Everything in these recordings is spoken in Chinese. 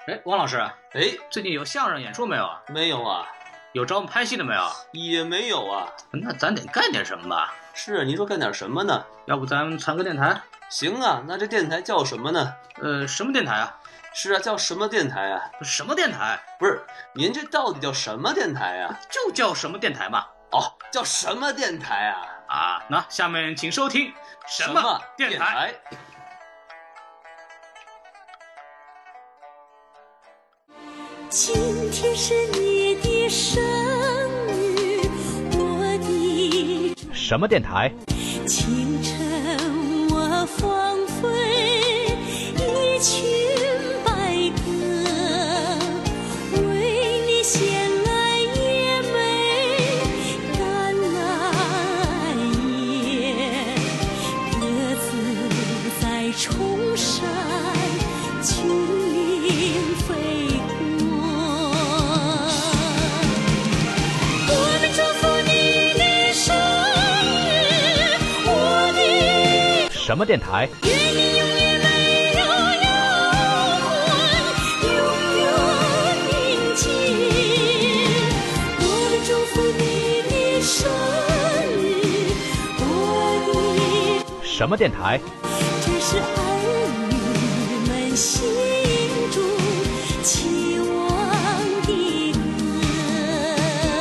哎，王老师， 哎， 最近有相声演出没有啊？ 没有啊， 有找我们拍戏的没有？ 也没有啊。 那咱得干点什么吧？ 是啊，您说干点什么呢？ 要不咱传个电台？ 行啊，那这电台叫什么呢？ 什么电台啊？ 是啊，叫什么电台啊？ 什么电台？ 不是，您这到底叫什么电台啊？ 就叫什么电台嘛。 哦，叫什么电台啊？ 啊，那下面请收听什么电台？ 今天是你的生日，我的什么电台？ 清晨我放飞一群白鸽，为你衔来野莓橄榄叶，鸽子在冲山峻岭飞过。我们祝福你的生日，我的什么电台？ 愿你永远美如阳光，永远宁静。我们祝福你的生日，我的什么电台？ 这是儿女们心中期望的歌。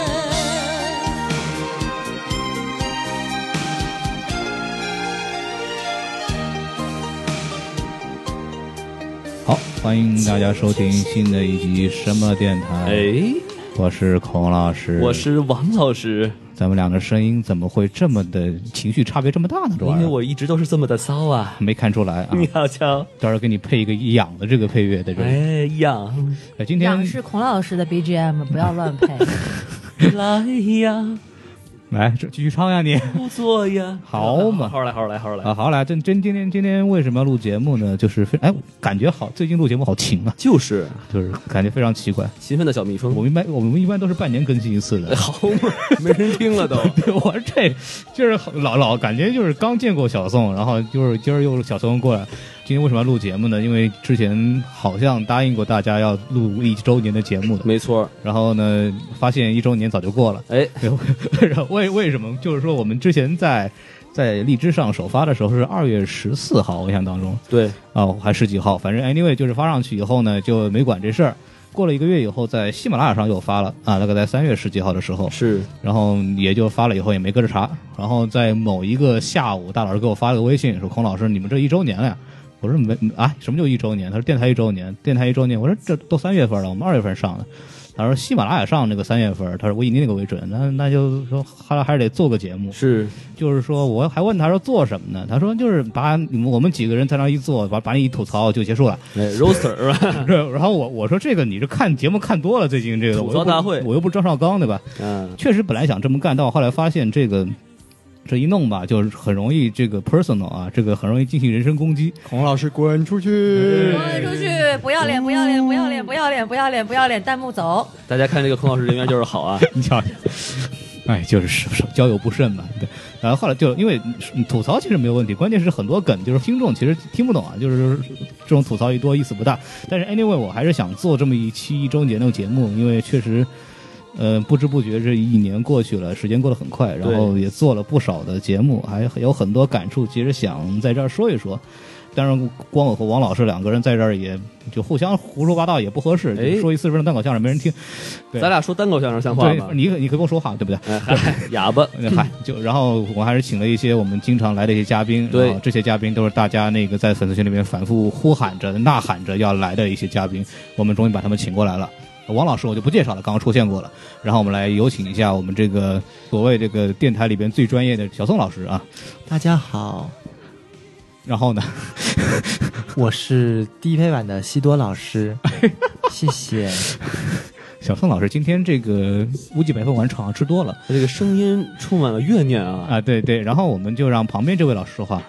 好，欢迎大家收听新的一集什么电台。 哎， 我是孔老师， 我是王老师。 咱们两个声音怎么会这么的情绪差别这么大呢？这玩意儿因为我一直都是这么的骚啊。 没看出来啊。 你好瞧， 到时候给你配一个痒的这个配乐在这里。 哎呀， 今天痒是孔老师的 BGM， 不要乱配。 来呀， 来继续唱呀你。 不错呀， 好嘛， 好来，好来，好来啊，好来，今天为什么要录节目呢？就是感觉好，最近录节目好勤啊， 就是感觉非常奇怪。 勤奋的小蜜蜂。 我们一般都是半年更新一次的。 好嘛，没人听了都。 对，我这就是老感觉就是刚见过小宋，然后就是今儿又小宋过来。今天为什么要录节目呢？因为之前好像答应过大家要录1周年的节目的， 没错。 然后呢，发现1周年早就过了。 哎， 然后为什么？就是说我们之前在荔枝上首发的时候是2月14号，我印象当中。 对哦，还是几号？反正 anyway 就是发上去以后呢，就没管这事儿。过了1个月以后，在喜马拉雅上又发了啊，大概在3月10几号的时候是， 然后也就发了以后也没搁着查。然后在某一个下午，大老师给我发了个微信说：“孔老师，你们这1周年了呀？”我说没啊，什么就1周年？他说电台1周年，电台1周年。我说这都3月份了，我们2月份上的。他说喜马拉雅上那个3月份，他说我以你那个为准，那就说还是得做个节目。 是， 就是说我还问他说做什么呢？他说就是把我们几个人在那一坐，把你一吐槽就结束了。 哎 ，roaster 是吧？ 然后我说这个你这看节目看多了，最近这个吐槽大会， 我又不是张绍刚对吧？ 嗯， 确实本来想这么干，但我后来发现这一弄吧，就是很容易这个 personal 啊，这个很容易进行人身攻击。 孔老师滚出去！ 滚出去！不要脸！不要脸！不要脸！不要脸！不要脸！不要脸！弹幕走！ 大家看这个孔老师人缘就是好啊。 你瞧，哎，就是交友不慎嘛。对，然后后来就因为吐槽其实没有问题，关键是很多梗就是听众其实听不懂啊，就是这种吐槽一多意思不大。但是 anyway 我还是想做这么一期1周年的节目，因为确实。不知不觉这1年过去了，时间过得很快，然后也做了不少的节目，还有很多感触，其实想在这儿说一说。当然，光我和王老师2个人在这儿也就互相胡说八道也不合适，就说一40分钟单口相声没人听。 咱俩说单口相声像话吗？ 你可以跟我说话，对不对？ 嗨，哑巴。 嗨，然后我还是请了一些我们经常来的一些嘉宾， 对， 然后这些嘉宾都是大家那个在粉丝群里面反复呼喊着、呐喊着要来的一些嘉宾，我们终于把他们请过来了。王老师我就不介绍了，刚刚出现过了。然后我们来有请一下我们这个所谓这个电台里边最专业的小宋老师啊。 大家好。 然后呢， 我是低配版的西多老师，谢谢。 小宋老师今天这个乌鸡白凤丸好像吃多了， 这个声音充满了怨念啊！ 啊，对对。然后我们就让旁边这位老师说话。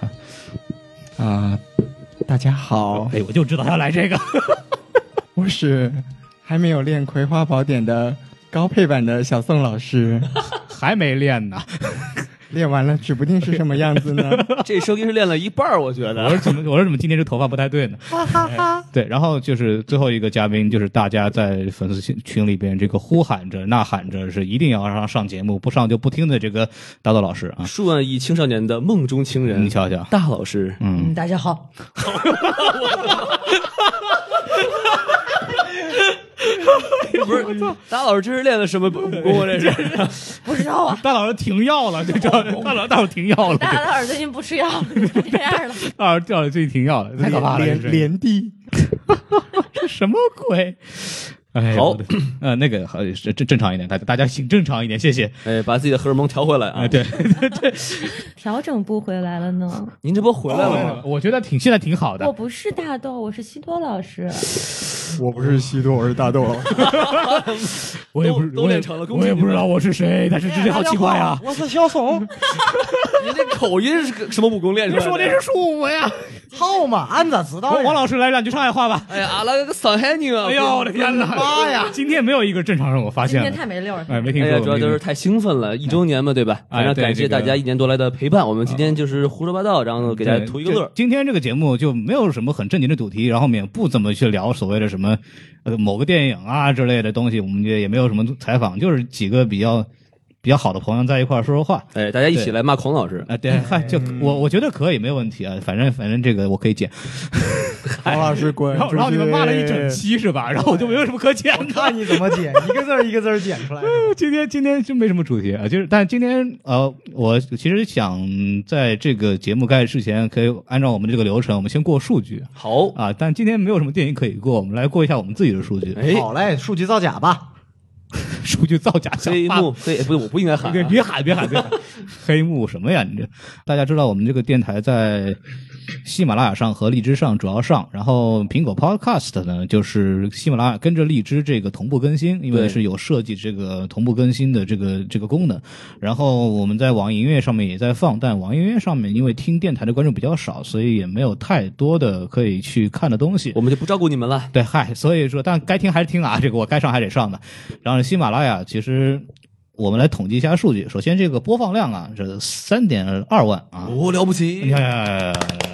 大家好。 哎，我就知道要来这个。 我是还没有练《葵花宝典》的高配版的小宋老师。 还没练呢。 练完了，指不定是什么样子呢。 这声音是练了一半儿，我觉得。 我说怎么今天这头发不太对呢？对，然后就是最后一个嘉宾，就是大家在粉丝群里边这个呼喊着、呐喊着，是一定要让上节目，不上就不听的这个大豆老师啊。 数万亿青少年的梦中情人， 你瞧瞧， 大老师， 大家好。 不是大老师，这是练了什么武功啊？这是不知道啊。 大老师停药了，就知道大老师停药了。 大老师最近不吃药了，这样了。 大老师最近停药了，太可怕了， 连地， 这什么鬼？哎， 好， 那个好，正常一点，大家请正常一点，谢谢。 哎，把自己的荷尔蒙调回来啊！ 对， 调整不回来了呢。 您这不回来了吗？ 我觉得现在挺好的。 我不是大豆，我是西多老师。 我不是西多，我是大豆老师。 我也不是都练成了， 我也不知道我是谁，但是这好奇怪呀！ 我是小宋。 你这口音是什么武功练出来的？ 你说的是属我呀？ 好嘛，俺咋知道？ 王老师来两句上海话吧。 哎呀，那个上海人啊！ 哎呦，我的天哪！ 妈呀！ 今天没有一个正常人，我发现了。 今天太没溜了。 哎，没听说。 主要就是太兴奋了，1周年嘛，对吧？非常感谢大家1年多来的陪伴。我们今天就是胡说八道，然后给大家图一个乐。 今天这个节目就没有什么很正经的主题，然后我们也不怎么去聊所谓的什么某个电影啊之类的东西，我们也没有什么采访，就是几个比较好的朋友在一块说说话。 哎，大家一起来骂孔老师。 对，嗨，就我觉得可以，没有问题啊。反正这个我可以剪。 孔老师滚！ 然后你们骂了一整期是吧？然后我就没有什么可剪的。 看你怎么剪，一个字儿一个字儿剪出来。 今天就没什么主题啊，但今天我其实想在这个节目开始之前，可以按照我们这个流程，我们先过数据。 好啊，但今天没有什么电影可以过，我们来过一下我们自己的数据。 好嘞，数据造假吧。 数据造假， 黑幕黑不是，我不应该喊、啊， 别喊，黑幕什么呀？你这大家知道我们这个电台在喜马拉雅上和荔枝上主要上，然后苹果 Podcast 呢，就是喜马拉雅跟着荔枝这个同步更新，因为是有设计这个同步更新的这个功能。然后我们在网易音乐上面也在放，但网易音乐上面因为听电台的观众比较少，所以也没有太多的可以去看的东西， 我们就不照顾你们了。 对，嗨，所以说，但该听还是听啊，这个我该上还得上的。然后喜马拉雅其实我们来统计一下数据，首先这个播放量啊是3.2万啊， 了不起！ 你看。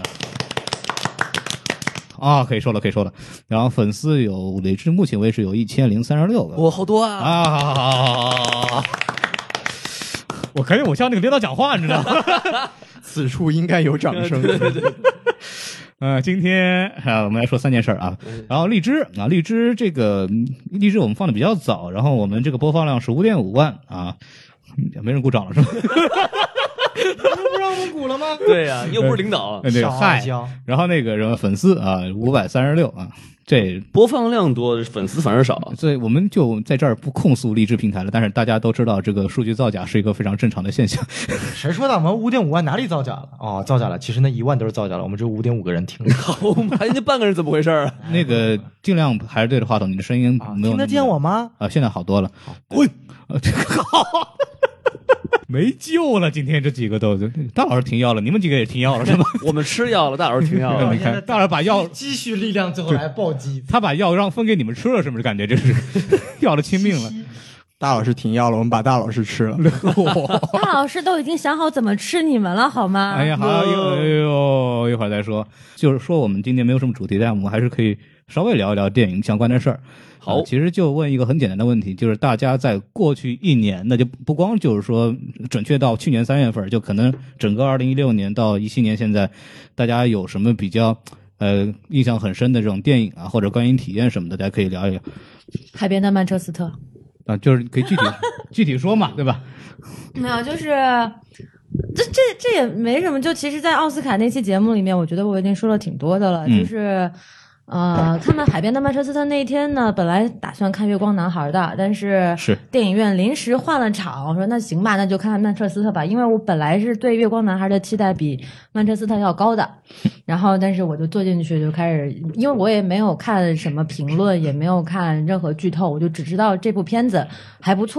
啊，可以说了。然后粉丝有截至目前为止有1036个， 哇，好多啊！ 啊，我感觉我像那个领导讲话，你知道吗？ 此处应该有掌声。 对。 今天我们来说3件事啊。然后荔枝我们放的比较早，然后我们这个播放量是5.5万啊，没人鼓掌了是吧？ 不让我们鼓了吗？ 对呀、又不是领导。 对，嗨。然后那个什么粉丝啊，536啊，这播放量多，粉丝反而少， 所以我们就在这儿不控诉荔枝平台了。但是大家都知道，这个数据造假是一个非常正常的现象。 谁说的？我们5.5万哪里造假了？哦，造假了。其实那1万都是造假了，我们只有5.5个人听。 好嘛，人家半个人怎么回事啊？ 那个尽量还是对着话筒，你的声音没有听得见我吗？ 现在好多了。滚！这个好。没救了，今天这几个都大老师停药了，你们几个也停药了是吗？ 我们吃药了，大老师停药了。 你看，大老师把药积蓄力量，最后来暴击。 他把药让分给你们吃了，是不是？感觉这是要了亲命了。 大老师停药了，我们把大老师吃了。 大老师都已经想好怎么吃你们了，好吗？ 哎呀，好，一会儿再说。就是说，我们今天没有什么主题，但我们还是可以稍微聊一聊电影相关的事儿。 好， 其实就问一个很简单的问题，就是大家在过去1年，那就不光就是说准确到去年3月份，就可能整个2016年到17年，现在大家有什么比较印象很深的这种电影啊，或者观影体验什么的，大家可以聊一聊。 海边的曼彻斯特啊，就是可以具体说嘛，对吧？ 没有，就是这也没什么。就其实，在奥斯卡那期节目里面，我觉得我已经说了挺多的了，就是看完海边的曼彻斯特那一天呢，本来打算看月光男孩的，但是电影院临时换了场，我说那行吧，那就看看曼彻斯特吧，因为我本来是对月光男孩的期待比曼彻斯特要高的，然后但是我就坐进去就开始，因为我也没有看什么评论，也没有看任何剧透，我就只知道这部片子还不错。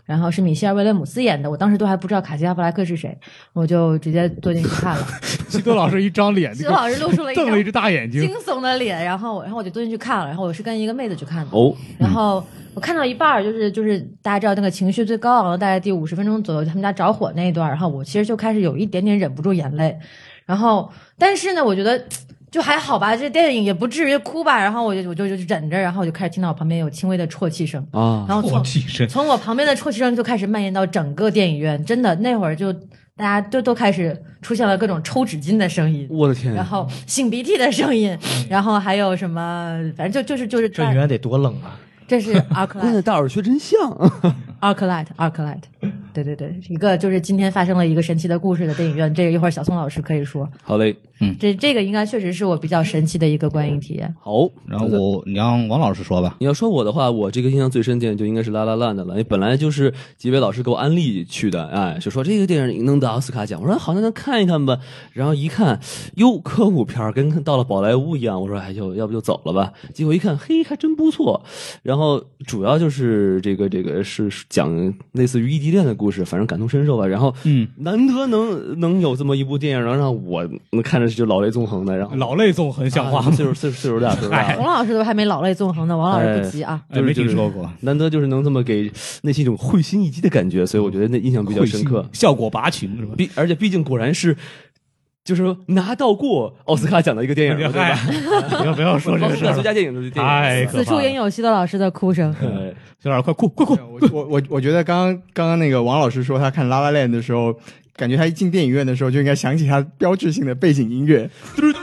然后是米歇尔·威廉姆斯演的，我当时都还不知道卡西·阿弗莱克是谁，我就直接坐进去看了。 西多老师一张脸， 西多老师露出了一张瞪了一只大眼睛， 惊悚的脸，然后我就坐进去看了，然后我是跟一个妹子去看的。 哦， 然后我看到一半儿，就是大家知道那个情绪最高昂的，大概第50分钟左右，他们家着火那一段，然后我其实就开始有一点点忍不住眼泪，然后但是呢，我觉得就还好吧，这电影也不至于哭吧，然后我就忍着，然后我就开始听到我旁边有轻微的啜泣声啊， 然后啜泣声从我旁边的啜泣声就开始蔓延到整个电影院，真的那会儿就大家都开始出现了各种抽纸巾的声音， 我的天， 然后擤鼻涕的声音，然后还有什么，反正就是这影院得多冷啊！ 这是 ArcLight， 大耳缺真像 ArcLight，对，一个就是今天发生了一个神奇的故事的电影院，这个一会儿小宋老师可以说。 好嘞， 这个应该确实是我比较神奇的一个观影体验。 好， 然后你让王老师说吧。 你要说我的话，我这个印象最深电影就应该是《La La Land》了，因为本来就是几位老师给我安利去的，哎，就说这个电影能得奥斯卡奖，我说好，那看一看吧。然后一看，哟，歌舞片跟到了宝莱坞一样，我说哎就要不就走了吧。结果一看，嘿，还真不错。然后主要就是这个是讲类似于异地恋的故事，反正感同身受吧。然后难得能有这么一部电影，然后让我能看着就老泪纵横的，然后老泪纵横像话吗？ 岁数大， 王老师都还没老泪纵横呢，王老师不急啊， 没听说过。 难得就是能这么给内心一种会心一击的感觉，所以我觉得那印象比较深刻， 效果拔群是吧？ 而且毕竟果然是。就是拿到过奥斯卡奖的一个电影，对吧？ 不要说这个事儿， 最佳电影的电影， 此处应有西多老师的哭声。 西多老师快哭！ 我觉得刚刚那个王老师说他看《La La Land》的时候，感觉他一进电影院的时候就应该响起他标志性的背景音乐。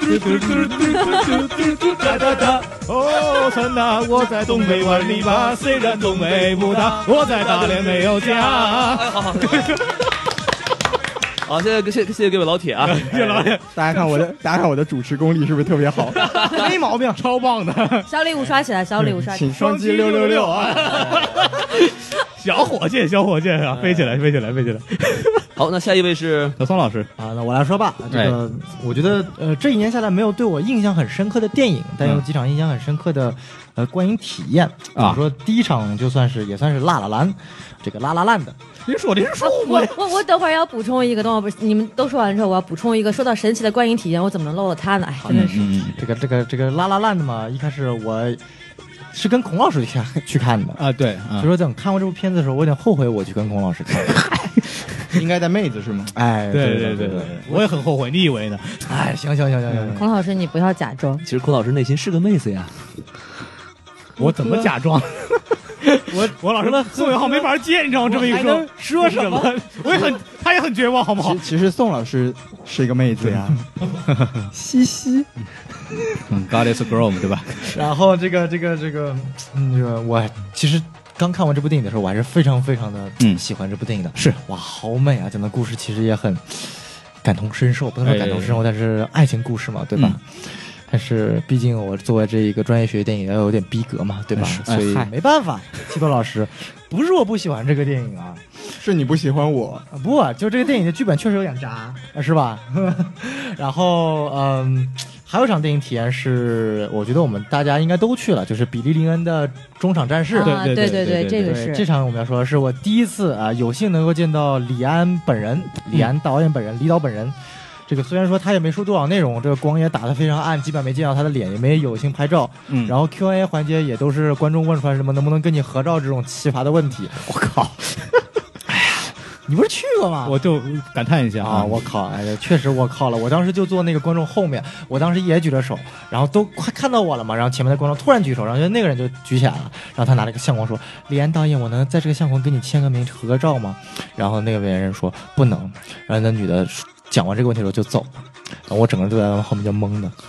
哦，陈呐，我在东北玩泥巴，虽然东北不大，我在大连没有家。 好，谢谢各位老铁啊！ 谢谢老铁， 大家看我的主持功力是不是特别好？ 没毛病，超棒的！ 小礼物刷起来，小礼物刷起来， 请双击666啊！ 小火箭啊，飞起来！ 好，那下一位是小宋老师啊，那我来说吧。这个我觉得这一年下来没有对我印象很深刻的电影，但有几场印象很深刻的观影体验啊。说第一场也算是辣蓝，这个拉拉烂的。 您说的是我等会儿要补充一个，等会儿你们都说完之后，我要补充一个。说到神奇的观影体验，我怎么能漏了他呢？哎，真的是这个拉拉烂的嘛，一开始我是跟孔老师去看的啊，对， 所以说等看完这部片子的时候，我有点后悔我去跟孔老师看。 应该带妹子是吗？ 哎， 对，我也很后悔，你以为呢？ 哎，行， 孔老师你不要假装， 其实孔老师内心是个妹子呀。 我怎么假装？我老师宋元浩没法接，你知道吗？这么一说，说什么？他也很绝望，好不好？ 其实宋老师是一个妹子呀，嘻嘻。 God is a girl 对吧？ 然后这个，我其实刚看完这部电影的时候，我还是非常非常的喜欢这部电影的。 是哇，好美啊！讲的故事其实也很感同身受，不能说感同身受，但是爱情故事嘛，对吧？但是毕竟我作为这一个专业学电影要有点逼格嘛，对吧？所以没办法，七多老师，不是我不喜欢这个电影啊， 是你不喜欢我不，就这个电影的剧本确实有点渣，是吧？然后还有一场电影体验是，我觉得我们大家应该都去了，就是比利林恩的中场战事。 对，这个是这场我们要说的是我第一次有幸能够见到李安本人，李安导演本人，李导本人。这个虽然说他也没说多少内容，这个光也打得非常暗，基本没见到他的脸，也没有幸拍照。然后 Q&A 环节也都是观众问出来什么能不能跟你合照这种奇葩的问题。我靠！哎呀，你不是去过吗？ 我就感叹一下啊！我靠！哎，确实我靠了！我当时就坐那个观众后面，我当时也举着手，然后都快看到我了嘛，然后前面的观众突然举手，然后那个人就举起来了，然后他拿了一个相框说：“李安导演，我能在这个相框给你签个名合个照吗？”然后那个别人说不能，然后那女的讲完这个问题之后就走了，然后我整个人都在后面就懵的。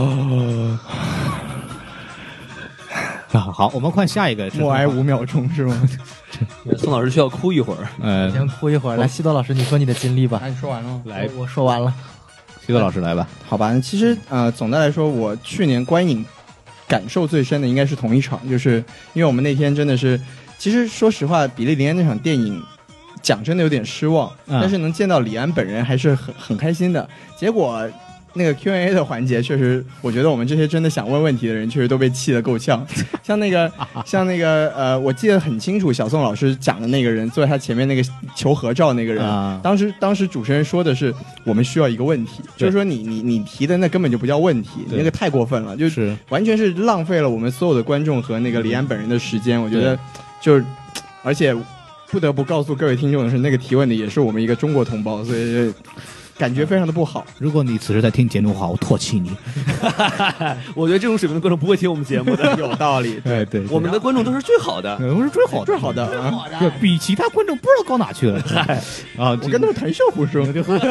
好，我们换下一个， 默哀5秒钟是吗？ 宋老师需要哭一会儿， 先哭一会儿。来，西多老师，你说你的经历吧。 你说完了？ 来，我说完了。 西多老师来吧。 好吧，其实总的来说，我去年观影感受最深的应该是同一场，就是因为我们那天真的是，其实说实话，比利林恩那场电影。讲真的有点失望，但是能见到李安本人还是很开心的。结果那个 Q&A 的环节，确实，我觉得我们这些真的想问问题的人，确实都被气得够呛。像那个我记得很清楚，小宋老师讲的那个人，坐在他前面那个求合照那个人，当时主持人说的是，我们需要一个问题，就是说你提的那根本就不叫问题，那个太过分了，就是完全是浪费了我们所有的观众和那个李安本人的时间。我觉得就是，而且不得不告诉各位听众的是，那个提问的也是我们一个中国同胞，所以感觉非常的不好。 如果你此时在听节目的话，我唾弃你。 我觉得这种水平的观众不会听我们节目的， 有道理。 对对， 我们的观众都是最好的， 我是最好的， 最好的， 对，比其他观众不知道高哪去了。啊， 我跟他们谈笑风生。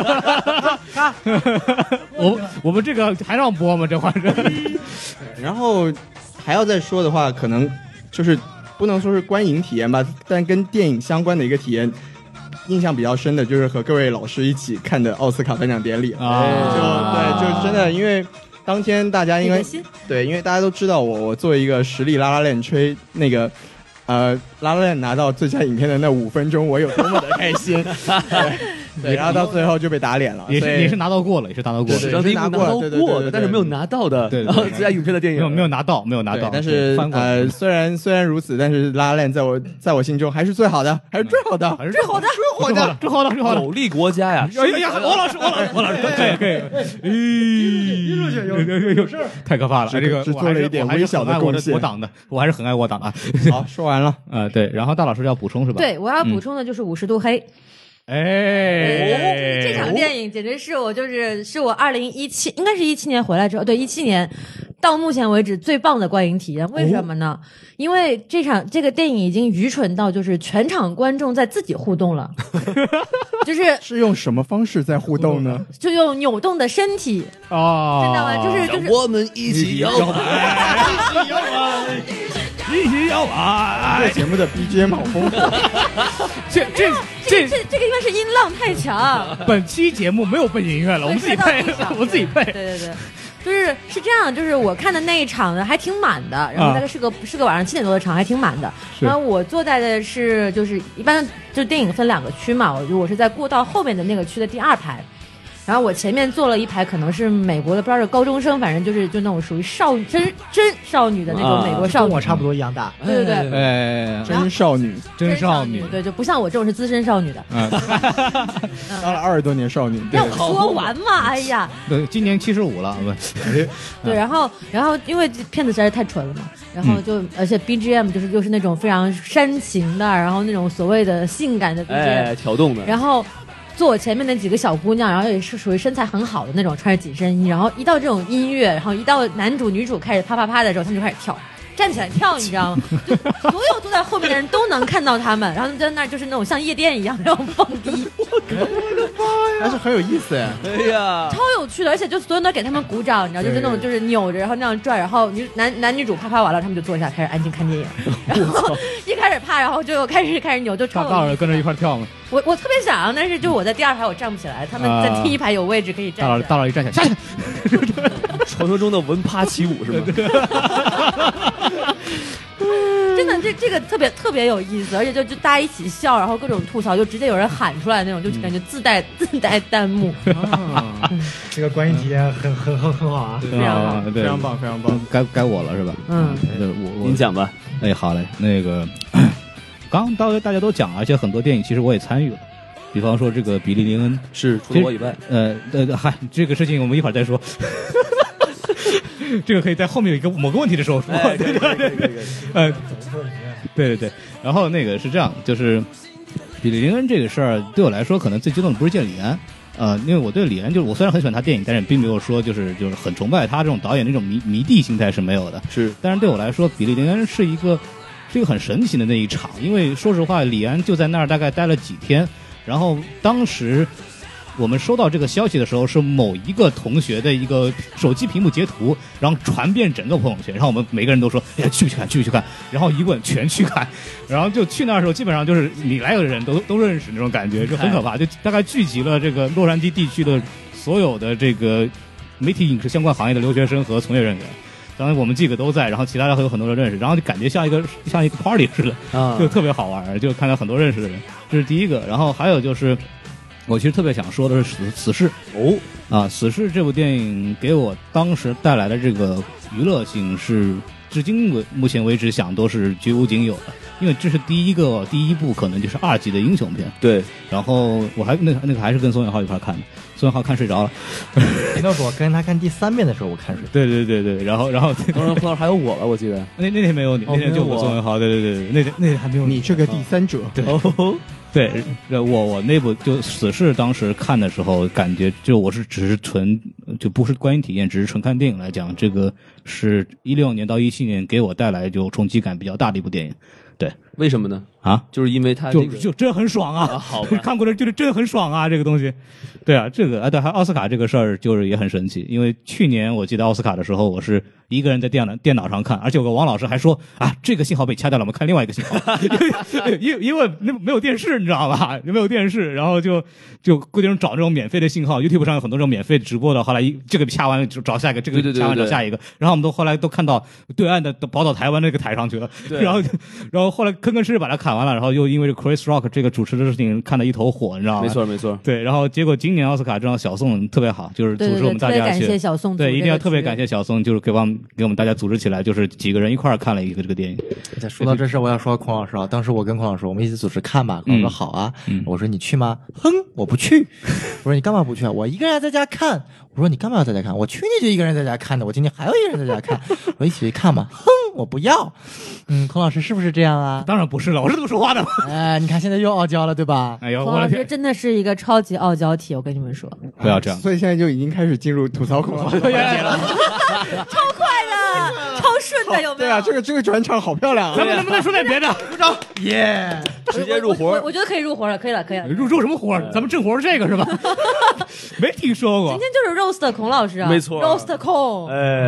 我们这个还让播吗？这话是。 然后还要再说的话，可能就是不能说是观影体验吧，但跟电影相关的一个体验。印象比较深的就是和各位老师一起看的奥斯卡颁奖典礼就真的，因为当天大家因为大家都知道我作为一个实力拉拉链吹那个拉拉链拿到最佳影片的那5分钟，我有多么的开心。对，然后到最后就被打脸了， 也是拿到过了，也是拿到过了， 张一拿到过的，但是没有拿到的。 对， 然后最佳影片的电影没有拿到。 但是虽然如此，但是拉拉链在我心中还是最好的，还是最好的， 最好的， 有利国家呀！ 哎呀，王老师，可以，有事，太可怕了。这个是做了一点微小的贡献。 我还是很爱我党的。 好，说完了。 对，然后大老师要补充是吧？ 对，我要补充的就是50度黑。这场电影简直是我2017应该是17年回来之后，对，17年到目前为止最棒的观影体验。为什么呢？因为这个电影已经愚蠢到就是全场观众在自己互动了。是用什么方式在互动呢？ 就用扭动的身体知道吗？就是我们一起摇摆， 一起摇摆。 这节目的 BGM 好丰富。 这个应该是音浪太强。 本期节目没有背景音乐了，我们自己配。对。 是这样，就是我看的那一场呢还挺满的，然后大概是个晚上7点多的场，还挺满的。然后我坐在的是就是一般就电影分2个区嘛，我是在过道后面的那个区的第2排。然后我前面坐了一排，可能是美国的，不知道是高中生，反正就那种属于少女真少女的那种美国少女， 跟我差不多一样大。 对， 真少女， 对，就不像我这种是资深少女的。 当了20多年少女， 让我说完嘛！哎呀， 对，今年75了， 对，然后因为片子实在是太纯了嘛，然后而且 BGM 就是那种非常煽情的，然后那种所谓的性感的 BGM 挑动的， 然后。坐我前面那几个小姑娘，然后也是属于身材很好的那种，穿着紧身衣，然后一到这种音乐，然后一到男主女主开始啪啪啪的时候，他们就开始跳，站起来跳，你知道吗？就所有坐在后面的人都能看到他们，然后他们在那儿就是那种像夜店一样那种蹦迪。 我的妈呀！还是很有意思哎。 哎呀， 超有趣的，而且就所有人都给他们鼓掌，你知道，就是那种就是扭着，然后那样转，然后男女主啪啪完了，他们就坐下开始安静看电影，然后一开始啪，然后就开始扭，就超有意思。 大老师跟着一块跳吗？ 我特别想，但是就我在第2排我站不起来，他们在第1排有位置可以站起来。 大老师一站起来，下去。 传说中的文趴起舞是吗？ 真的，这个特别有意思，而且就大家一起笑，然后各种吐槽，就直接有人喊出来那种，就感觉自带弹幕。 这个观影体验很好啊， 非常好， 非常棒，非常棒。 该我了是吧？ 您讲吧。 哎，好嘞，那个。刚大家都讲，而且很多电影其实我也参与了，比方说这个比利林恩是除了我以外， 这个事情我们一会儿再说，这个可以在后面有一个某个问题的时候说。对，然后那个是这样，就是比利林恩这个事儿对我来说，可能最激动的不是见李安。因为我对李安，就是我虽然很喜欢他电影，但是并没有说就是很崇拜他这种导演那种迷弟心态是没有的。 是， 但是对我来说，比利林恩是一个很神奇的那一场，因为说实话，李安就在那儿大概待了几天，然后当时我们收到这个消息的时候，是某一个同学的一个手机屏幕截图，然后传遍整个朋友圈，然后我们每个人都说，哎呀，去看，然后一问全去看，然后就去那儿的时候，基本上就是你来的人都认识那种感觉，就很可怕，就大概聚集了这个洛杉矶地区的所有的这个媒体影视相关行业的留学生和从业人员。当然我们几个都在，然后其他的还有很多人认识，然后就感觉像一个 party 似的，就特别好玩，就看到很多认识的人，这是第一个。然后还有就是我其实特别想说的是死侍哦啊，死侍这部电影给我当时带来的这个娱乐性是至今目前为止想都是绝无仅有的，因为这是第一部可能就是2级的英雄片。 对， 然后我还那个还是跟宋元浩一块看的，宋元浩看睡着了。 别那么说，跟他看第3遍的时候我看睡。 对，然后当然还有我吧，我记得那天没有你，那天就我宋元浩，对，那天还没有你这个第三者， 对。对，我那部就死侍，当时看的时候感觉就我是只是纯就不是观影体验，只是纯看电影来讲，这个是16年到17年给我带来就冲击感比较大的一部电影。对， 为什么呢？ 啊， 就是因为他这个就真很爽啊！ 好吧看过的就是真很爽啊，这个东西。对啊，这个对，还有奥斯卡这个事儿就是也很神奇，因为去年我记得奥斯卡的时候，我是一个人在电脑上看，而且有个王老师还说啊，这个信号被掐掉了，我们看另外一个信号，因为没有电视，你知道吧？没有电视，然后就固定找这种免费的信号 ，YouTube 上有很多这种免费直播的，后来这个掐完就找下一个，这个掐完找下一个，然后我们后来都看到对岸的宝岛台湾那个台上去了，然后后来吭哧把它砍完了，然后又因为这 Chris Rock 这个主持的事情看得一头火，你知道吗？ 没错。 对，然后结果今年奥斯卡这样小宋特别好，就是组织我们大家去， 特别感谢小宋， 对，一定要特别感谢小宋，就是给我们大家组织起来，就是几个人一块儿看了一个这个电影。 说到这事，我要说孔老师啊，当时我跟孔老师我们一起组织看吧，孔老师说好啊，我说你去吗？哼，我不去。我说你干嘛不去啊？我一个人在家看。我说你干嘛要在家看？我去年就一个人在家看的，我今天还有一个人在家看，我一起去看吧。哼，我不要。孔老师是不是这样啊？ 当然不是了，我是这么说话的。 哎，你看现在又傲娇了，对吧？ 哎呦， 孔老师真的是一个超级傲娇体，我跟你们说， 不要这样。 所以现在就已经开始进入吐槽孔老师的环节了。 超快的，超顺的，有没有？ 对啊，这个转场好漂亮啊！ 咱们能不能说点别的？鼓掌， 耶！ 直接入活我觉得可以入活了，可以了。 入什么活？咱们正活是这个是吧？没听说过。 今天就是 roast 孔老师啊， 没错 ，roast 孔。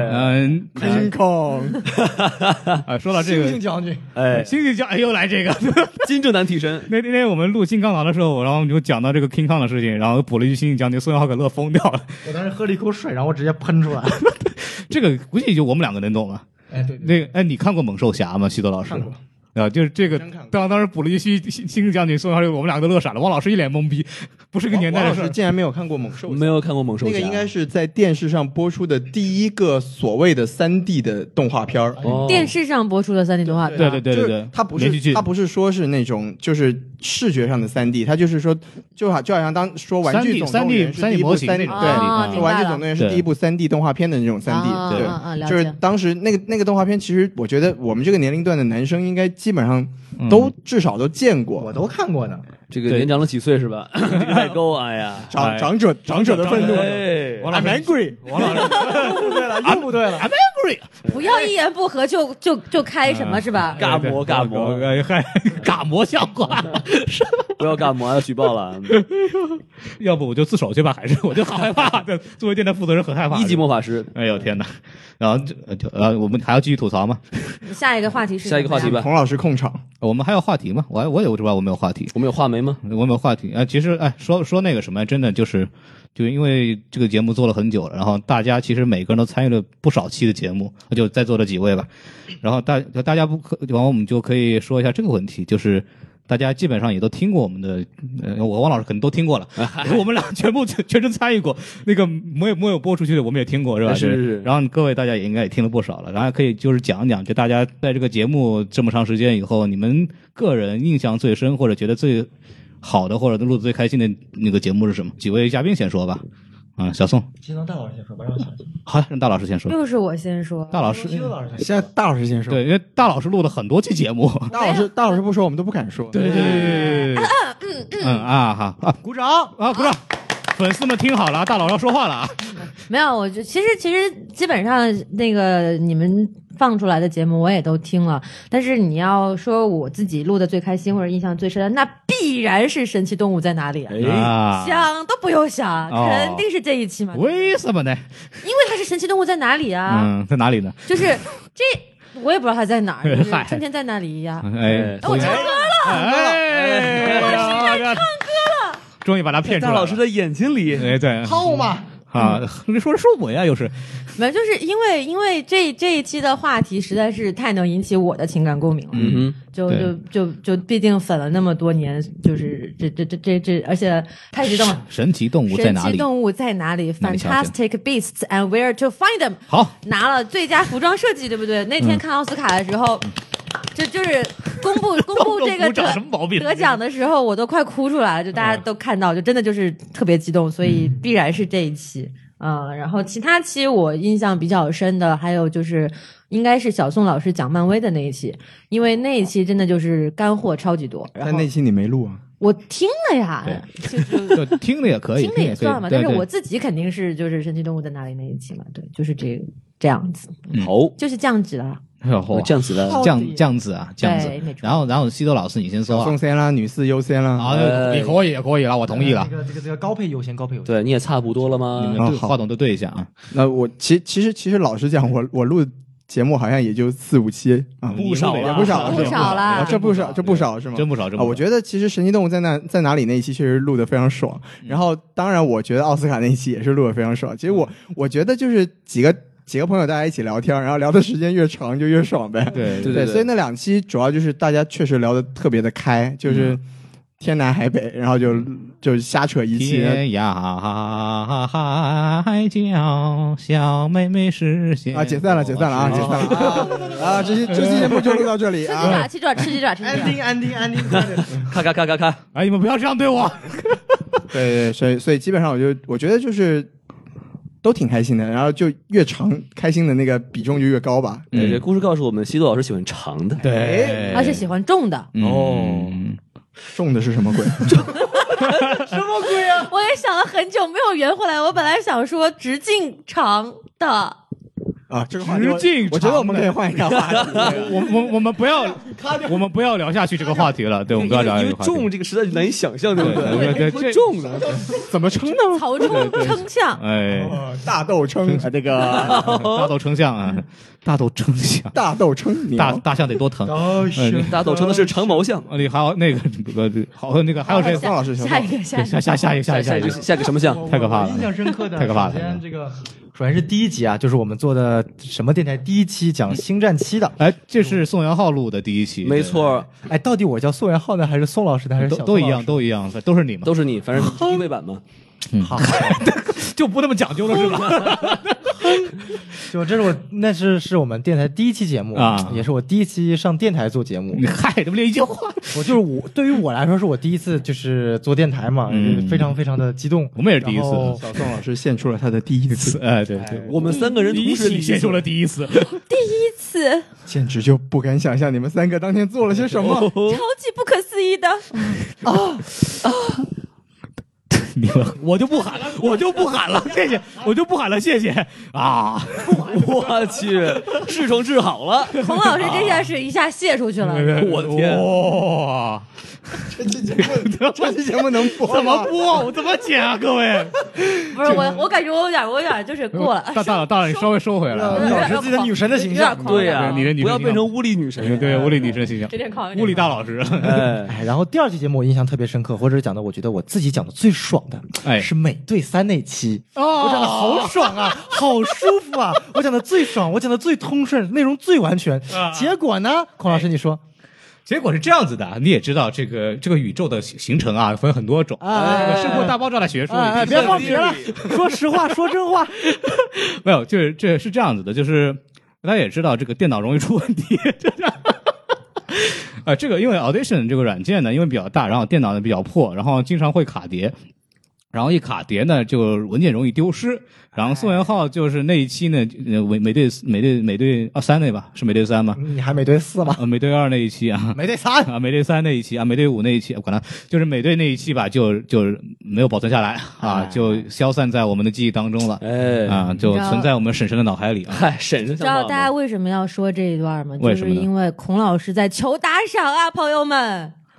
King Kong。 啊，说到这个猩猩将军， 猩猩将又来这个金正男替身。 那天我们录金刚狼的时候，然后我们就讲到这个 King Kong 的事情，然后补了一句猩猩将军，宋元浩给乐疯掉了。 我当时喝了一口水，然后我直接喷出来。 这个估计就我们两个能懂了。 哎，对， 那个，哎，你看过《猛兽侠》吗？西多老师？啊，就是这个，当时补了一句猩猩将军，宋元浩我们两个都乐傻了，王老师一脸懵逼，不是个年代的事。 王老师竟然没有看过《猛兽侠》， 没有看过《猛兽侠》， 那个应该是在电视上播出的第一个所谓的3D 的动画片儿。 电视上播出的3D 动画片， 对， 它不是说是那种就是视觉上的3D，它就是说就好像当说玩具总动员是第一部3D，对，说玩具总动员是第一部3D 动画片的那种3D，对，就是当时那个动画片，其实我觉得我们这个年龄段的男生应该基本上都至少都见过， 我都看过呢。 这个年长了几岁是吧？这个代沟，哎呀， 长者的愤怒 ，I'm angry， 王老师又不对了 ，I'm angry， 不要一言不合就开什么是吧？ 尬模， 尬模像话， 不要尬模，要举报了。 要不我就自首去吧，还是我就好害怕的。作为电台负责人很害怕。 1级魔法师， 哎呦天哪！然后我们还要继续吐槽吗？ 下一个话题是下一个话题吧。 孔老师控场， 我们还有话题吗？我也不知道我们有话题， 我们有话没吗？ 我们有话题啊。其实说那个什么，真的就因为这个节目做了很久了，然后大家其实每个人都参与了不少期的节目，就在座的几位吧。然后大家然后我们就可以说一下这个问题，就是大家基本上也都听过我们的，我王老师可能都听过了，我们俩全程参与过，那个没有播出去的我们也听过是吧？ 是。 然后各位大家也应该也听了不少了，然后可以就是讲一讲，就大家在这个节目这么长时间以后，你们个人印象最深或者觉得最好的或者录得最开心的那个节目是什么？几位嘉宾先说吧。小宋， 先让大老师先说吧，让我想想。 好，让大老师先说。 又是我先说。 大老师， 现在大老师先说。 对，因为大老师录了很多期节目。 大老师不说，我们都不敢说。 对。好， 鼓掌啊，鼓掌！粉丝们听好了，大佬要说话了啊！ 没有，我就其实基本上那个你们放出来的节目我也都听了，但是你要说我自己录的最开心或者印象最深的，那必然是神奇动物在哪里啊！想都不用想，肯定是这一期嘛。 为什么呢？ 因为它是神奇动物在哪里啊？ 在哪里呢？ 就是这。我也不知道它在哪儿，春天在哪里呀？我唱歌了，我唱歌了， 终于把他骗出来了。 大老师的眼睛里， 对， 好嘛， 啊，你说我呀，又是没有，就是因为这一期的话题实在是太能引起我的情感共鸣了。 嗯就毕竟粉了那么多年，就是这，而且太激动了。 神奇动物在哪里？ 神奇动物在哪里哪里瞧瞧 ？Fantastic Beasts and Where to Find Them。 好， 拿了最佳服装设计，对不对？那天看奥斯卡的时候，就是公布这个鼓掌什么毛病得奖的时候，我都快哭出来了。就大家都看到，就真的就是特别激动，所以必然是这一期。然后其他期我印象比较深的，还有就是应该是小宋老师讲漫威的那一期，因为那一期真的就是干货超级多。然后但那期你没录啊？ 我听了呀， 就听了也可以， 听了也算嘛。 对对但是我自己肯定是就是神奇动物在哪里那一期嘛，对，就是这样子， 好， 就是这样子啦。 这样子的， 这样子啊，这样子对没错。 然后西多老师你先说啊小宋，先啦，女士优先啦。 啊，你可以了，我同意了。 这个高配优先，高配优先。 对，你也差不多了你吗？ 们对话筒都对一下啊。 那我其实老实讲，我录节目好像也就4、5期啊， 不少了也不少了， 不少了啊这不少是吗？ 真不少， 啊，我觉得其实神奇动物在哪里那一期确实录得非常爽，然后当然我觉得奥斯卡那一期也是录得非常爽。其实我觉得就是几个朋友大家一起聊天，然后聊的时间越长就越爽呗。 对所以那2期主要就是大家确实聊得特别的开，就是天南海北，然后就瞎扯一气。 天涯海角，小妹妹实现啊，解散了啊，解散了啊！这期节目就录到这里啊。 吃鸡爪， 安定， 咔！ 哎，你们不要这样对我。 对，所以基本上我觉得就是都挺开心的，然后就越长开心的那个比重就越高吧。 这故事告诉我们，西多老师喜欢长的， 对， 而且喜欢重的。 哦， 重的是什么鬼？ 我也想了很久，没有圆回来。我本来想说直径长的， 啊，这个话题直径我觉得我们可以换一个话题。 我们不要聊下去这个话题了。对，我们不要聊下去因为这个话题。 重这个实在难以想象，对不对会重的， 怎么称呢？ 曹冲称象。 哎， 大豆称这个大豆称象啊，大豆称象， 大豆称大象得多疼。 大豆称的是长毛象。 你还有那个好那个还有谁？ 宋老师， 下一个， 下一个， 下一个什么象？ 太可怕了， 印象深刻的， 太可怕了。 首先是第一集啊，就是我们做的什么电台第一期讲星战7的。 哎，这是宋元浩录的第一期， 没错。 哎，到底我叫宋元浩呢，还是宋老师的，还是小宋都一样， 老师都一样，都是你嘛， 都是你，反正低配版嘛。 好， 就不那么讲究了是吧？ 那是我们电台第一期节目啊， 也是我第一期上电台做节目。 你嗨，这么一句话， 对于我来说是我第一次就是做电台嘛，非常非常的激动。 我们也是第一次。 小宋老师献出了他的第一次， 哎，对， 我们3个人同时献出了第一次， 简直就不敢想象你们3个当天做了些什么， 超级不可思议的。 你们我就不喊了，谢谢，我就不喊了，谢谢啊！ 我去，痔疮治好了。 孔老师这下是一下泄出去了。 我的天！ 哇， 这期节目能播吗？ 怎么播？我怎么剪啊？各位， 不是我感觉我有点就是过了。 大了，你稍微收回来， 保持自己的女神的形象。 对呀， 你的女神不要变成物理女神。 对，物理女神形象，物理大老师。 哎，然后第2期节目我印象特别深刻，或者讲的我觉得我自己讲的最爽的，是美队3那期。我讲的好爽啊，好舒服啊！我讲的最爽，我讲的最通顺，内容最完全。结果呢，孔老师你说？ 结果是这样子的，你也知道这个宇宙的形成啊，分很多种。这个生活大爆炸的学说， 别放屁了，说实话，说真话。 没有，就是这是这样子的，就是大家也知道这个电脑容易出问题。这个因为 Audition 这个软件呢，因为比较大，然后电脑呢比较破，然后经常会卡碟。然后一卡碟呢，就文件容易丢失。然后宋元浩就是那一期呢，美队3那吧，是美队3吗？ 你还美队4吗？ 美队2那一期啊， 美队3 啊，美队3那一期啊，美队5那一期，管他就是美队那一期吧，就没有保存下来啊，就消散在我们的记忆当中了，就存在我们婶婶的脑海里啊。 嗨，婶婶， 知道大家为什么要说这一段吗？ 为什么？ 就是因为孔老师在求打赏啊，朋友们。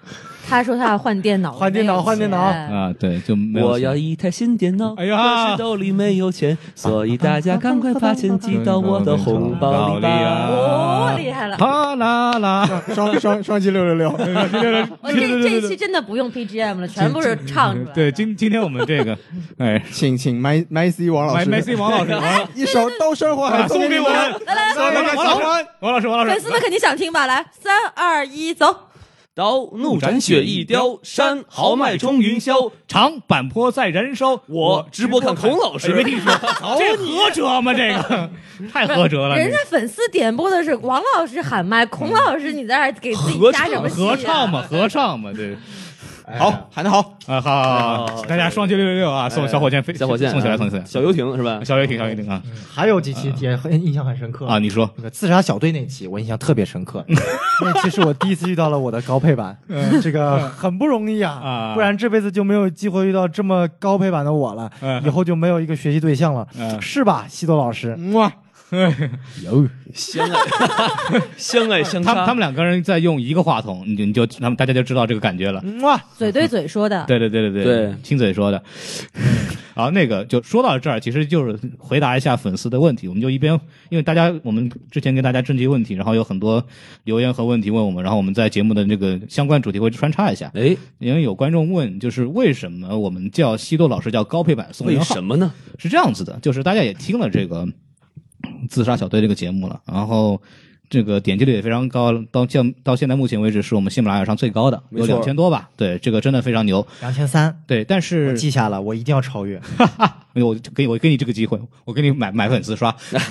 他说他要换电脑， 换电脑没有换电脑钱啊，对，就没有我钱要一台新电脑， 哎呀可是兜里没有钱，所以大家赶快把钱寄到我的红包里吧。 哦，厉害了！ 哈啦啦， 双击666， 我这一期真的不用 BGM 了，全部是唱出来。 对，今天我们这个，哎， 请麦 C 王老师， 麦 C 王老师， 一首《刀山火海》 送给我们， 来， 王老师， 粉丝们肯定想听吧？来，3、2、1，走！ 刀怒斩雪一雕，山豪迈冲云霄， 长坂坡在燃烧。 我直播看孔老师， 没听说，这何辙吗？这个太何辙了。 人家粉丝点播的是王老师喊麦，孔老师你在这儿给自己加什么戏啊？ 合唱嘛，合唱嘛，对。 好，喊得好啊！好，大家双击666啊！送小火箭， 小火箭送起来，送起来。 小游艇是吧？ 小游艇啊！ 还有几期也印象很深刻啊！你说那个自杀小队那期，我印象特别深刻。那期是我第一次遇到了我的高配版，这个很不容易啊！不然这辈子就没有机会遇到这么高配版的我了，以后就没有一个学习对象了，是吧，西多老师？ 哇！ 有相爱相杀， 他们两个人在用一个话筒，你就大家就知道这个感觉了。 哇， 嘴对嘴说的， 对，亲嘴说的。然后那个就说到这儿，其实就是回答一下粉丝的问题。我们就一边，因为我们之前跟大家征集问题，然后有很多留言和问题问我们，然后我们在节目的那个相关主题会穿插一下。 哎， 因为有观众问，就是为什么我们叫西多老师叫高配版宋元浩？ 为什么呢？ 是这样子的，就是大家也听了这个自杀小队这个节目了，然后这个点击率也非常高，到现在目前为止是我们喜马拉雅上最高的，有2000多吧。对，这个真的非常牛。 2300。 对，但是我记下了，我一定要超越。 我给你这个机会，我给你买粉丝刷。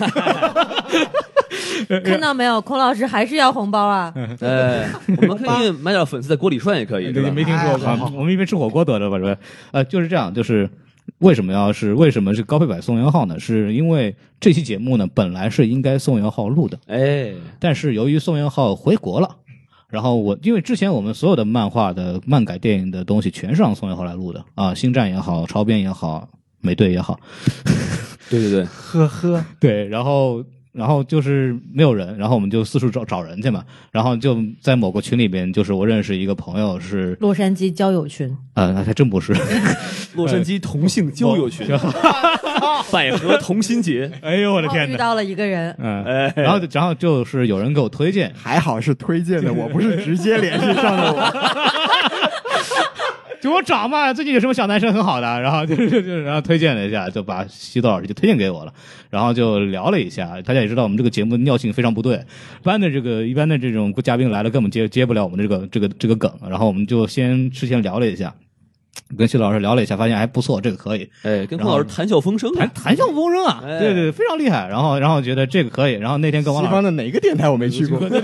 看到没有，孔老师还是要红包啊！ 我们可以买点粉丝在锅里涮也可以，对吧？ 没听说过，我们一边吃火锅得了吧？是吧？就是这样，就是为什么是高配版宋元浩呢？是因为这期节目呢本来是应该宋元浩录的，但是由于宋元浩回国了，然后因为之前我们所有的漫画的漫改电影的东西全是让宋元浩来录的啊，星战也好，超编也好，美队也好， 对， 呵呵， 对，然后就是没有人，然后我们就四处找人去嘛，然后就在某个群里边，就是我认识一个朋友是洛杉矶交友群， 那还真不是， 洛杉矶同性交友群，百合同心节， 哎呦我的天哪， 遇到了一个人， 然后就是有人给我推荐， 还好是推荐的，我不是直接联系上的我。 就我找嘛，最近有什么小男生很好的，然后然后推荐了一下，就把西多老师就推荐给我了，然后就聊了一下。大家也知道我们这个节目尿性非常不对，一般的这种嘉宾来了根本接不了我们这个梗，然后我们就事先聊了一下。跟西多老师聊了一下，发现还不错，这个可以。 跟孔老师谈笑风生， 谈笑风生啊，对，非常厉害。然后觉得这个可以。然后那天跟王老师， 西方的哪个电台我没去过？ 对。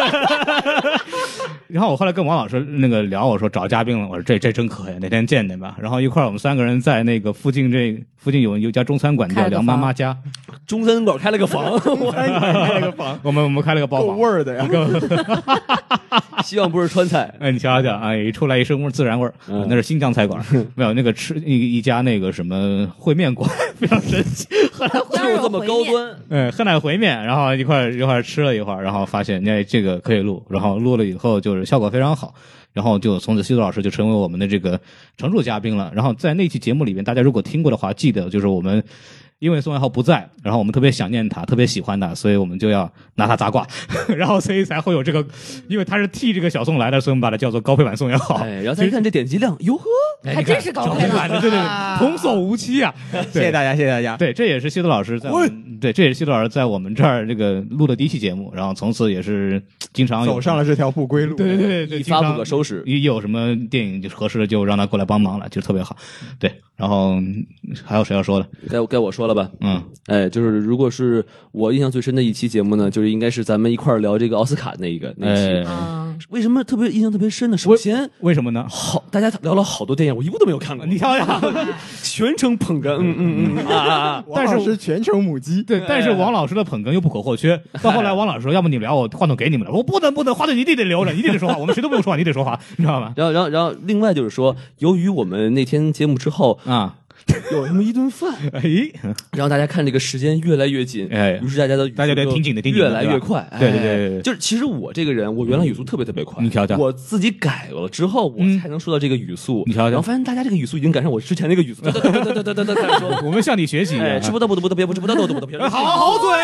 然后我后来跟王老师那个聊，我说找嘉宾了，我说这真可以，哪天见吧。然后一块儿我们3个人在那个附近有一家中餐馆叫梁妈妈家， 中餐馆开了个房， 我们开了个包房， 够味儿的呀。 希望不是川菜。 你瞧瞧，一出来一身自然味儿，那是新疆菜馆，没有那个吃一家那个什么烩面馆，非常神奇， 就这么高端。 河南烩面，然后一块吃了一会儿，然后发现这个可以录，然后录了以后就是效果非常好。然后就从此西多老师就成为我们的这个常驻嘉宾了。然后在那期节目里面，大家如果听过的话，记得就是我们因为宋元浩不在，然后我们特别想念他，特别喜欢他，所以我们就要拿他砸挂，然后所以才会有这个，因为他是替这个小宋来的，所以我们把他叫做高配版宋元浩。 然后再看这点击量，哟呵， 还真是高配版， 对，童叟无欺啊！ 谢谢大家。对， 这也是西多老师这也是西多老师在我们这儿这个录的第一期节目，然后从此也是经常走上了这条不归路。 对， 一发不可收拾。 一有什么电影就合适的，就让他过来帮忙了，就特别好。对，然后还有谁要说的？ 该我说了吧？就是如果是我印象最深的一期节目呢，就是应该是咱们一块儿聊这个奥斯卡那期。为什么印象特别深呢？首先， 为什么呢？ 大家聊了好多电影，我一部都没有看过。 你瞧瞧， 全程捧哏， 但是全程母鸡。 对，但是王老师的捧哏又不可或缺。到后来，王老师说：“要不你聊，我话筒给你们了。”我不能，话筒一定得留着，一定得说话。我们谁都不用说话，你得说话，你知道吗？ 然后，另外就是说，由于我们那天节目之后有那么一顿饭， 哎， 然后大家看这个时间越来越紧， 哎于是大家的语速大家就挺紧的挺紧的越来越快， 对吧对对对对就是其实我这个人，我原来语速特别特别快， 你瞧瞧我自己改了之后，我才能说到这个语速， 你瞧瞧然后发现大家这个语速已经赶上我之前那个语速，开始说， 我们向你学习。 哎，吃不到不得不得别不吃不到豆豆不得别， 好嘴。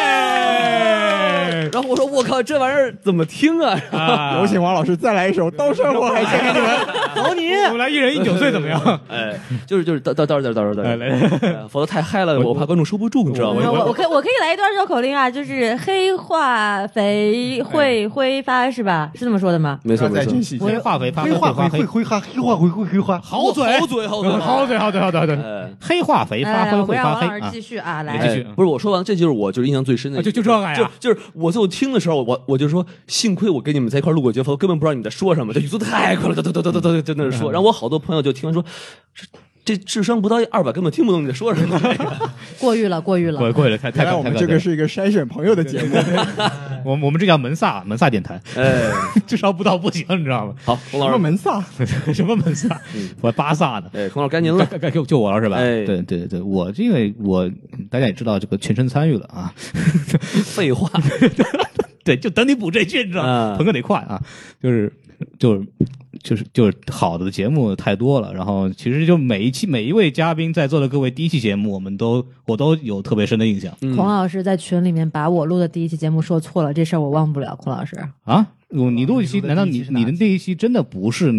然后我说我靠，这玩意儿怎么听啊？ 啊有请王老师再来一首《刀山火海》献给你们。 走你！ 我们来一人1.9岁怎么样？ 哎，就是到时候， 来来， 否则太嗨了，我怕观众收不住，你知道吗？ 我可以来一段绕口令啊，就是黑化肥会挥发是吧？是这么说的吗？ 没错没错再珍，惜一下。 化肥发灰化黑灰灰化黑化灰灰灰化， 好嘴好嘴好嘴好嘴好嘴好嘴， 哎黑化肥发来， 灰我会发黑让王老师啊继续啊，来。 继续不是我说完，这就是我就是印象最深的一集， 就这个呀就是我最后听的时候，我就说，幸亏我跟你们在一块录过节目，根本不知道你们在说什么，这语速太快了，都在那说，然后我好多朋友就听完说，这智商不到200，根本听不懂你在说什么。 过誉了，过誉了。 过了，太看来我们这个是一个筛选朋友的节目。 我们这叫门萨电台， 哎， 智商不到不行，你知道吗？ 好，孔老什么师， 门萨？ 什么门萨？我巴萨的。 哎，孔老师该您了。 该就我了是吧？ 哎对对对，我因为大家也知道这个全程参与了啊。 废话， 对，就等你补这句，你知道吗？腾哥得快啊，就是好的节目太多了，然后其实就每一位嘉宾在座的各位第一期节目，我都有特别深的印象孔老师在群里面把我录的第一期节目说错了，这事儿我忘不了。孔老师， 啊。你录一期，难道你的第一期真的不是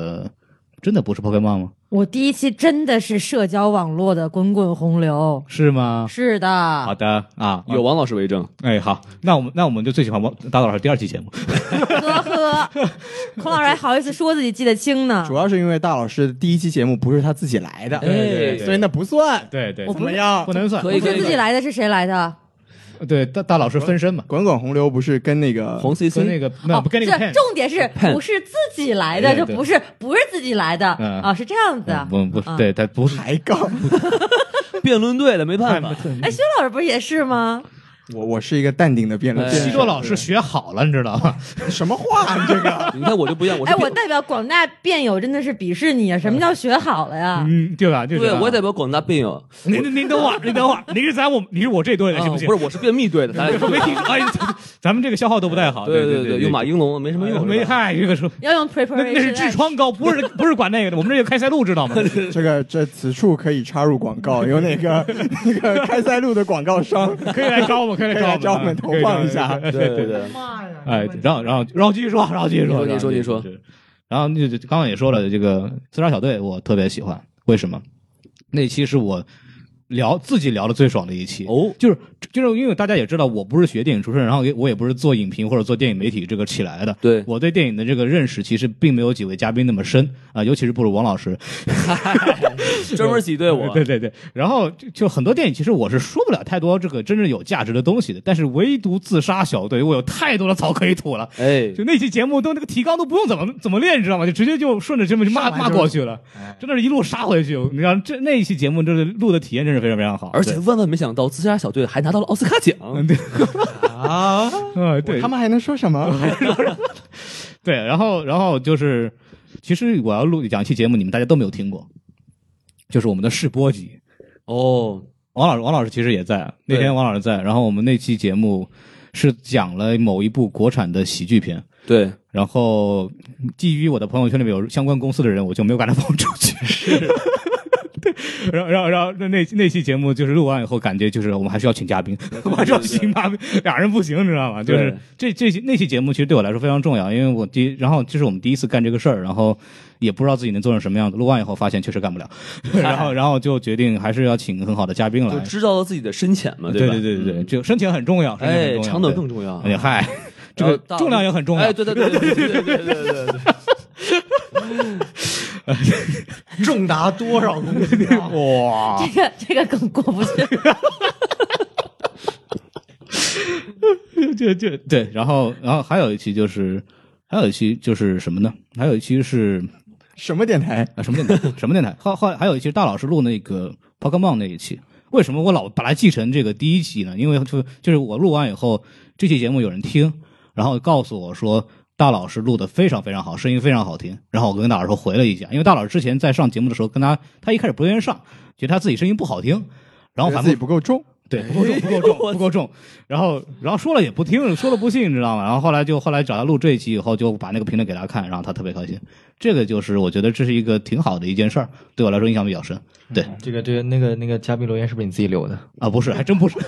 Pokemon 吗？ 我第一期真的是社交网络的滚滚洪流。 是吗？ 是的。 好的啊， 有王老师为证。 哎，好，那我们就最喜欢大老师第2期节目。 呵呵，孔老师还好意思说自己记得清呢。 主要是因为大老师的第一期节目不是他自己来的， 对所以那不算。 对对， 怎么样？ 不能算。 可以不是自己来的，是谁来的？ 对，大老师分身嘛。 滚滚洪流不是跟那个黄 CC 跟那个那不跟那个这 Pen 重点是不是自己来的？ 对对这不是自己来的啊，是这样子。 不，对，他不是抬杠。 辩论队的没办法。 哎，薛老师不是也是吗？ 我是一个淡定的辩论哎辩手。 西多老师学好了，你知道吗？ 什么话？你这个你看我就不一样，我是哎，我代表广大辩友真的是鄙视你啊！什么叫学好了呀？ 对吧？就是对，我也代表广大辩友。 您等会儿，你是我这队的，行不行？ 不是，我是辩密队的，咱俩没听说。哎，咱们这个消耗都不太好。 对对， 用马应龙没什么用。 没嗨，这个说要用那 preparation， 是痔疮膏，不是管那个的。我们这个开塞露知道吗？ 这此处可以插入广告，有那个开塞露的广告商可以来找我们，可以来找我们投放一下。 对。 妈呀！ 哎，然后继续说， 您说。 然后就刚刚也说了，这个自杀小队我特别喜欢，为什么？那期是我自己聊的最爽的一期哦， 就是因为大家也知道我不是学电影出身，然后我也不是做影评或者做电影媒体这个起来的， 对， 我对电影的这个认识其实并没有几位嘉宾那么深啊，尤其是不如王老师， 专门挤兑我， 对，然后就很多电影其实我是说不了太多这个真正有价值的东西的，但是唯独自杀小队我有太多的草可以吐了， 哎， 就那期节目都那个提纲都不用怎么练，你知道吗？就直接就顺着这么就骂过去了，真的是一路杀回去。你知道那一期节目真是录的体验真是非常非常好， 而且万万没想到自杀小队还拿到了奥斯卡奖， 对啊， 对， 他们还能说什么？ 对，然后就是，其实我要讲一期节目，你们大家都没有听过，就是我们的试播集。 哦， 王老师其实也在，那天王老师在，然后我们那期节目是讲了某一部国产的喜剧片。 对， 然后基于我的朋友圈里面有相关公司的人，我就没有把它放出去。对，然后那期节目就是录完以后，感觉就是我们还是要请嘉宾，我们还是要请嘉宾，俩人不行，你知道吗？就是那期节目其实对我来说非常重要，因为然后这是我们第一次干这个事儿，然后也不知道自己能做成什么样子。录完以后发现确实干不了，然后就决定还是要请很好的嘉宾来， 就知道了自己的深浅嘛，对吧？ 对，就深浅很重要， 哎，长短更重要。 哎嗨，这个重量也很重要。 哎，对。 重达多少公斤啊？ 哇， 这个梗过不去。 就对，然后还有一期就是什么呢？还有一期是什么电台啊？什么电台？什么电台？还有一期大老师录那个 Pokemon 那一期。为什么我老把它记成这个第一期呢？因为就是我录完以后，这期节目有人听，然后告诉我说大老师录的非常非常好，声音非常好听。然后我跟大老师回了一下，因为大老师之前在上节目的时候，跟他一开始不愿意上，觉得他自己声音不好听，然后反自己复不够重。 对，不够重，然后说了也不听，说了不信，你知道吗？然后后来找他录这一期以后，就把那个评论给他看，然后他特别开心。这个就是我觉得这是一个挺好的一件事儿，对我来说印象比较深。对， 这个那个嘉宾留言是不是你自己留的啊？不是，还真不是。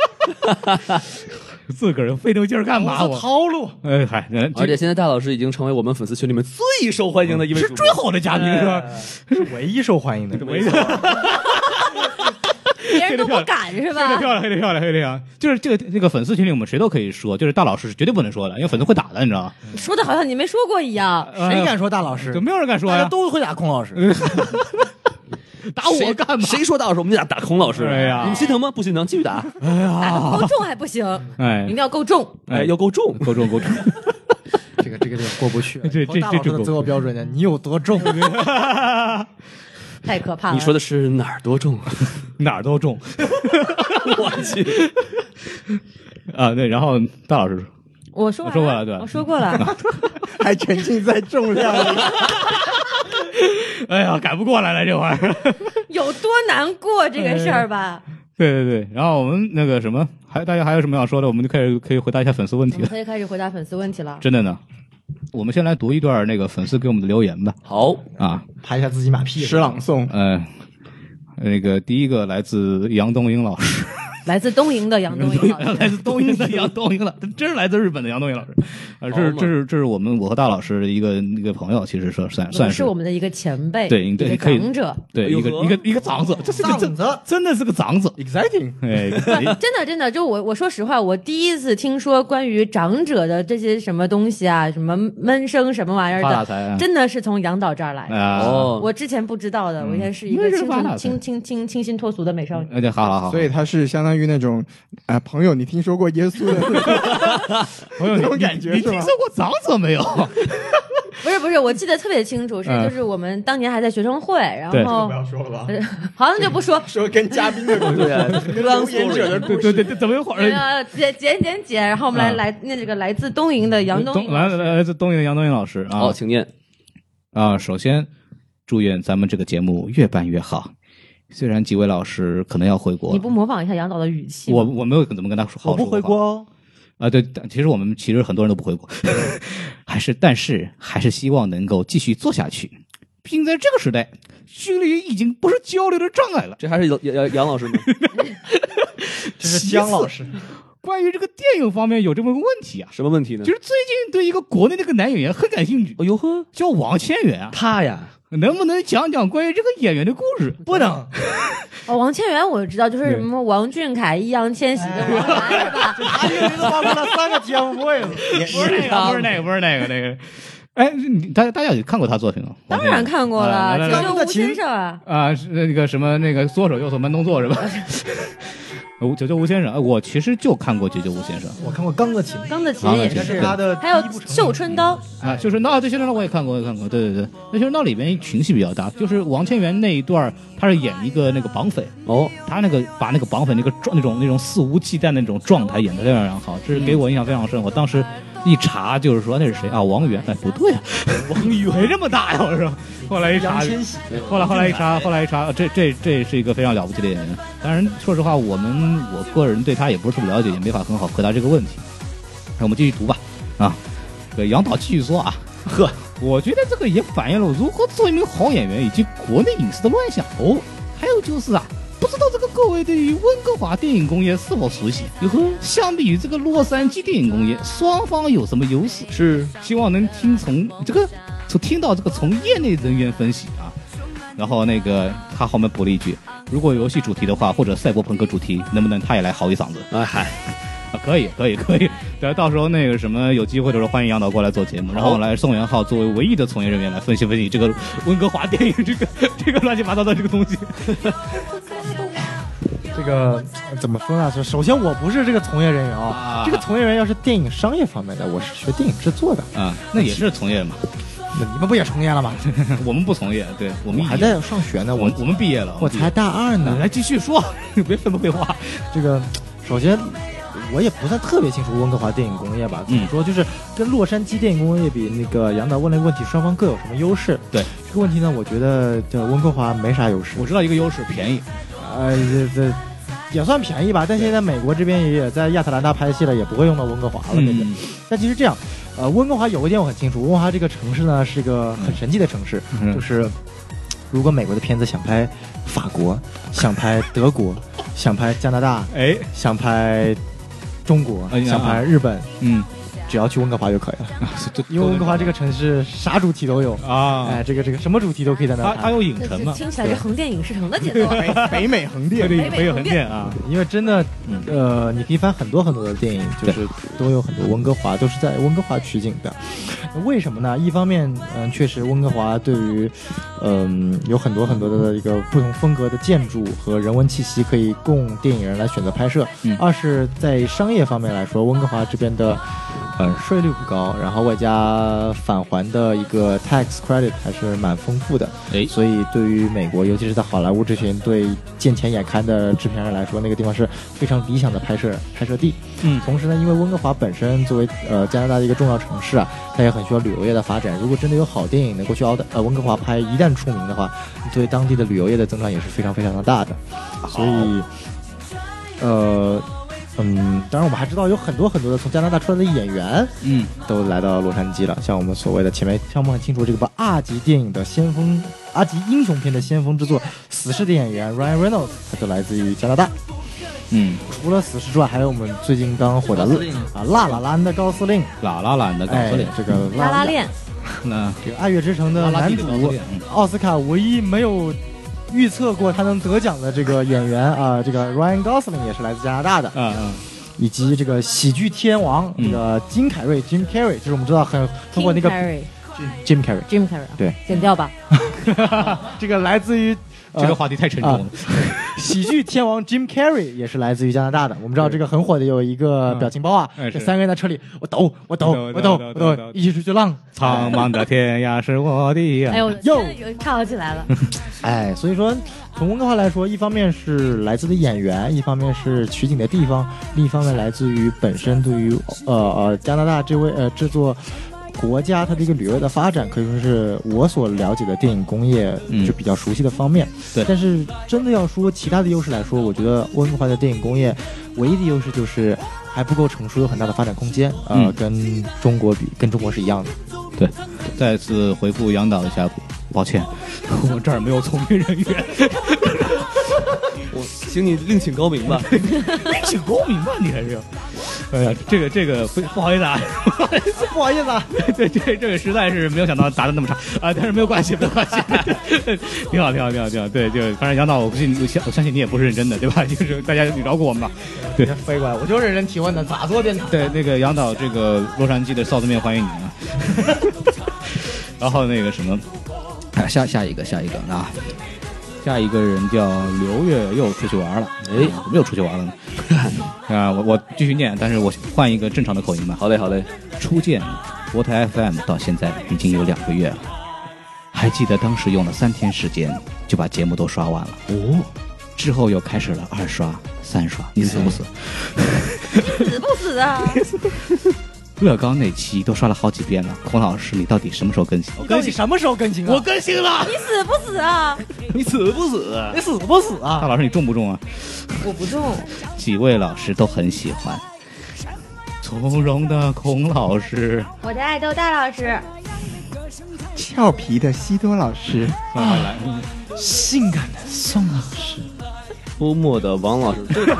自个儿费那劲儿干嘛？我套路。 哎嗨， 而且现在大老师已经成为我们粉丝群里面最受欢迎的一位主播， 是最好的嘉宾是吧？ 是唯一受欢迎的， 唯一。 别人都不敢是吧？ 黑得漂亮，就是这个粉丝群里我们谁都可以说，就是大老师是绝对不能说的，因为粉丝会打的，你知道吗？ 说的好像你没说过一样。 谁敢说大老师？ 就没有人敢说呀， 大家都会打孔老师。 打我干嘛？ 谁说大老师我们就打孔老师？ 哎呀， 你们心疼吗？不心疼，继续打。 哎呀， 够重还不行， 哎， 一定要够重， 哎，要够重。 这个过不去。 这大老师的择偶标准呢？你有多重？ 太可怕了！ 你说的是哪儿多重？ 哪儿都重。 我去啊！对，然后大老师， 我说过了，对， 我说过了， 还沉浸在重量里。 哎呀，改不过来了这玩意儿， 有多难过这个事儿吧？ 对，然后我们那个什么，大家还有什么要说的，我们就可以回答一下粉丝问题了。 可以开始回答粉丝问题了。 真的呢。我们先来读一段那个粉丝给我们的留言吧。 好啊， 拍一下自己马屁， 诗朗诵。 那个第一个来自杨东英老师， 来自东营的杨东英老师， 来自东营的杨东英了，真是来自日本的杨东英老师。这是我和大老师的一个朋友，其实算是我们的一个前辈， 对， 一个长者， 对，一个长者，这是个真的是个长者 ，exciting。 哎， 真的，就我说实话，我第一次听说关于长者的这些什么东西啊，什么闷声什么玩意儿的，真的是从杨导这儿来的。我之前不知道的，我以前是一个清新脱俗的美少女。 好， 所以他是相当于那种朋友，你听说过耶稣的朋友， 那种感觉你听说过长者没有？ 不是，我记得特别清楚，就是我们当年还在学生会，然后不要说了吧， 好像就不说跟嘉宾的故事，跟留言者的故事， 对，怎么一会儿？ 剪，然后我们来那个来自东营的杨东英， 来自东营的杨东英老师啊， 好，请念啊。首先，祝愿咱们这个节目越办越好。虽然几位老师可能要回国， 你不模仿一下杨导的语气？ 我没有怎么跟他说， 我不回国哦。 对，其实很多人都不回国，但是还是希望能够继续做下去，毕竟在这个时代，距离已经不是交流的障碍了。 这还是杨老师吗？ 这是姜老师。 关于这个电影方面有这么个问题啊？ 什么问题呢？ 就是最近对一个国内那个男演员很感兴趣。 哦呦呵， 叫王千源啊。 他呀， 能不能讲讲关于这个演员的故事？ 不能。 王千源我知道，就是什么王俊凯、易烊千玺跟王涵是吧？ 他这个名字包括了3个节目位了， 不是那个。哎，大家有看过他作品吗？ 当然看过了，九九吴先生啊， 是那个什么那个左手右手慢动作是吧？九九吴先生，我其实就看过九九吴先生， 我看过钢的琴也是他的， 还有绣春刀啊，绣春刀这绣春刀我也看过，对，那绣春刀里边群戏比较大，就是王千源那一段，他是演一个那个绑匪哦，他那个把那个绑匪那种肆无忌惮的那种状态演得非常好，这是给我印象非常深。我当时一查就是说那是谁啊？王源？哎，不对啊，王源这么大呀！我说，后来一查，这是一个非常了不起的演员。当然，说实话，我个人对他也不是特别了解，也没法很好回答这个问题。那我们继续读吧。啊，杨导继续说啊，我觉得这个也反映了如何做一名好演员以及国内影视的乱象哦。还有就是啊。不知道这个各位对于温哥华电影工业是否熟悉？相比于这个洛杉矶电影工业，双方有什么优势？是希望能听到这个从业内人员分析啊。然后那个他后面补了一句：如果游戏主题的话，或者赛博朋克主题，能不能他也来嚎一嗓子？哎嗨。可以，对，到时候那个什么有机会的时候，欢迎杨导过来做节目，然后来宋元浩作为唯一的从业人员来分析这个温哥华电影这个乱七八糟的这个东西。 这个怎么说呢？首先我不是这个从业人员啊，这个从业人员要是电影商业方面的，我是学电影制作的啊，那也是从业嘛。 那你们不也从业了吗？ 我们不从业，对我们还在上学呢。我们毕业了， 我才大2呢。 来继续说，别废话。 这个首先我也不算特别清楚温哥华电影工业吧，怎么说就是跟洛杉矶电影工业比，那个杨导问了一个问题，双方各有什么优势？ 对这个问题呢，我觉得温哥华没啥优势。 我知道一个优势，便宜。 这也算便宜吧，但现在美国这边也在亚特兰大拍戏了，也不会用到温哥华了。这个，但其实这样，温哥华有一点我很清楚，温哥华这个城市呢是一个很神奇的城市，就是如果美国的片子想拍法国，想拍德国，想拍加拿大，想拍中国，想拍日本，只要去温哥华就可以了，因为温哥华这个城市啥主题都有啊！哎，这个什么主题都可以在那拍。 它有影城嘛？ 听起来是横店影视城的节奏。 北美横店， 北美横店啊！ 因为真的，你可以翻很多很多的电影，就是都有很多温哥华，都是在温哥华取景的。为什么呢？一方面，确实温哥华对于，有很多很多的一个不同风格的建筑和人文气息可以供电影人来选择拍摄。二是在商业方面来说，温哥华这边的。税率不高，然后外加返还的一个 tax credit 还是蛮丰富的，所以对于美国，尤其是在好莱坞这群对见钱眼开的制片人来说，那个地方是非常理想的拍摄地。同时呢，因为温哥华本身作为加拿大的一个重要城市啊，它也很需要旅游业的发展。如果真的有好电影能够去温哥华拍，一旦出名的话，对当地的旅游业的增长也是非常非常的大的。所以，当然我们还知道有很多很多的从加拿大出来的演员，都来到洛杉矶了。像我们所谓的前面，像我们很清楚这个2级电影的先锋，2级英雄片的先锋之作，死侍的演员 Ryan Reynolds， 他就来自于加拿大。除了死侍之外，还有我们最近刚火的拉拉兰的高司令，这个拉拉链， 那这个爱乐之城的男主，奥斯卡唯一没有预测过他能得奖的这个演员啊，这个 Ryan Gosling 也是来自加拿大的，以及这个喜剧天王这个金凯瑞 Jim Carrey， 就是我们知道很通过那个 Jim Carrey， 对， 剪掉吧。 这个来自于这个话题太沉重了。 喜剧天王 Jim Carrey 也是来自于加拿大的。我们知道这个很火的有一个表情包啊，这3个人在车里，我抖，一起出去浪， 苍茫的天涯是我的呀。 哎呦，又唱起来了。 哎，所以说从温哥华来说，一方面是来自的演员，一方面是取景的地方，另一方面来自于本身对于加拿大这座国家它的一个旅游的发展，可以说是我所了解的电影工业就比较熟悉的方面。 对， 但是真的要说其他的优势来说，我觉得温哥华的电影工业唯一的优势就是还不够成熟，有很大的发展空间。跟中国比，跟中国是一样的。 对，再次回复杨导一下，抱歉，我这儿没有从业人员。 我请你另请高明吧。 另请高明吧，你还是要。哎呀，这个不好意思啊， 不好意思啊， 对，这个实在是没有想到答的那么差啊，但是没有关系，挺好，对，就反正杨导，我相信你也不是认真的，对吧？就是大家饶过我们吧。对， 飞过来，我就认真提问的，咋做电台？ 对，那个杨导，这个洛杉矶的臊子面欢迎你啊。然后那个什么，下一个啊。下一个人叫刘月，又出去玩了。怎么又出去玩了呢？我继续念，但是我换一个正常的口音吧。 好嘞。 初见国台 FM 到现在已经有2个月了，还记得当时用了3天时间就把节目都刷完了。之后又开始了2刷、3刷，你死不死？ 你死不死啊？ 乐高那期都刷了好几遍了，孔老师，你到底什么时候更新？ 你什么时候更新啊？ 我更新了。 你死不死啊？ 你死不死？ 你死不死啊？ 大老师，你重不重啊？ 我不重。 几位老师都很喜欢。从容的孔老师， 我的爱豆大老师， 俏皮的西多老师， 来， 性感的宋老师， 幽默的王老师。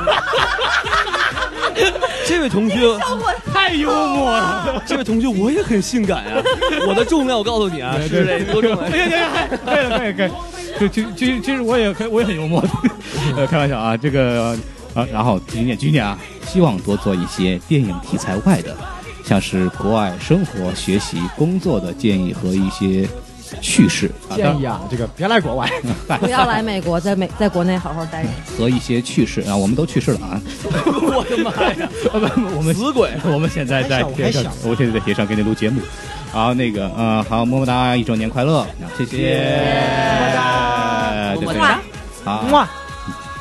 这位同学太幽默了， 这位同学我也很性感呀。我的重量我告诉你啊，是这多重？ 可以，其实我也很幽默的，开玩笑啊，这个然后继续念啊，希望多做一些电影题材外的，像是国外生活、学习、工作的建议和一些趣事建议啊，这个别来国外， 不要来美国，在国内好好待着。 和一些趣事啊，我们都去世了啊！ 我的妈呀！ 我们死鬼！ 我们现在在铁上，我现在在铁上给你录节目。好，那个好，么么哒，1周年快乐！谢谢，么么哒， 么么哒， 好，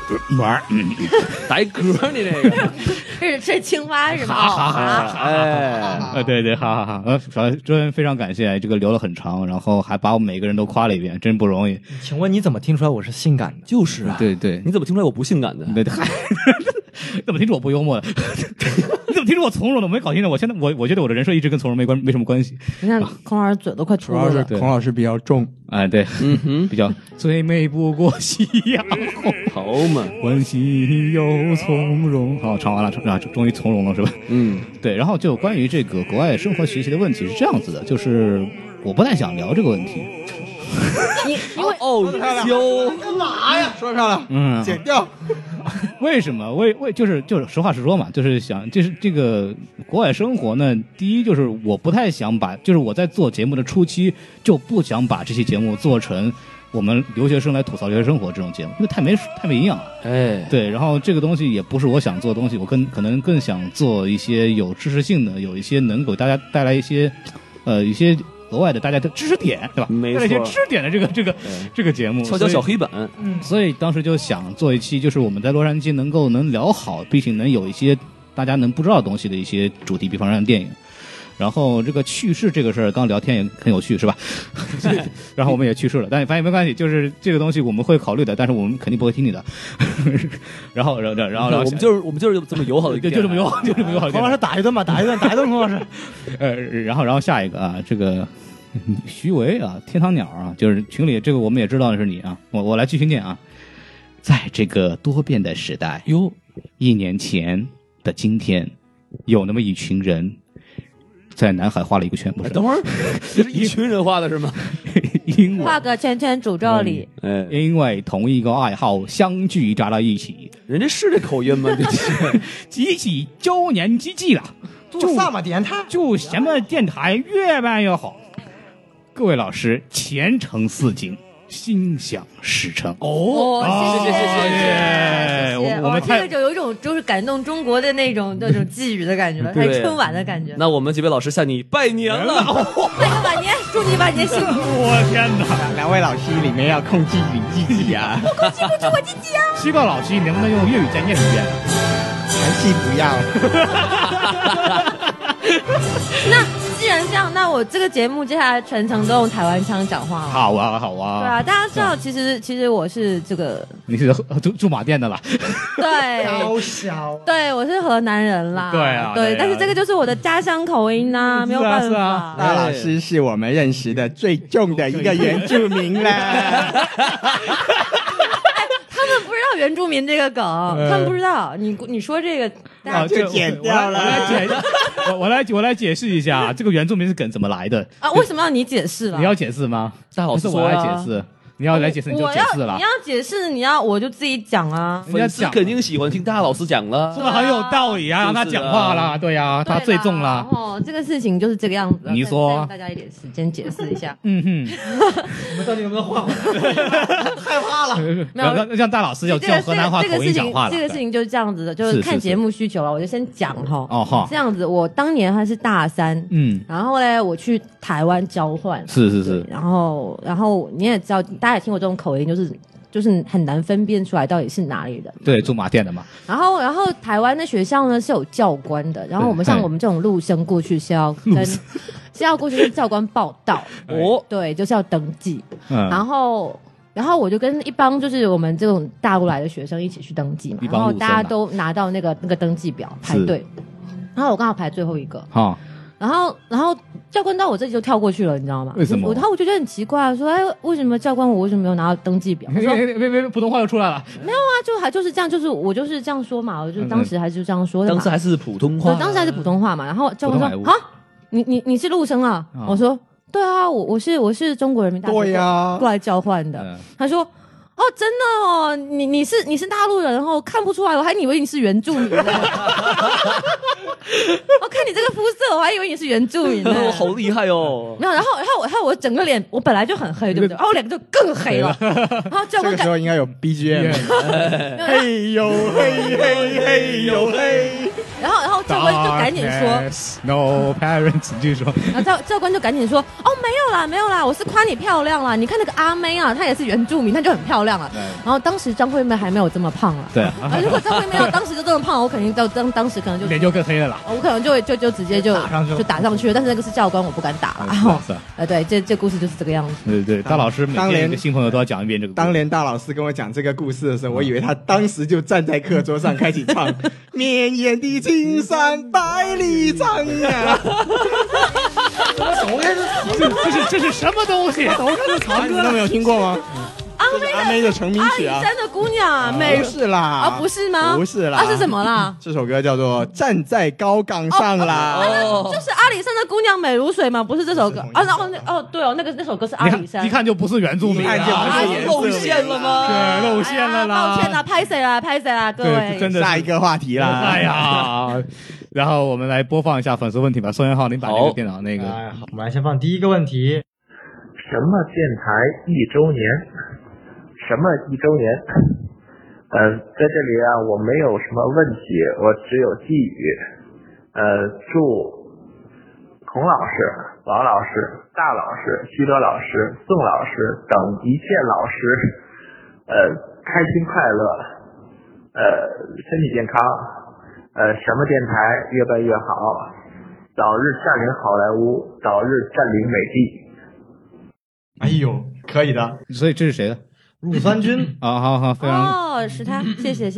玩儿， 打一嗝，你这个， 是青蛙是吗？ 哎， 对对，好好好，首先真非常感谢，这个留了很长，然后还把我们每个人都夸了一遍，真不容易。 请问你怎么听出来我是性感的？ 就是啊， 对对， 你怎么听出来我不性感的？ 对对，嗨，怎么听出我不幽默的？你怎么听出我从容的？我没搞清楚，我现在我觉得我的人设一直跟从容没什么关系。 你看孔老师嘴都快秃主要是了。 孔老师比较重， 哎，对，比较最美不过夕阳红， 好嘛， 温馨又从容。好，唱完了，终于从容了是吧？对。然后就关于这个国外生活学习的问题是这样子的，就是我不太想聊这个问题。 因为哦， 干嘛呀？说上了，剪掉。 为什么？就是实话实说嘛，就是想就是这个国外生活呢，第一就是我不太想把，就是我在做节目的初期就不想把这期节目做成我们留学生来吐槽留学生活这种节目，因为太没营养了。 哎， 对，然后这个东西也不是我想做的东西，我可能更想做一些有知识性的，有一些能给大家带来一些一些额外的大家的知识点，对吧？ 没错， 带来一些知识点的这个节目， 敲敲小黑板。 所以当时就想做一期，就是我们在洛杉矶能聊好，并且能有一些大家能不知道的东西的一些主题，比方说电影。然后这个去世这个事儿，刚聊天也很有趣，是吧？然后我们也去世了，但反正没关系，就是这个东西我们会考虑的，但是我们肯定不会听你的。然后我们就是这么友好的， 就这么友好，就这么友好。 孔老师打一顿吧，打一顿，孔老师。 然后下一个啊，这个徐维啊，天堂鸟啊，就是群里这个我们也知道的是你啊，我来继续念啊，在这个多变的时代，1年前的今天，有那么一群人。在南海画了一个圈，不是？ 等会儿，这是一群人画的是吗？ 画个圈圈诅咒里。 因为同一个爱好相聚在了一起， 人家是这口音吗？ 集起周年之计了， 就什么电台？ 就什么电台越办越好。各位老师，前程似锦。心想事成谢谢， 我们这个就有一种就是感动中国的那种寄语的感觉了，还是春晚的感觉。 那我们几位老师向你拜年了， 拜个晚年，祝你晚年幸福。 我天哪 ！2位老师里面要控制你自己啊！ 不控制不住我自己啊！ 西高老师能不能用粤语再念一遍？ 还是不要。 那既然这样，那我这个节目接下来全程都用台湾腔讲话了。 好啊，好啊。 对啊，大家知道，其实我是这个， 你是驻马店的啦。 对， 高小。 对，我是河南人啦。 对啊， 对，但是这个就是我的家乡口音呐，没有办法。 大老师是我们认识的最重的一个原住民啦。 他们不知道原住民这个梗，他们不知道。你说这个，大家就剪掉了。 我来解释一下，这个原住民是梗怎么来的啊？为什么要你解释了？ 你要解释吗？ 大老师我来解释。你要来解释你就解释了。 你要解释，我就自己讲啊。 粉丝肯定喜欢听大老师讲了， 说的很有道理啊，让他讲话啦，对呀，他最重了。 哦，这个事情就是这个样子。 你说， 大家一点时间解释一下。 我们到底有没有换回来？害怕了。 没有， 让大老师用河南话口音讲话了。 这个事情就是这样子的，就是看节目需求了。我就先讲哈。 哦哈。 这样子，我当年还是大3，然后呢，我去台湾交换。 是。 然后你也知道，大家也听过这种口音。就是很难分辨出来到底是哪里人。 对，驻马店的嘛。 然后台湾的学校呢是有教官的，然后我们像我们这种陆生过去是要过去跟教官报到。对，就是要登记。然后我就跟一帮就是我们这种大陆来的学生一起去登记嘛，然后大家都拿到那个登记表排队，然后我刚好排最后一个。然后教官到我这里就跳过去了，你知道吗？ 为什么？ 然后我就觉得很奇怪，说为什么教官我为什么没有拿到登记表？他说别，普通话又出来了。 没有啊，就是这样，我就是这样说嘛，我就当时还是这样说的嘛。 当时还是普通话， 对，当时还是普通话嘛。然后教官说啊，你是陆生啊？我说对啊，我是中国人民大学过来交换的。他说。哦，真的哦，你是大陆人，然后看不出来，我还以为你是原住民呢。我看你这个肤色，我还以为你是原住民呢。 好厉害哦！ 没有，然后我整个脸，我本来就很黑，对不对？然后我脸就更黑了。然后教官这个时候应该有 BGM。嘿呦嘿嘿嘿呦嘿。 然后教官就赶紧说， ，No parents， 继续说， 然后教官就赶紧说，哦，没有啦，我是夸你漂亮啦，你看那个阿妹啊，她也是原住民，她就很漂亮了。然后当时张惠妹还没有这么胖了， 对， 如果张惠妹要当时就这么胖，我肯定当时可能就脸就更黑了啦。 我可能就直接就打上去了，但是那个是教官，我不敢打了。对，这故事就是这个样子。 对对，大老师每天一个新朋友都要讲一遍这个故事。 当年大老师跟我讲这个故事的时候，我以为他当时就站在课桌上开始唱绵延的青山百里长啊。 这是什么东西？ 怎么开始唱歌？你都没有听过吗？阿妹的成名曲啊， 阿里山的姑娘， 不是啦， 啊不是吗？ 不是啦， 是什么啦？ 这首歌叫做《站在高岗上》啦， 就是阿里山的姑娘美如水吗？不是这首歌啊？然后对哦，那首歌是阿里山， 一看就不是原住民， 露馅了吗？ 对，露馅了啦！ 抱歉啦，拍谁啦，各位， 真的下一个话题啦。 哎呀，然后我们来播放一下粉丝问题吧。宋元浩，您把那个电脑那个， 好，我们来先放第一个问题： 什么电台1周年？什么1周年？在这里啊，我没有什么问题，我只有寄语。祝孔老师、王老师、大老师、徐德老师、宋老师等一切老师，开心快乐，身体健康，什么电台越办越好，早日占领好莱坞，早日占领美帝。 哎呦，可以的。 所以这是谁的？ 乳酸菌啊，好，非常是他，谢谢。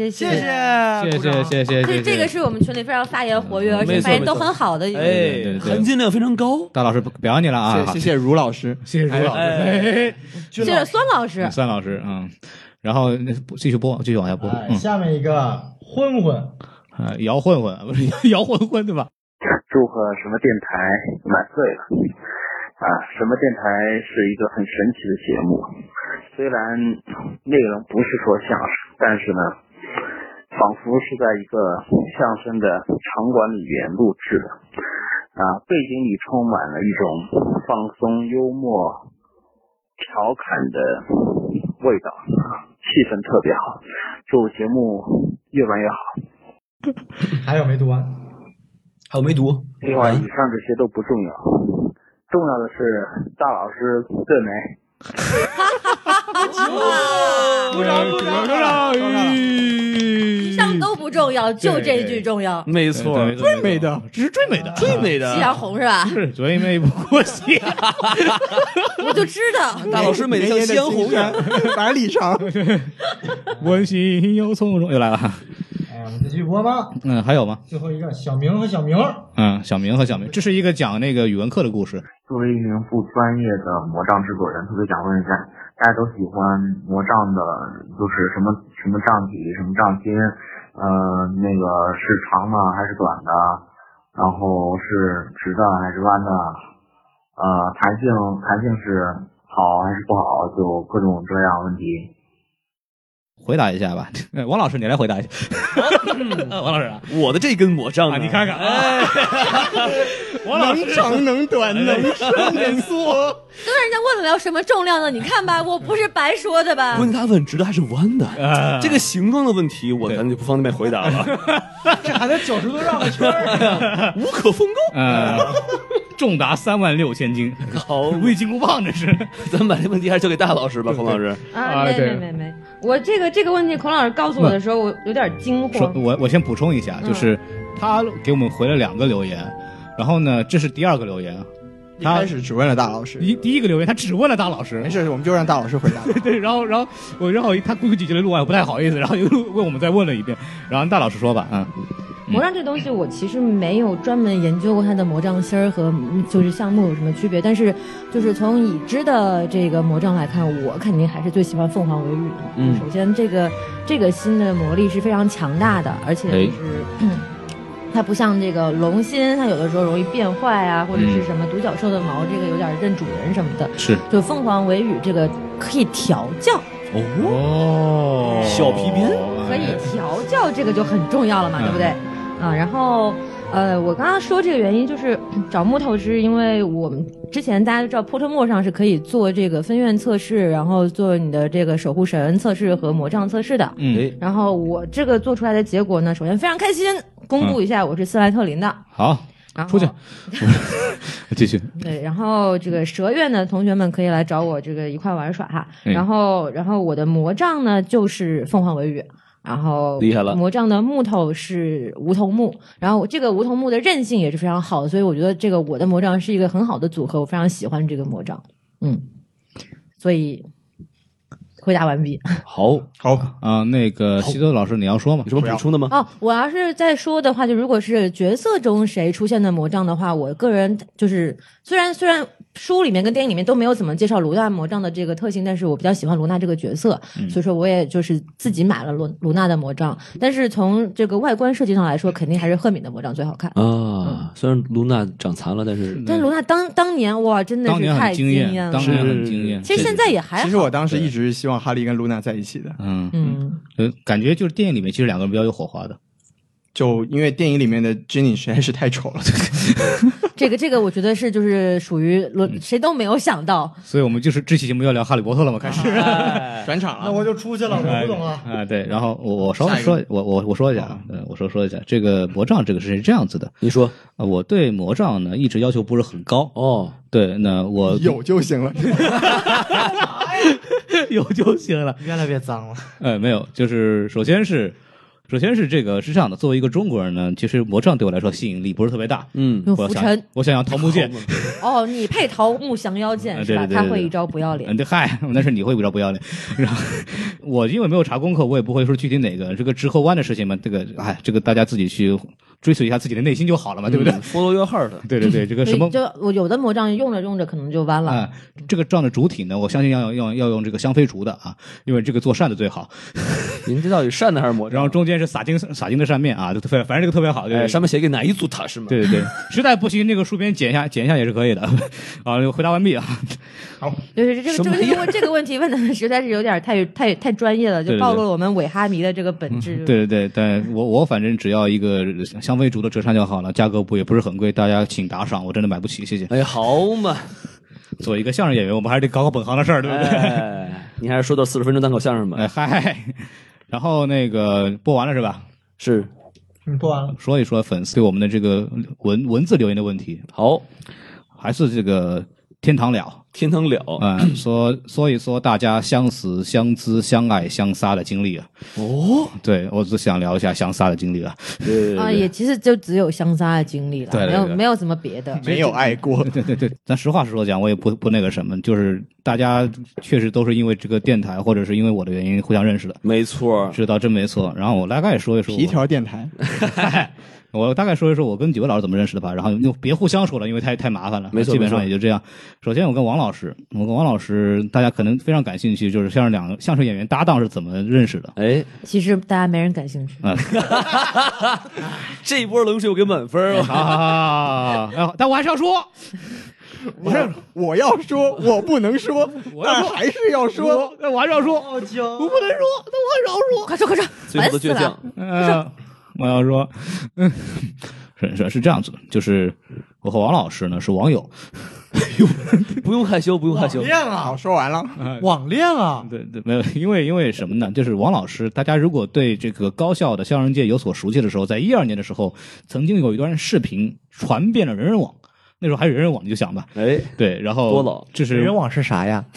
这个是我们群里非常发言活跃，而且发言都很好的一个， 对，含金量非常高。 大老师表扬你了啊！ 谢谢卢老师， 谢谢卢老师， 谢谢孙老师， 孙老师，然后继续往下播。 下面一个混混， 姚混混不是姚混混对吧？ 祝贺什么电台满岁了啊！什么电台是一个很神奇的节目。虽然内容不是说相声，但是呢，仿佛是在一个相声的场馆里面录制的，背景里充满了一种放松、幽默、调侃的味道，气氛特别好。祝节目越办越好。 还有没读完？ 还有没读？ 另外，以上这些都不重要，重要的是大老师对没？ 鼓掌！以上都不重要，就这一句重要。 没错， 最美的，这是最美的， 最美的。 夕阳红是吧？ 是最美不过夕阳。 我就知道， 大老师美得像夕阳红一样， 百里长， 温馨又从容，又来了。 我们继续播吗？ 还有吗？ 最后一个小明和小明。 小明和小明，这是一个讲那个语文课的故事。 作为一名不专业的魔杖制作人，特别想问一下，大家都喜欢魔杖的，就是什么杖体、什么杖心，那个是长的还是短的，然后是直的还是弯的，弹性是好还是不好，就各种这样问题。 回答一下吧，王老师，你来回答一下。王老师， 我的这根魔杖你看看， 王老师能长能短，能伸能缩。 刚才人家问了什么重量呢？你看吧，我不是白说的吧？ 问他问直的还是弯的？这个形状的问题，我咱就不方便回答了。 这还得90度绕个圈儿， 无可奉告。 重达36000斤， 好， 胃金箍棒这是。 咱们把这问题还是交给大老师吧，孔老师。 没，我这个问题，孔老师告诉我的时候，我有点惊慌。 我先补充一下，就是他给我们回了2个留言，然后呢，这是第2个留言。 他开始只问了大老师， 第一个留言他只问了大老师， 没事，我们就让大老师回答。 对，然后他规规矩矩的录完，我不太好意思，然后又问我们再问了一遍，然后大老师说吧， 魔杖这东西我其实没有专门研究过它的魔杖芯儿和就是项目有什么区别，但是就是从已知的这个魔杖来看，我肯定还是最喜欢凤凰尾羽的。首先这个新的魔力是非常强大的，而且就是它不像这个龙芯，它有的时候容易变坏啊，或者是什么独角兽的毛，这个有点认主人什么的。 是， 就凤凰尾羽这个可以调教。 小皮鞭可以调教，这个就很重要了嘛，对不对？然后我刚刚说这个原因就是找木头，是因为我们之前大家都知道 Pottermore 上是可以做这个分院测试，然后做你的这个守护神测试和魔杖测试的。然后我这个做出来的结果呢，首先非常开心， 公布一下，我是斯莱特林的。 好， 然后出去，继续。 对，然后这个蛇院的同学们可以来找我这个一块玩耍哈。 嗯然后我的魔杖呢就是凤凰尾羽。然后厉害了魔杖的木头是梧桐木，然后这个梧桐木的韧性也是非常好的，所以我觉得这个我的魔杖是一个很好的组合，我非常喜欢这个魔杖。所以回答完毕。 好， 那个西多老师你要说吗？ 有什么补充的吗？ 哦，我要是再说的话，就如果是角色中谁出现的魔杖的话，我个人就是虽然书里面跟电影里面都没有怎么介绍卢娜魔杖的这个特性，但是我比较喜欢卢娜这个角色，所以说我也就是自己买了卢娜的魔杖。但是从这个外观设计上来说，肯定还是赫敏的魔杖最好看。 虽然卢娜长残了，但是卢娜当年哇，真的是太惊艳了， 当年很惊艳。 其实现在也还好。 其实我当时一直是希望哈利跟露娜在一起的。 感觉就是电影里面其实两个人比较有火花的。 就因为电影里面的 Ginny 实在是太丑了， 这个我觉得是就是属于谁都没有想到， 所以我们就是这期节目要聊哈利波特了嘛，开始转场了， 那我就出去了，我不懂啊。 对，然后我说一下，说一下这个魔杖这个是这样子的。 你说， 我对魔杖呢一直要求不是很高哦， 对，那我有就行了， 有就行了， 越来越脏了。 没有，就是首先是这个是这样的，作为一个中国人呢，其实魔杖对我来说吸引力不是特别大。 用浮尘， 我想要桃木剑。 哦，你配桃木降妖剑是吧？他会一招不要脸。 嗨，但是你会一招不要脸。然后我因为没有查功课，我也不会说具体哪个这个直后弯的事情嘛。这个大家自己去追随一下自己的内心就好了嘛，对不对 ？Follow your heart。 对，这个什么？ 就我有的魔杖用着用着可能就弯了。 这个杖的主体呢，我相信要用这个香妃竹的啊，因为这个做扇子最好。 您这到底扇的还是魔杖？ 然后中间是撒金的扇面啊，反正这个特别好。对， 上面写一个哪一组塔是吗？ 对，实在不行那个书边剪一下也是可以的。回答完毕啊。好， 就是这个问题问的实在是有点太专业了，就暴露了我们伪哈迷的这个本质。 对，但我反正只要一个香妃竹的折扇就好了，价格也不是很贵，大家请打赏，我真的买不起，谢谢。 哎，好嘛。 作为一个相声演员，我们还是得搞本行的事儿，对不对？ 你还是说到40分钟单口相声吧。 嗨，然后那个播完了是吧？ 是， 播完了。 说一说粉丝对我们的这个文字留言的问题。 好， 还是这个天堂了。说一说大家相识、相知、相爱、相杀的经历啊。对，我只想聊一下相杀的经历了。 也其实就只有相杀的经历了， 对， 没有什么别的， 没有爱过。 对，咱实话实说讲，我也不那个什么，就是大家确实都是因为这个电台或者是因为我的原因互相认识的。 没错， 知道真没错。然后我大概说一说皮条电台。 我大概说一说我跟几位老师怎么认识的吧，然后就别互相说了，因为太麻烦了。 没错， 基本上也就这样。首先我跟王老师，大家可能非常感兴趣，就是相声演员搭档是怎么认识的？ 哎， 其实大家没人感兴趣。 这一波冷水我给满分。 好，但我还是要说。 我要说，我不能说，但还是要说， 我还是要说，我不能说，但我还是要说， 快说， 最后的倔强。 我要说，是这样子的，就是我和王老师呢是网友， 不用害羞， 网恋啊， 好，说完了， 网恋啊， 对，没有，因为什么呢？就是王老师，大家如果对这个高校的相声界有所熟悉的时候，在12年的时候，曾经有一段视频传遍了人人网。那时候还是人人网，你就想吧。 哎， 对，然后多老， 这是人人网是啥呀？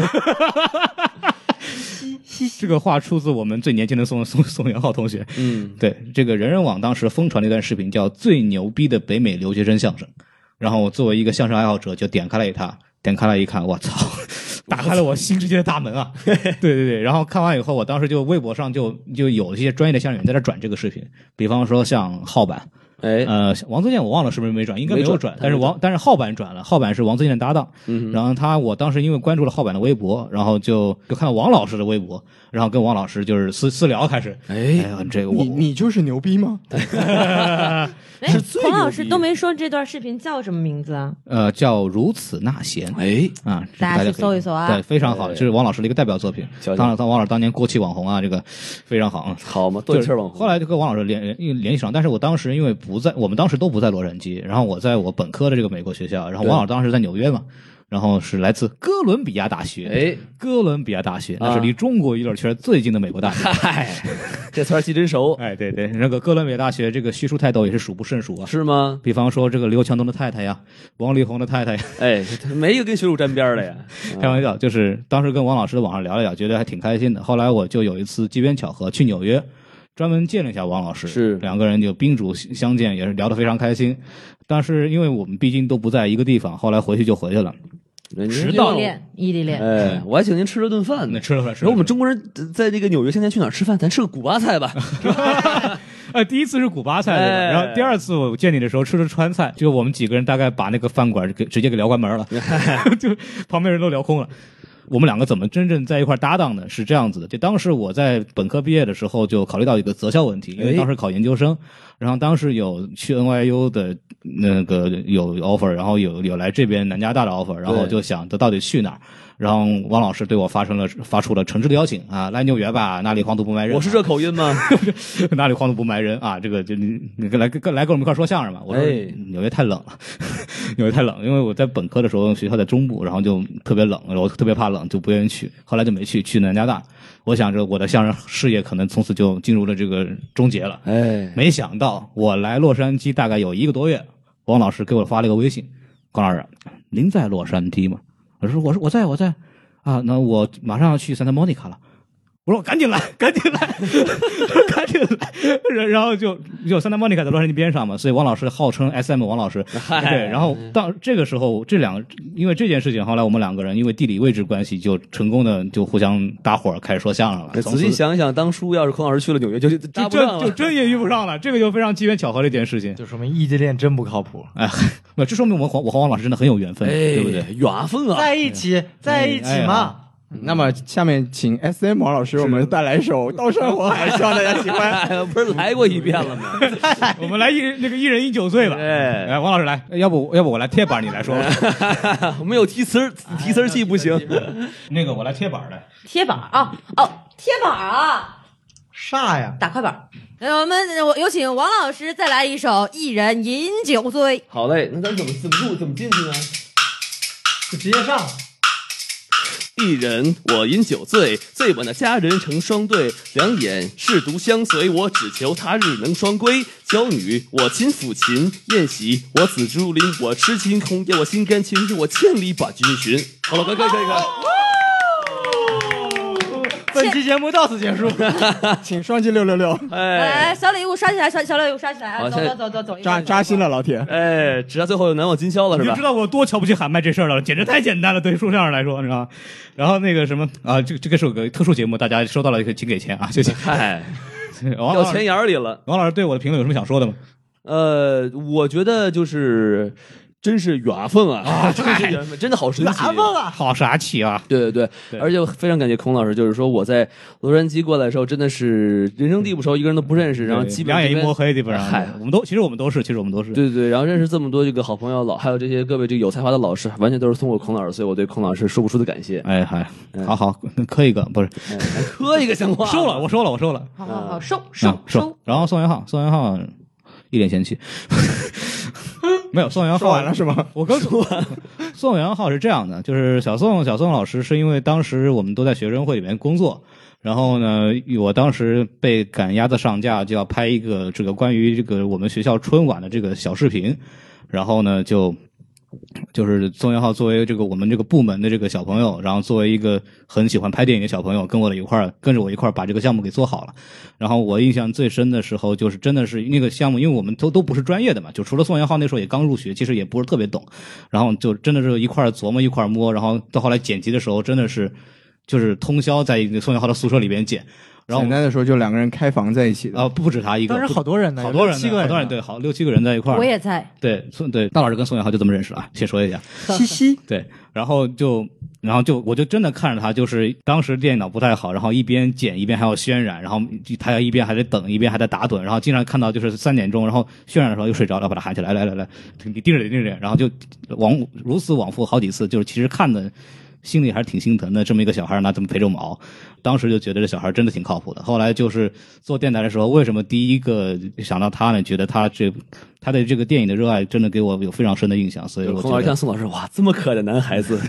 这个话出自我们最年轻的宋元浩同学。对，这个人人网当时疯传了一段视频，叫《最牛逼的北美留学生相声》。然后我作为一个相声爱好者，就点开了一看，我操，打开了我新世界的大门啊！对，然后看完以后，我当时就微博上就有一些专业的相声演员在这转这个视频，比方说像浩版。王自健我忘了是不是没转，应该没有转，但是浩版转了，浩版是王自健的搭档。然后我当时因为关注了浩版的微博，然后就看到王老师的微博，然后跟王老师就是私聊开始。这个你就是牛逼吗？ 孔老师都没说这段视频叫什么名字啊？ 叫如此那贤。 大家去搜一搜啊。 对，非常好，这是王老师的一个代表作品。当然，王老师当年过气网红啊，这个非常好。 好嘛，多气网红。 后来就跟王老师联系上，但是我当时因为我们当时都不在洛杉矶，然后我在我本科的这个美国学校，然后王老师当时在纽约嘛。 然后是来自哥伦比亚大学。 哎， 哥伦比亚大学那是离中国娱乐圈最近的美国大学。 嗨，这词儿记真熟。 哎，对对，那个哥伦比亚大学这个学术泰斗也是数不胜数啊。 是吗？ 比方说这个刘强东的太太呀，王力宏的太太呀， 哎，没一个跟学术沾边的呀。 开玩笑，就是当时跟王老师的网上聊了聊，觉得还挺开心的。后来我就有一次机缘巧合去纽约，专门见了一下王老师， 是两个人就宾主相见，也是聊得非常开心。但是因为我们毕竟都不在一个地方，后来回去就回去了。 异直到地恋，异地恋。 哎，我还请您吃了顿饭呢， 吃了饭。 然后我们中国人在这个纽约现在去哪儿吃饭？咱吃个古巴菜吧。 第一次是古巴菜，对吧？然后第二次我见你的时候吃的川菜，就我们几个人大概把那个饭馆直接给聊关门了，就旁边人都聊空了。我们两个怎么真正在一块搭档呢？是这样子的，就当时我在本科毕业的时候就考虑到一个择校问题，因为当时考研究生，然后当时有去 NYU 的那个有 offer， 然后有来这边南加大的 offer， 然后我就想这到底去哪儿？然后王老师对我发出了诚挚的邀请啊，来纽约吧，那里黄土不埋人。 我是这口音吗？ 那里黄土不埋人啊，这个就你来跟我们一块说相声嘛。我说、纽约太冷了，纽约太冷，因为我在本科的时候学校在中部，然后就特别冷，我特别怕冷，就不愿意去。后来就没去南加大。我想着我的相声事业可能从此就进入了这个终结了。 哎， 没想到我来洛杉矶大概有1个多月，王老师给我发了一个微信，高老师，您在洛杉矶吗？我说我在啊，那我马上要去 Santa Monica 了。我说赶紧来，赶紧来，赶紧来，然后就 Santa Monica 在洛杉矶边上嘛，所以王老师号称 SM 王老师。对，然后到这个时候，因为这件事情，后来我们两个人因为地理位置关系，就成功的就互相搭伙开始说相声了。 仔细想想，当初要是孔老师去了纽约，就搭不上了， 就真也遇不上了。这个就非常机缘巧合的一件事情， 就说明异地恋真不靠谱。 哎，那这说明我和王老师真的很有缘分，对不对？ 缘分啊， 在一起嘛。 那么下面请 SM 王老师我们带来一首《刀山火海》，希望大家喜欢。 不是来过一遍了吗？ 我们来一人一酒醉吧。哎，王老师来，要不我来贴板，你来说。 我们有提词器不行。 那个我来贴板来。 贴板啊，贴板啊， 啥呀？ 打快板。我有请王老师再来一首《一人饮酒醉》。 好嘞，那咱怎么进去呢？ 就直接上。 一人我饮酒醉，醉把那佳人成双对，两眼是独相随，我只求他日能双归。娇女我亲抚琴，宴席我紫竹林，我痴情空夜，我心甘情愿，我千里把君寻。好了，可以。 本期节目到此结束， 请双击666。 来，小礼物刷起来，小礼物刷起来啊！走， 扎心了，老铁。 哎，只差最后有难忘今宵了，是吧？ 你就知道我多瞧不起喊麦这事儿了，简直太简单了，对说相声来说，你知道吗？然后那个什么啊，这个是有个特殊节目，大家收到了请给钱啊，谢谢。 嗨，掉钱眼里了。 王老师对我的评论有什么想说的吗？ 我觉得就是真是缘分啊！真是缘分，真的好神奇， 缘分啊， 好傻气啊！ 对，而且非常感谢孔老师，就是说我在洛杉矶过来的时候，真的是人生地不熟，一个人都不认识，然后基本两眼一摸黑，基本上。 嗨， 其实我们都是。 对，然后认识这么多这个好朋友，还有这些各位这个有才华的老师，完全都是通过孔老师，所以我对孔老师说不出的感谢。 哎，好，磕一个，不是， 磕一个像话。 收了，我收了。 好，收。 然后宋元浩一脸嫌弃。没有，宋元浩说完了是吗？ 我刚说完。宋元浩是这样的，就是小宋老师是因为当时我们都在学生会里面工作，然后呢，我当时被赶鸭子上架，就要拍一个这个关于这个我们学校春晚的这个小视频，然后呢就是宋元浩作为这个我们这个部门的这个小朋友，然后作为一个很喜欢拍电影的小朋友，跟着我一块把这个项目给做好了。然后我印象最深的时候，就是真的是那个项目，因为我们都不是专业的嘛，就除了宋元浩那时候也刚入学，其实也不是特别懂，然后就真的是一块琢磨一块摸，然后到后来剪辑的时候，真的是就是通宵在宋元浩的宿舍里边剪。然后简单的说，就2个人开房在一起的不止他一个， 当时好多人呢， 好多人 ，7个人， 好多人，对，好6-7个人在一块儿。 我也在。 对，大老师跟宋元浩就这么认识了，先说一下。 嘻嘻。 对，然后我就真的看着他，就是当时电脑不太好，然后一边剪一边还要渲染，然后他要一边还得等，一边还在打盹，然后经常看到就是3点钟，然后渲染的时候又睡着了，把他喊起来，来，你盯着，然后就如此往复好几次，就是其实看的。 心里还是挺心疼的。这么一个小孩，那这么陪着我们熬，当时就觉得这小孩真的挺靠谱的。后来就是做电台的时候，为什么第一个想到他呢？觉得他对这个电影的热爱，真的给我有非常深的印象。所以我孔老师看宋老师，哇，这么可爱的男孩子。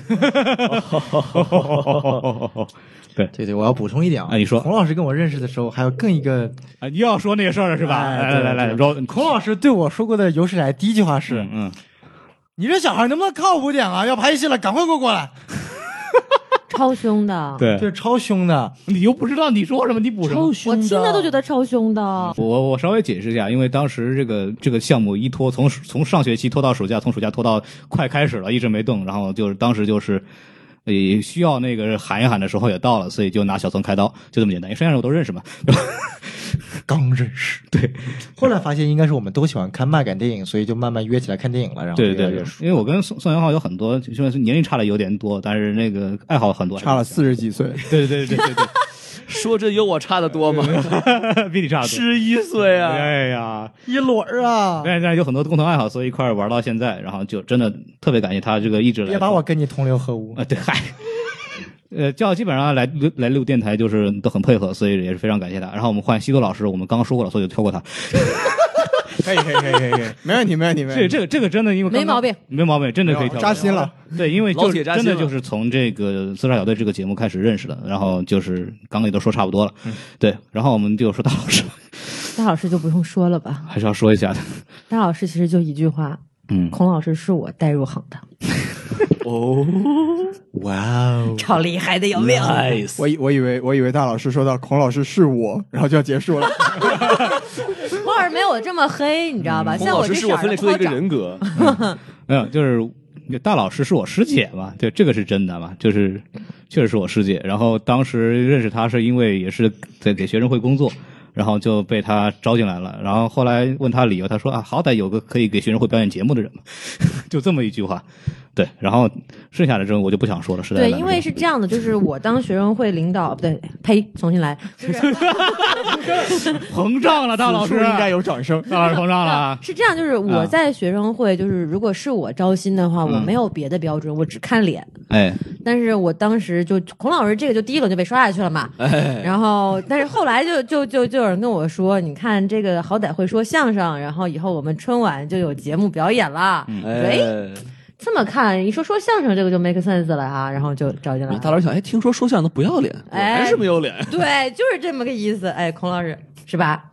对，我要补充一点啊， 你说孔老师跟我认识的时候，还有更一个啊，你要说那个事儿了是吧？来， 孔老师对我说过的有史以来第一句话是：你这小孩能不能靠谱点啊？要拍戏了，赶快给我过来。 超凶的， 对，超凶的， 你又不知道你说什么，你补什么？ 我听着都觉得超凶的。 我稍微解释一下，因为当时这个项目一拖，从上学期拖到暑假，从暑假拖到快开始了，一直没动，然后就是当时就是也需要那个喊一喊的时候也到了，所以就拿小宋开刀，就这么简单。因为剩下人我都认识嘛。 刚认识，对。后来发现应该是我们都喜欢看漫改电影，所以就慢慢约起来看电影了。然后对，因为我跟宋元浩有很多，就是年龄差的有点多，但是那个爱好很多， 差了40几岁。 对。 说这有我差的多吗？ 比你差的多 11岁啊！ 哎呀， 一轮啊！ 但是有很多共同爱好，所以一块玩到现在，然后就真的特别感谢他这个一直来。 别把我跟你同流合污啊！对，嗨。叫基本上来录电台就是都很配合，所以也是非常感谢他。然后我们换西多老师，我们刚刚说过了，所以就跳过他。 可以，没问题。 这个真的因为没毛病，真的可以跳过。 扎心了。 对，因为就真的就是从这个自杀小队这个节目开始认识的，然后就是刚刚也都说差不多了。对，然后我们就说大老师。 大老师就不用说了吧？ 还是要说一下的。 大老师其实就一句话，孔老师是我带入行的。 哦， 哇哦， 超厉害的有没有？ Nice 我以为大老师说到孔老师是我，然后就要结束了。 孔老师没有这么黑，你知道吧？像我这是我分裂出的一个人格。 没有，就是大老师是我师姐嘛，对，这个是真的嘛，就是确实是我师姐。然后当时认识她是因为也是在给学生会工作。然后就被他招进来了，然后后来问他理由，他说啊，好歹有个可以给学生会表演节目的人嘛，就这么一句话。对，然后剩下的这种我就不想说了，实在。 对，因为是这样的，就是我当学生会领导，不对，呸，重新来，就是膨胀了，大老师应该有掌声， 大老师膨胀了。 是这样，就是我在学生会，就是如果是我招新的话，我没有别的标准，我只看脸。 哎， 但是我当时就孔老师这个就第一轮就被刷下去了嘛。 哎， 然后但是后来就有人跟我说，你看这个好歹会说相声，然后以后我们春晚就有节目表演了。这么看一说相声这个就 make sense 了哈，然后就招进来了。 大老师想，听说说相声都不要脸，还是没有脸。 对，就是这么个意思。哎，孔老师是吧？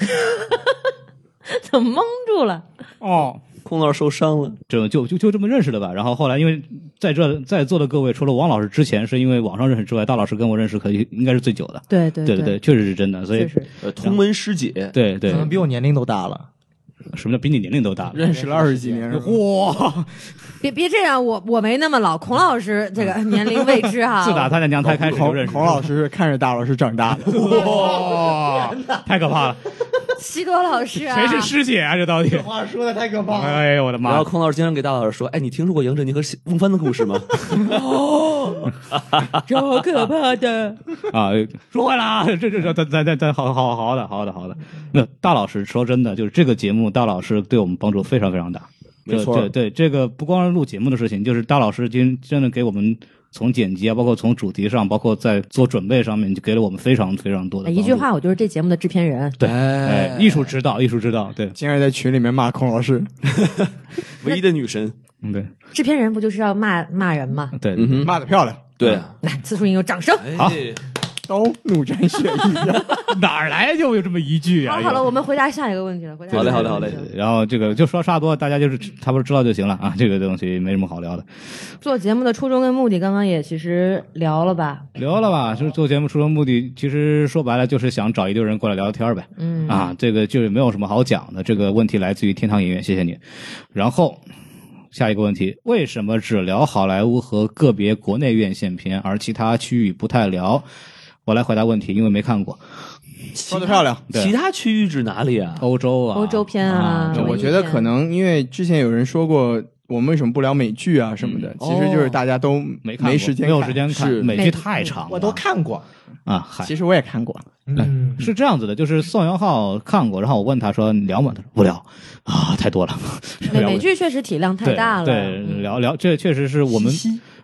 怎么蒙住了？ 哦， 孔老师受伤了， 就这么认识的吧。然后后来因为在座的各位，除了王老师之前是因为网上认识之外，大老师跟我认识应该是最久的。 对， 确实是真的。所以同门师姐， 对， 可能比我年龄都大了。 什么叫比你年龄都大？ 认识了20几年， 哇！ 别这样，我没那么老，孔老师这个年龄未知哈。 自打他在娘胎开始就认识。 孔老师是看着大老师长大的， 哇，太可怕了！ 西多老师啊， 谁是师姐啊？这到底？ 这话说的太可怕了！ 哎呦我的妈！ 然后孔老师经常给大老师说：“哎，你听说过杨振宁和翁帆的故事吗？” 哦，超可怕的啊！说回来啊，咱好的。那大老师说真的，就是这个节目，大老师对我们帮助非常非常大。 没错， 对，这个不光是录节目的事情，就是大老师真的给我们从剪辑啊，包括从主题上，包括在做准备上面，就给了我们非常非常多的帮助。 一句话，我就是这节目的制片人。 对，艺术指导。对， 今儿在群里面骂孔老师， 唯一的女神。 对， 制片人不就是要骂人吗？ 对， 骂得漂亮。 对， 来，此处应有掌声。 好。 都怒沾血液， 哪来就有这么一句啊？ 好了，我们回答下一个问题了。 好嘞。 然后这个就说差不多，大家就是差不多知道就行了啊。这个东西没什么好聊的。 做节目的初衷跟目的，刚刚也其实聊了吧？ 就是做节目初衷目的，其实说白了就是想找一堆人过来聊聊天呗。这个就没有什么好讲的。这个问题来自于天堂影院，谢谢你。然后下一个问题，为什么只聊好莱坞和个别国内院线片，而其他区域不太聊？我来回答问题，因为没看过。 说得漂亮。 其他区域指哪里啊？ 欧洲啊， 欧洲片啊。 我觉得可能因为之前有人说过，我们为什么不聊美剧啊什么的？其实就是大家都没时间， 没有时间看，美剧太长了。 我都看过啊， 其实我也看过。 是这样子的，就是宋元浩看过，然后我问他说聊吗？他说不聊啊，太多了。 美剧确实体量太大了。 对，聊这确实是我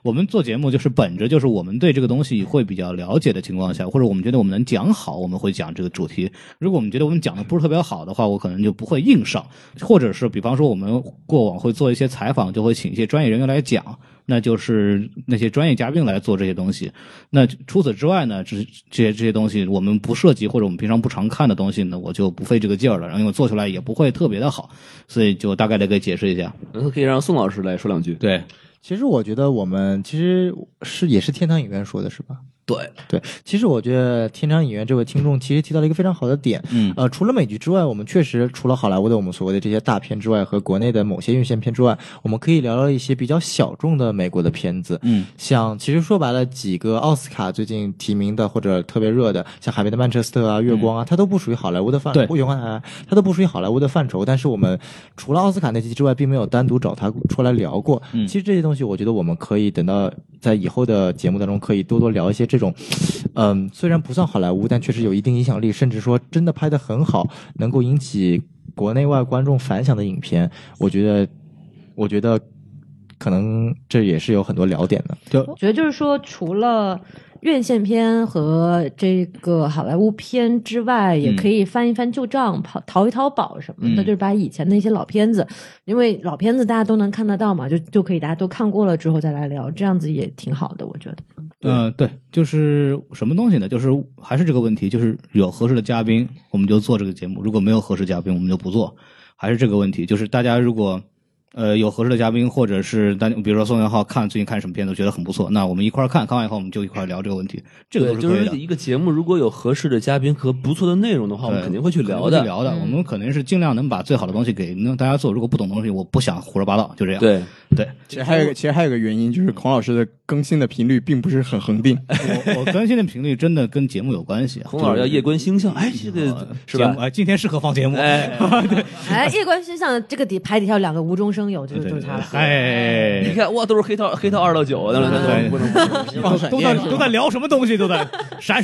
我们做节目就是本着就是我们对这个东西会比较了解的情况下，或者我们觉得我们能讲好，我们会讲这个主题。如果我们觉得我们讲的不是特别好的话，我可能就不会硬上，或者是比方说我们过往会做一些采访，就会请一些专业人员来讲。那就是那些专业嘉宾来做这些东西。那除此之外呢，这些东西我们不涉及或者我们平常不常看的东西呢，我就不费这个劲儿了，然后因为做出来也不会特别的好，所以就大概的给解释一下。 可以让宋老师来说两句。 对， 其实我觉得我们其实也是天堂影院说的是吧？对，其实我觉得天堂影院这位听众其实提到了一个非常好的点，除了美剧之外，我们确实除了好莱坞的我们所谓的这些大片之外，和国内的某些院线片之外，我们可以聊聊一些比较小众的美国的片子，像其实说白了几个奥斯卡最近提名的或者特别热的，像海边的曼彻斯特啊、月光啊，它都不属于好莱坞的范畴，月光海它都不属于好莱坞的范畴，但是我们除了奥斯卡那期之外，并没有单独找他出来聊过。其实这些东西，我觉得我们可以等到在以后的节目当中，可以多多聊一些这种，虽然不算好莱坞，但确实有一定影响力，甚至说真的拍得很好，能够引起国内外观众反响的影片，我觉得可能这也是有很多聊点的。 我觉得就是说，除了院线片和这个好莱坞片之外，也可以翻一翻旧账，淘一淘宝什么的，就是把以前的一些老片子，因为老片子大家都能看得到嘛，就可以大家都看过了之后再来聊，这样子也挺好的，我觉得。 对，就是什么东西呢？就是还是这个问题，就是有合适的嘉宾，我们就做这个节目；如果没有合适嘉宾，我们就不做。还是这个问题，就是大家如果有合适的嘉宾，或者是比如说宋元浩最近看什么片子觉得很不错，那我们一块看完以后我们就一块聊这个问题，这个都是可以的。 就是一个节目如果有合适的嘉宾和不错的内容的话，我们肯定会去聊的。 我们肯定是尽量能把最好的东西给大家做。如果不懂东西，我不想胡说八道，就这样。 对。 其实还有个原因，就是孔老师的更新的频率并不是很恒定。 我更新的频率真的跟节目有关系。 孔老师要夜观星象，这个是吧？ 今天适合放节目。 对，夜观星象这个牌底下有两个无中生有，就是他。 你看哇，都是黑套2到9， 都在聊什么东西？都在闪。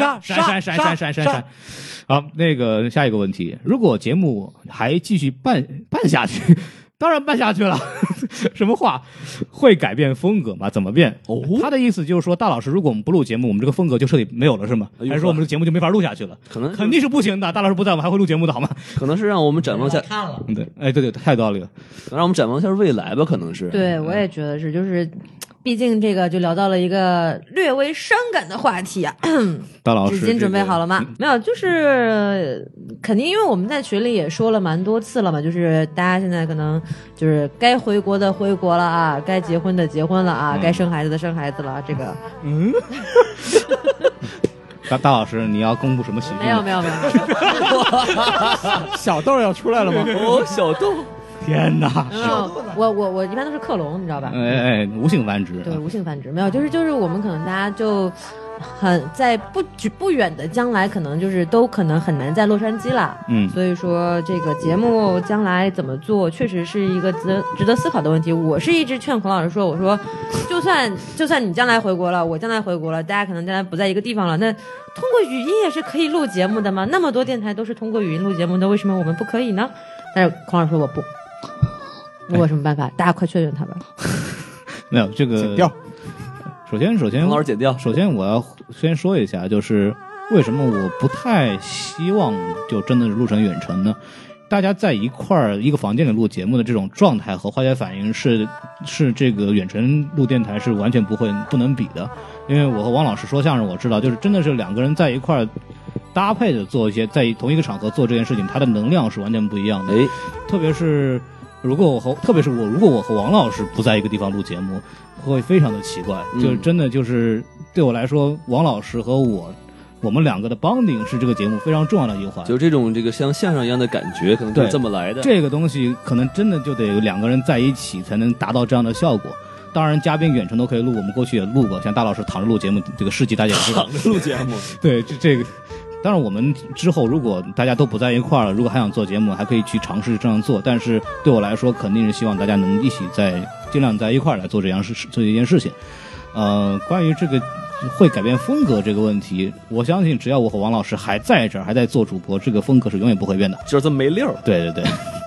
好，那个下一个问题，如果节目还继续办下去。当然办下去了，什么话？会改变风格吗？怎么变？他的意思就是说，大老师，如果我们不录节目，我们这个风格就彻底没有了，是吗？还是说我们这个节目就没法录下去了？肯定是不行的。大老师不在，我们还会录节目的好吗？ 可能是让我们展望下。 看了， 对，太有道理了。 让我们展望一下未来吧，可能是。 对，我也觉得是，就是。毕竟这个就聊到了一个略微伤感的话题啊。 大老师， 纸巾准备好了吗？没有，就是肯定，因为我们在群里也说了蛮多次了嘛，就是大家现在可能就是该回国的回国了啊，该结婚的结婚了啊，该生孩子的生孩子了。这个， 大老师，你要公布什么喜讯？ 没有。 小豆要出来了吗？ 小豆。 天哪！ 我一般都是克隆，你知道吧？ 无性繁殖。 对，无性繁殖没有，就是我们可能大家就在不远的将来，可能就是都可能很难在洛杉矶了。所以说这个节目将来怎么做，确实是一个值得思考的问题。我是一直劝孔老师说，我说就算你将来回国了，我将来回国了，大家可能将来不在一个地方了，那通过语音也是可以录节目的嘛？那么多电台都是通过语音录节目的，为什么我们不可以呢？但是孔老师说我不。我有什么办法？大家快劝劝他吧。 没有这个剪掉。 首先， 孔老师剪掉。 首先，我要先说一下，就是为什么我不太希望就真的是录成远程呢？大家在一块儿一个房间里录节目的这种状态和化学反应是这个远程录电台是完全不能比的。因为我和王老师说相声，我知道就是真的是两个人在一块儿搭配的做一些在同一个场合做这件事情，它的能量是完全不一样的。特别是如果我和王老师不在一个地方录节目，会非常的奇怪。就是真的就是对我来说，王老师和我们两个的 bonding 是这个节目非常重要的一环。 就这种像相声一样的感觉，可能就是这么来的。 这个东西可能真的就得有两个人在一起才能达到这样的效果。当然，嘉宾远程都可以录，我们过去也录过，像大老师躺着录节目，这个事迹大家也知道。 躺着录节目， 对，这个。当然，我们之后如果大家都不在一块儿了，如果还想做节目，还可以去尝试这样做。但是对我来说，肯定是希望大家能一起尽量在一块儿来做这一件事情。关于这个会改变风格这个问题，我相信只要我和王老师还在这儿，还在做主播，这个风格是永远不会变的， 就是这么没溜儿。 对，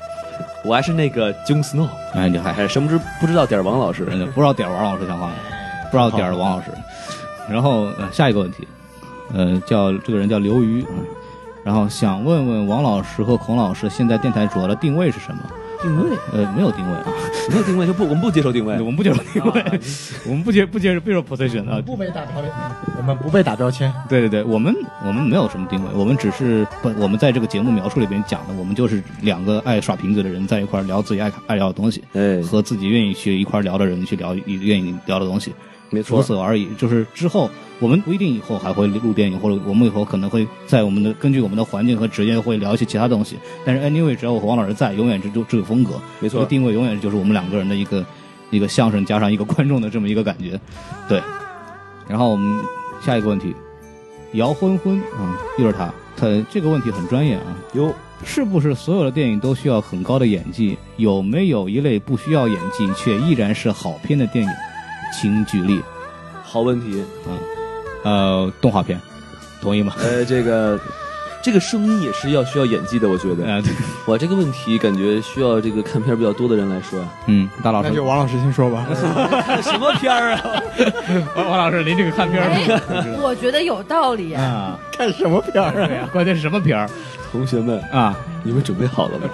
我还是那个 Jon Snow， 你还什么不知道点王老师， 不知道点王老师讲话。 不知道点儿的王老师。然后下一个问题，叫这个人叫刘瑜，然后想问问王老师和孔老师，现在电台主要的定位是什么？ 定位没有定位啊， 没有定位我们不接受定位， 我们不接受定位，我们不接受 position 啊， 不被打标，我们不被打标签。 对，我们没有什么定位，我们只是我们在这个节目描述里边讲的，我们就是两个爱耍瓶子的人在一块聊自己爱聊的东西，和自己愿意去一块聊的人去聊愿意聊的东西， 没错， 如此而已。就是之后我们不一定以后还会录电影，或者我们以后可能会在根据我们的环境和职业会聊一些其他东西，但是 anyway 只要我和王老师在，永远这个风格， 没错， 这个定位永远就是我们两个人的一个相声加上一个观众的这么一个感觉，对。然后我们下一个问题，姚昏昏又是他这个问题很专业啊，是不是所有的电影都需要很高的演技？有没有一类不需要演技却依然是好片的电影？请举例。 好问题动画片，同意吗？ 这个声音也是需要演技的，我觉得。哇，这个问题感觉需要这个看片比较多的人来说。 大老师， 那就王老师先说吧。 看的什么片啊？ 王老师，您这个看片我觉得有道理啊。 看什么片儿啊？关键是什么片儿？ 同学们啊， 你们准备好了吗？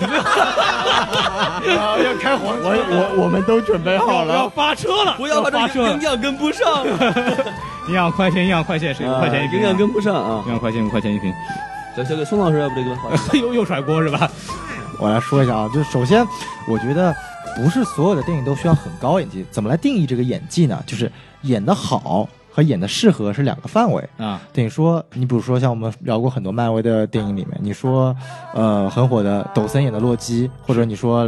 要开黄腔， 我们都准备好了， 要发车了， 不要把这营养跟不上。 营养快线，5块钱一瓶， 营养跟不上啊！ 营养快线5块钱一瓶。 小给宋老师，要不这个话题又甩锅是吧？ 我来说一下啊，就是首先，我觉得不是所有的电影都需要很高演技。怎么来定义这个演技呢？就是演得好和演得适合是两个范围啊。 等于说，你比如说像我们聊过很多漫威的电影里面，你说很火的抖森演的洛基，或者你说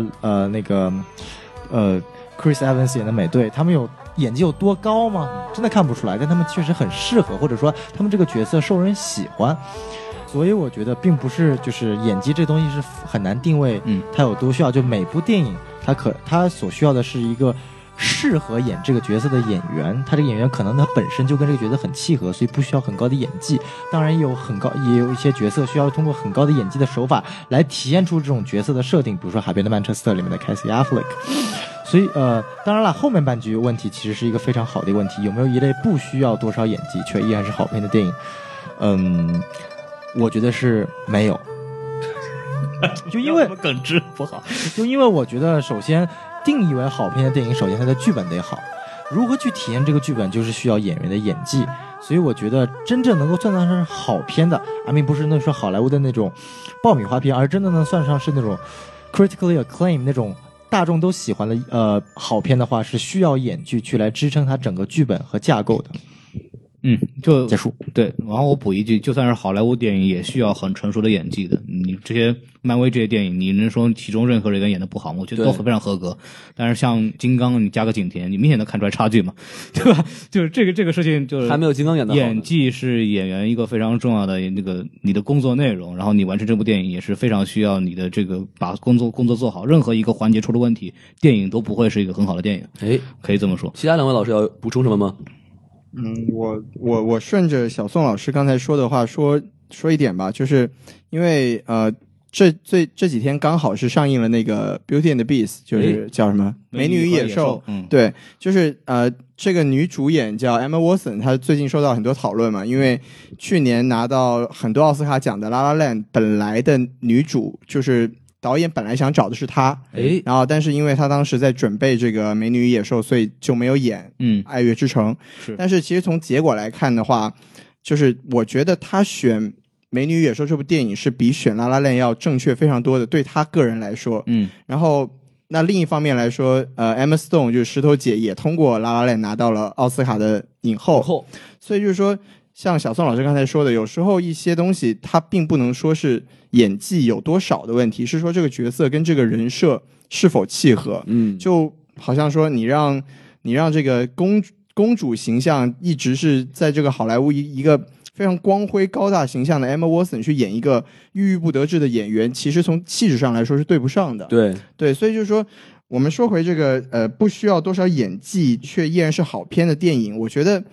Chris Evans 演的美队，他们演技有多高吗？真的看不出来，但他们确实很适合，或者说他们这个角色受人喜欢。所以我觉得并不是就是演技这东西是很难定位，它有多需要。就每部电影它所需要的是一个适合演这个角色的演员，他这个演员可能他本身就跟这个角色很契合，所以不需要很高的演技。当然也有一些角色需要通过很高的演技的手法来体现出这种角色的设定，比如说《海边的曼彻斯特》里面的 Casey Affleck。所以当然了，后面半句问题其实是一个非常好的一个问题，有没有一类不需要多少演技却依然是好片的电影？我觉得是没有，就因为耿直不好， 就因为我觉得首先定义为好片的电影，首先它的剧本得好，如何去体验这个剧本就是需要演员的演技。所以我觉得真正能够算得上是好片的，不是那说好莱坞的那种爆米花片，而真的能算上是那种 critically acclaim 那种大众都喜欢的好片的话，是需要演技去来支撑它整个剧本和架构的。 就结束。 对，然后我补一句，就算是好莱坞电影也需要很成熟的演技的。你这些漫威这些电影，你能说其中任何人演的不好吗？我觉得都非常合格。但是像金刚，你加个景甜，你明显的看出来差距嘛，对吧？就是这个事情，就是还没有金刚演的好。 演技是演员一个非常重要的你的工作内容，然后你完成这部电影也是非常需要你的这个把工作做好，任何一个环节出了问题，电影都不会是一个很好的电影。可以这么说。 其他两位老师要补充什么吗？ 我顺着小宋老师刚才说的话说一点吧，就是因为这几天刚好是上映了那个 Beauty and the Beast， 就是叫什么美女与野兽，对，就是这个女主演叫 Emma Watson， 她最近受到很多讨论嘛，因为去年拿到很多奥斯卡奖的 La La Land 本来的女主就是导演本来想找的是她，然后但是因为她当时在准备这个美女与野兽，所以就没有演爱乐之城。但是其实从结果来看的话，就是我觉得她选美女与野兽这部电影是比选La La Land要正确非常多的，对她个人来说。然后那另一方面来说Emma Stone 就是石头姐也通过 La La Land 拿到了奥斯卡的影后，所以就是说像小宋老师刚才说的，有时候一些东西它并不能说是演技有多少的问题，是说这个角色跟这个人设是否契合。就好像说你让这个公主形象一直是在这个好莱坞一个非常光辉高大形象的 Emma Watson 去演一个郁郁不得志的演员，其实从气质上来说是对不上的。对，所以就是说我们说回这个不需要多少演技却依然是好片的电影，我觉得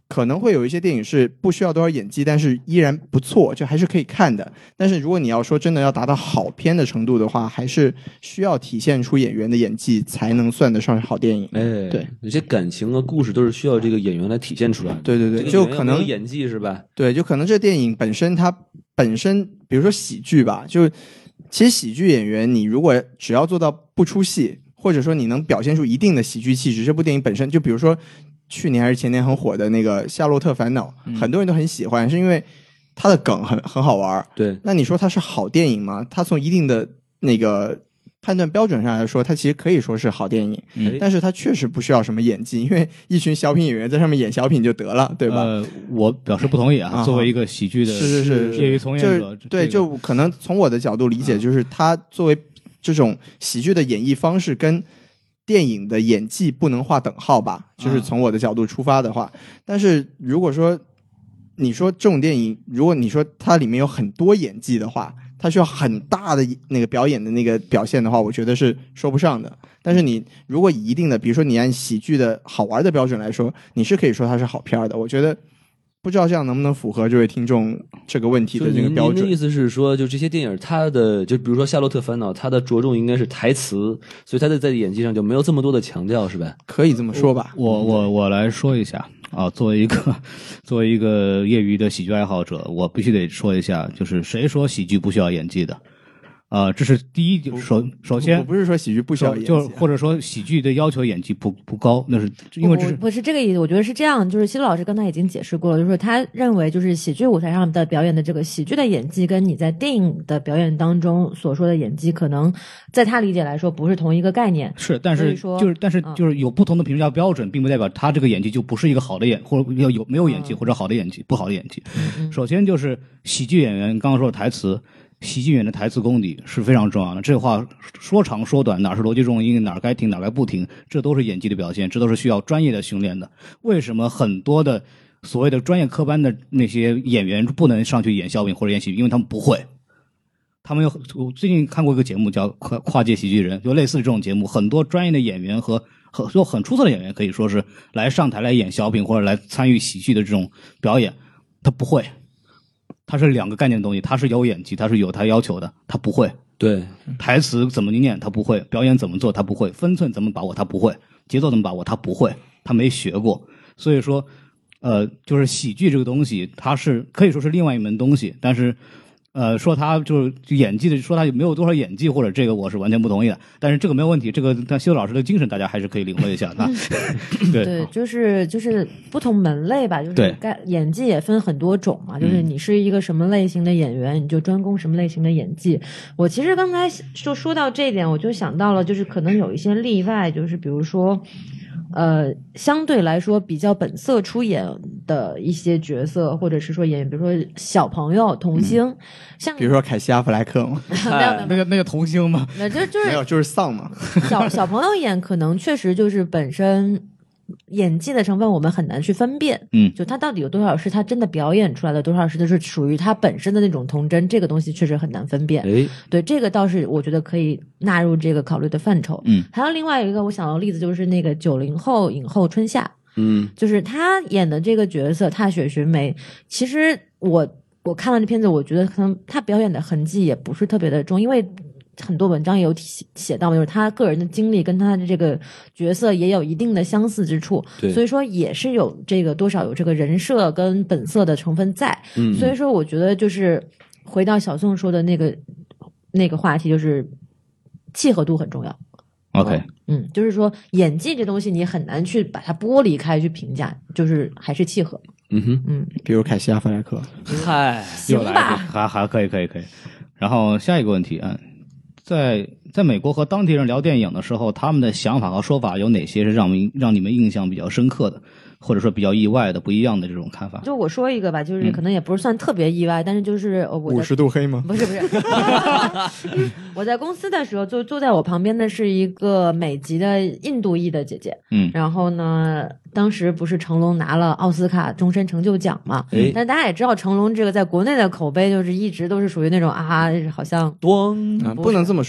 可能会有一些电影是不需要多少演技，但是依然不错，就还是可以看的。但是如果你要说真的要达到好片的程度的话，还是需要体现出演员的演技才能算得上好电影。 哎， 对， 有些感情啊、故事都是需要这个演员来体现出来的。 对对对， 这个就可能演员没有演技是吧？ 对，就可能这电影它本身，比如说喜剧吧，就其实喜剧演员，你如果只要做到不出戏，或者说你能表现出一定的喜剧气质，这部电影本身就比如说去年还是前年很火的那个《夏洛特烦恼》，很多人都很喜欢，是因为它的梗很好玩。 对， 那你说它是好电影吗？它从一定的那个判断标准上来说，它其实可以说是好电影，但是它确实不需要什么演技，因为一群小品演员在上面演小品就得了，对吧？ 我表示不同意啊。作为一个喜剧的业余从业者， 对，就可能从我的角度理解，就是他作为这种喜剧的演绎方式跟电影的演技不能划等号吧，就是从我的角度出发的话。但是如果说你说这种电影，如果你说它里面有很多演技的话，它需要很大的那个表演的那个表现的话，我觉得是说不上的。但是你如果以一定的，比如说你按喜剧的好玩的标准来说，你是可以说它是好片的。我觉得不知道这样能不能符合这位听众这个问题的这个标准。 您的意思是说，就这些电影，它的就比如说《夏洛特烦恼》，它的着重应该是台词，所以它在演技上就没有这么多的强调，是吧？ 可以这么说吧。 我来说一下啊，作为一个业余的喜剧爱好者，我必须得说一下，就是谁说喜剧不需要演技的？这是第一，首先我不是说喜剧不需要演技， 就或者说喜剧的要求演技不高，那是因为不是这个意思。我觉得是这样，就是西路老师刚才已经解释过了，就是他认为就是喜剧舞台上的表演的这个喜剧的演技，跟你在电影的表演当中所说的演技，可能在他理解来说不是同一个概念。 是，但是就是有不同的评价标准，并不代表他这个演技就不是一个好的或者要有没有演技或者好的演技不好的演技。首先就是喜剧演员刚刚说的台词。喜剧演员的台词功底是非常重要的，这话说长说短，哪是逻辑重音，哪该停哪该不停，这都是演技的表现，这都是需要专业的训练的。为什么很多的所谓的专业科班的那些演员不能上去演小品或者演喜剧？因为他们不会。我最近看过一个节目叫跨界喜剧人，就类似这种节目，很多专业的演员和很出色的演员可以说是来上台来演小品或者来参与喜剧的这种表演，他不会。它是两个概念的东西，它是有演技，它是有它要求的，他不会。 对， 台词怎么念他不会，表演怎么做他不会，分寸怎么把握他不会，节奏怎么把握他不会，他没学过。所以说，就是喜剧这个东西，它是可以说是另外一门东西，但是。说他就是演技的，说他没有多少演技，或者这个我是完全不同意的。但是这个没有问题，这个但修老师的精神大家还是可以领会一下的。 对，就是不同门类吧，就是演技也分很多种嘛。就是你是一个什么类型的演员，你就专攻什么类型的演技。我其实刚才就说到这一点，我就想到了，就是可能有一些例外，就是比如说。相对来说比较本色出演的一些角色，或者是说演员，比如说小朋友童星，像比如说凯西·阿弗莱克嘛， 那个童星嘛， 就是没有，就是丧嘛。 小朋友演可能确实就是本身演技的成分我们很难去分辨，就他到底有多少是他真的表演出来的，多少是就是属于他本身的那种童真，这个东西确实很难分辨。对，这个倒是我觉得可以纳入这个考虑的范畴。还有另外一个我想到的例子就是那个90后影后春夏，就是他演的这个角色踏雪寻梅，其实我看了这片子，我觉得可能他表演的痕迹也不是特别的重，因为很多文章也有写到，就是他个人的经历跟他的这个角色也有一定的相似之处，所以说也是有这个多少有这个人设跟本色的成分在。所以说我觉得就是回到小宋说的那个话题，就是契合度很重要。 OK， 就是说演技这东西你很难去把它剥离开去评价，就是还是契合。 比如凯西·阿弗莱克， 嗨， 行吧， 还可以。然后下一个问题啊。在美国和当地人聊电影的时候，他们的想法和说法有哪些是让你们印象比较深刻的，或者说比较意外的、不一样的这种看法？ 就我说一个吧，就是可能也不是算特别意外，但是就是我 50度黑吗？ 不是，我在公司的时候，就坐在我旁边的是一个美籍的印度裔的姐姐，然后呢，当时不是成龙拿了奥斯卡终身成就奖嘛？但是大家也知道，成龙这个在国内的口碑就是一直都是属于那种好像不能这么说吧，就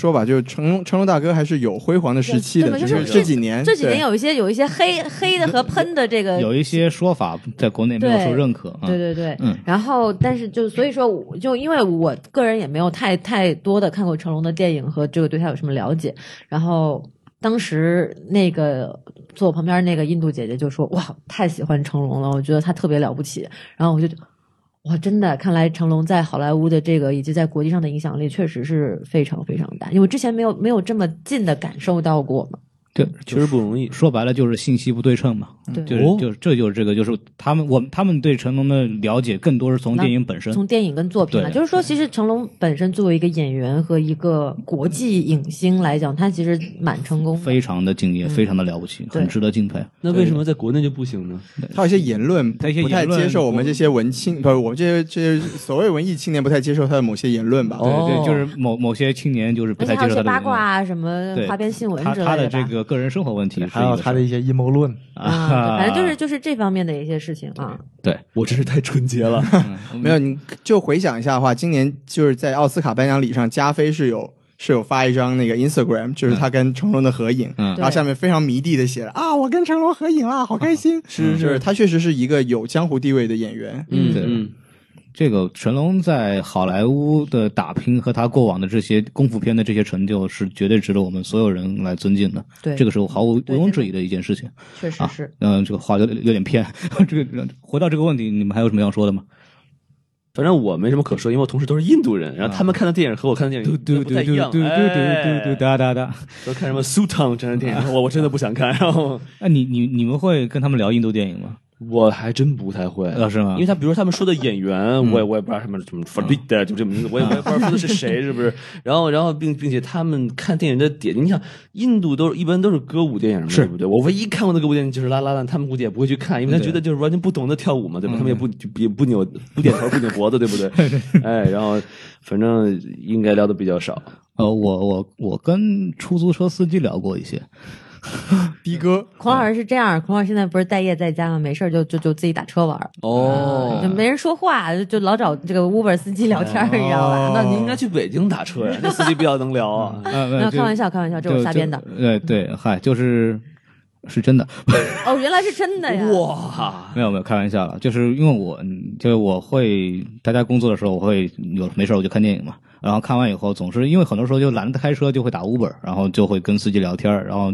成龙大哥还是有辉煌的时期的， 对只是这几年这几年有一些黑的和喷的这个有一些说法在国内没有受认可。 对，然后但是就所以说，就因为我个人也没有太多的看过成龙的电影和这个对他有什么了解，然后当时那个坐我旁边那个印度姐姐就说：“哇，太喜欢成龙了，我觉得他特别了不起。”然后我就。哇，真的，看来成龙在好莱坞的这个以及在国际上的影响力确实是非常非常大，因为之前没有这么近的感受到过嘛。 对， 确实不容易。 说白了就是信息不对称嘛。 对， 就是这个，就是他们对成龙的了解更多是从电影本身， 从电影跟作品嘛。就是说，其实成龙本身作为一个演员和一个国际影星来讲，他其实蛮成功的， 非常的敬业，非常的了不起，很值得敬佩。 那为什么在国内就不行呢？ 他有一些言论不太接受我们这些文青，不是我们这些所谓文艺青年不太接受他的某些言论吧？ 对，就是某些青年就是不太接受他的言论。 八卦啊，什么花边新闻之类的。 他的这个个人生活问题， 还有他的一些阴谋论啊，反正就是这方面的一些事情啊。 对，我真是太纯洁了。 没有，你就回想一下的话，今年就是在奥斯卡颁奖礼上，加菲是有发一张那个 Instagram， 就是他跟成龙的合影，然后下面非常迷弟的写了啊，我跟成龙合影了，好开心。是，他确实是一个有江湖地位的演员。 对。这个成龙在好莱坞的打拼和他过往的这些功夫片的这些成就，是绝对值得我们所有人来尊敬的。 对， 这个是毫无庸置疑的一件事情。 确实是。 这个话有点偏。这个回到这个问题，你们还有什么要说的吗？ 反正我没什么可说，因为我同事都是印度人，然后他们看的电影和我看的电影不太一样。 对，哒， 都看什么苏汤这样的电影，我真的不想看。然后， 那你们会跟他们聊印度电影吗？ 我还真不太会， 是吗？ 因为他比如说他们说的演员，我也不知道什么 Farid 就这名字，我也不知道说的是谁，是不是？然后并且他们看电影的点，你想印度一般都是歌舞电影嘛，对不对？我唯一看过的歌舞电影就是《拉拉烂》，他们估计也不会去看，因为他觉得就是完全不懂得跳舞嘛，对吧？他们也不点头不扭脖子，对不对？哎，然后反正应该聊的比较少。 我跟出租车司机聊过一些。 逼哥， 孔老师是这样，孔老师现在不是待业在家吗？没事就自己打车玩就没人说话，就老找这个 Uber 司机聊天，你知道吧？ 那你应该去北京打车呀，那司机比较能聊啊。 那开玩笑，这是我瞎编的。 对，嗨，是真的。 哦，原来是真的呀！ 哇， 没有开玩笑了，就是因为我会大家工作的时候，我会没事我就看电影嘛。然后看完以后，总是因为很多时候就懒得开车，就会打 Uber， 然后就会跟司机聊天，然后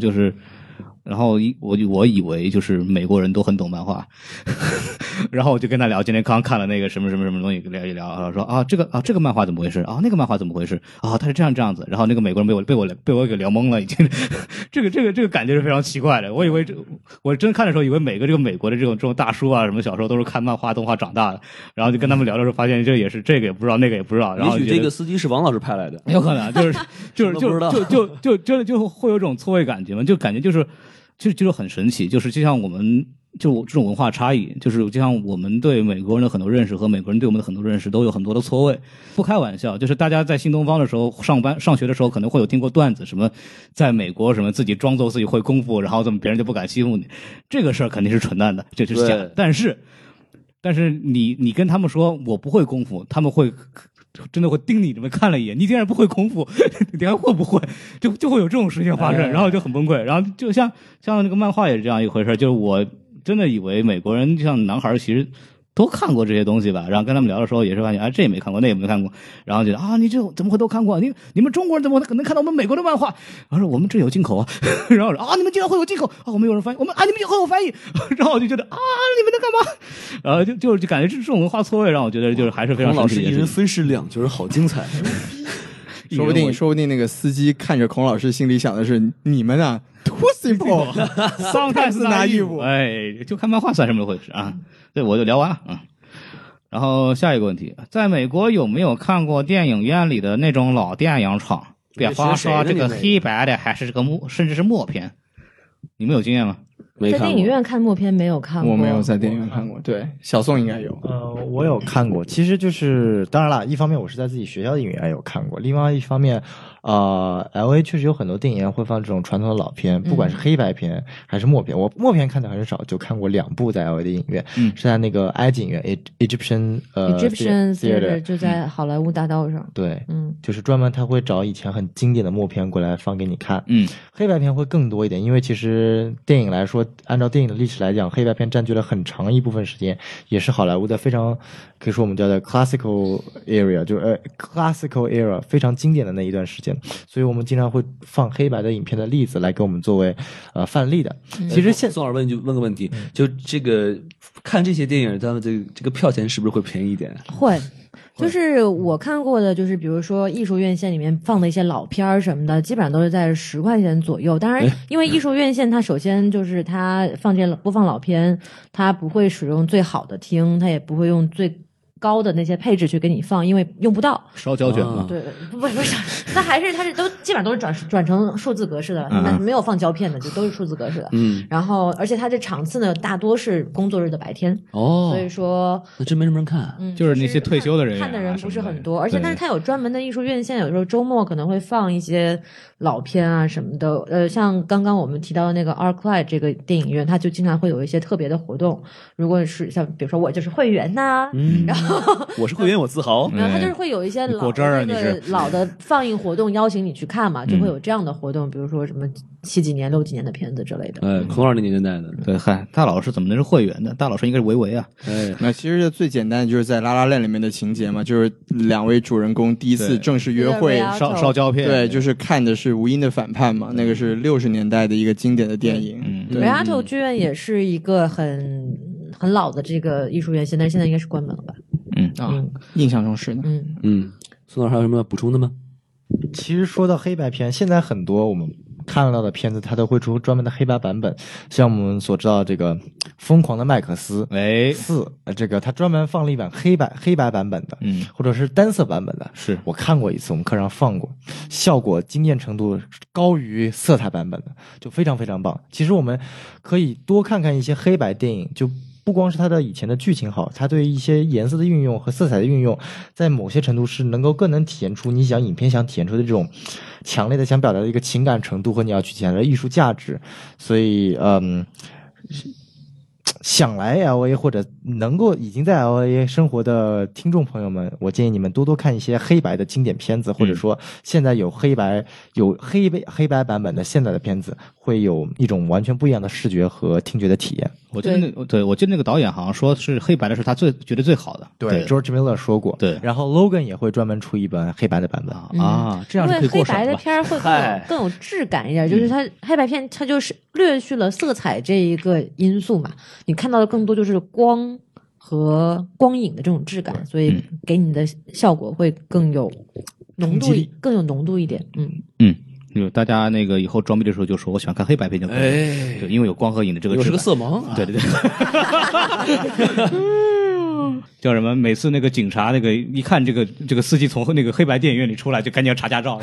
我以为就是美国人都很懂漫画，然后我就跟他聊，今天刚看了那个什么东西，聊一聊，然后说啊这个漫画怎么回事啊，那个漫画怎么回事啊，他是这样子，然后那个美国人被我给聊懵了，已经这个感觉是非常奇怪的。我以为我真看的时候以为每个这个美国的这种大叔啊什么小时候都是看漫画动画长大的，然后就跟他们聊的时候发现这个也不知道，那个也不知道，然后也许这个司机是王老师派来的， 有可能就是就会有种错位感觉嘛，就感觉就是很神奇，就像我们就这种文化差异，就像我们对美国人的很多认识和美国人对我们的很多认识都有很多的错位。不开玩笑，就是大家在新东方的时候上学的时候可能会有听过段子，什么在美国什么自己装作自己会功夫，然后怎么别人就不敢欺负你，这个事儿肯定是蠢蛋的，这就是假的。但是你跟他们说我不会功夫，他们会真的会盯你这么看了一眼，你竟然不会功夫，你还会不会？就会有这种事情发生，然后就很崩溃。然后就像那个漫画也是这样一回事，就是我真的以为美国人像男孩其实都看过这些东西吧，然后跟他们聊的时候也是发现这也没看过，那也没看过，然后觉得你这怎么会都看过？你们中国人怎么可能看到我们美国的漫画？然后说我们这有进口啊，然后说你们竟然会有进口我们有人翻译，你们会有翻译，然后我就觉得你们在干嘛？然后就感觉这种文化错位让我觉得就是还是非常神奇的。 孔老师一人分饰两角，好精彩。 说不定那个司机看着孔老师心里想的是你们啊 too simple， sometimes naive， 哎，就看漫画算什么回事啊？对，我就聊完了然后下一个问题，在美国有没有看过电影院里的那种老电影厂？别话说这个黑白的，还是这个甚至是默片，你们有经验吗？ 在电影院看默片没有看过， 我没有在电影院看过。对，小宋应该有。 我有看过。其实就是当然了，一方面我是在自己学校的影院有看过，另外一方面， LA 确实有很多电影院会放这种传统的老片，不管是黑白片还是默片。我默片看的很少，就看过2部在 LA 的影院，是在那个埃及影院 Egyptian Theater 就在好莱坞大道上。 对，就是专门他会找以前很经典的默片过来放给你看。黑白片会更多一点，因为其实电影来说，按照电影的历史来讲，黑白片占据了很长一部分时间，也是好莱坞的非常可以说我们叫的 classical area， 就是classical era 非常经典的那一段时间。所以我们经常会放黑白的影片的例子来给我们作为范例的。其实宋老师问个问题，就这个看这些电影，他们这个票钱是不是会便宜一点？ 会。就是我看过的，就是比如说艺术院线里面放的一些老片儿什么的，基本上都是在10块钱左右。当然，因为艺术院线它首先就是它播放老片，它不会使用最好的厅，它也不会用最高的那些配置去给你放，因为用不到。 烧胶卷嘛？ 对，不是，它都基本上都是转成数字格式的，没有放胶片的，就都是数字格式的。然后而且它这场次呢，大多是工作日的白天。所以说那真没什么人看。 就是那些退休的人看的人不是很多，而且但是它有专门的艺术院线，有时候周末可能会放一些老片啊什么的。像刚刚我们提到的那个 ArcLight 这个电影院，它就经常会有一些特别的活动。如果是像比如说我就是会员呐，然后我是会员，我自豪。 然后他就是会有一些老的放映活动，邀请你去看嘛，就会有这样的活动，比如说什么7几年、6几年的片子之类的。 孔老师那年代的。 对，嗨，大老师怎么能是会员的？大老师应该是维啊。 那其实最简单的就是在《La La Land》里面的情节嘛，就是2位主人公第一次正式约会， 烧胶片。 对，就是看的是吴英的反叛嘛，那个是60年代的一个经典的电影。 Rialto 剧院也是一个很老的这个艺术院线，但是现在应该是关门了吧？ 印象中是的。 宋老师还有什么要补充的吗？ 其实说到黑白片，现在很多我们看到的片子，它都会出专门的黑白版本。像我们所知道这个《疯狂的麦克斯》4，这个它专门放了一版黑白版本的，或者是单色版本的。 是我看过一次，我们课上放过，效果惊艳程度高于色彩版本的，就非常非常棒。其实我们可以多看看一些黑白电影，就不光是它的以前的剧情好，它对一些颜色的运用和色彩的运用，在某些程度是更能体现出你影片想体现出的这种强烈的想表达的一个情感程度和你要去体现的艺术价值。所以想来 LA 或者能够已经在 LA 生活的听众朋友们，我建议你们多多看一些黑白的经典片子，或者说现在有黑白版本的现在的片子，会有一种完全不一样的视觉和听觉的体验。 我记得那个导演好像说是黑白的是他觉得最好的。 对 George Miller 说过。 对， 然后 Logan 也会专门出一本黑白的版本啊，这样是可以过审的吧？ 因为黑白的片会更有质感一点，就是它黑白片它就是略去了色彩这一个因素嘛，你看到的更多就是光和光影的这种质感，所以给你的效果会更有浓度一点。 就大家那个以后装逼的时候就说我喜欢看黑白片就可以，就因为有光和影的这个质感。 我是个色盲。 对。叫什么？每次那个警察那个一看这个司机从那个黑白电影院里出来，就赶紧要查驾照。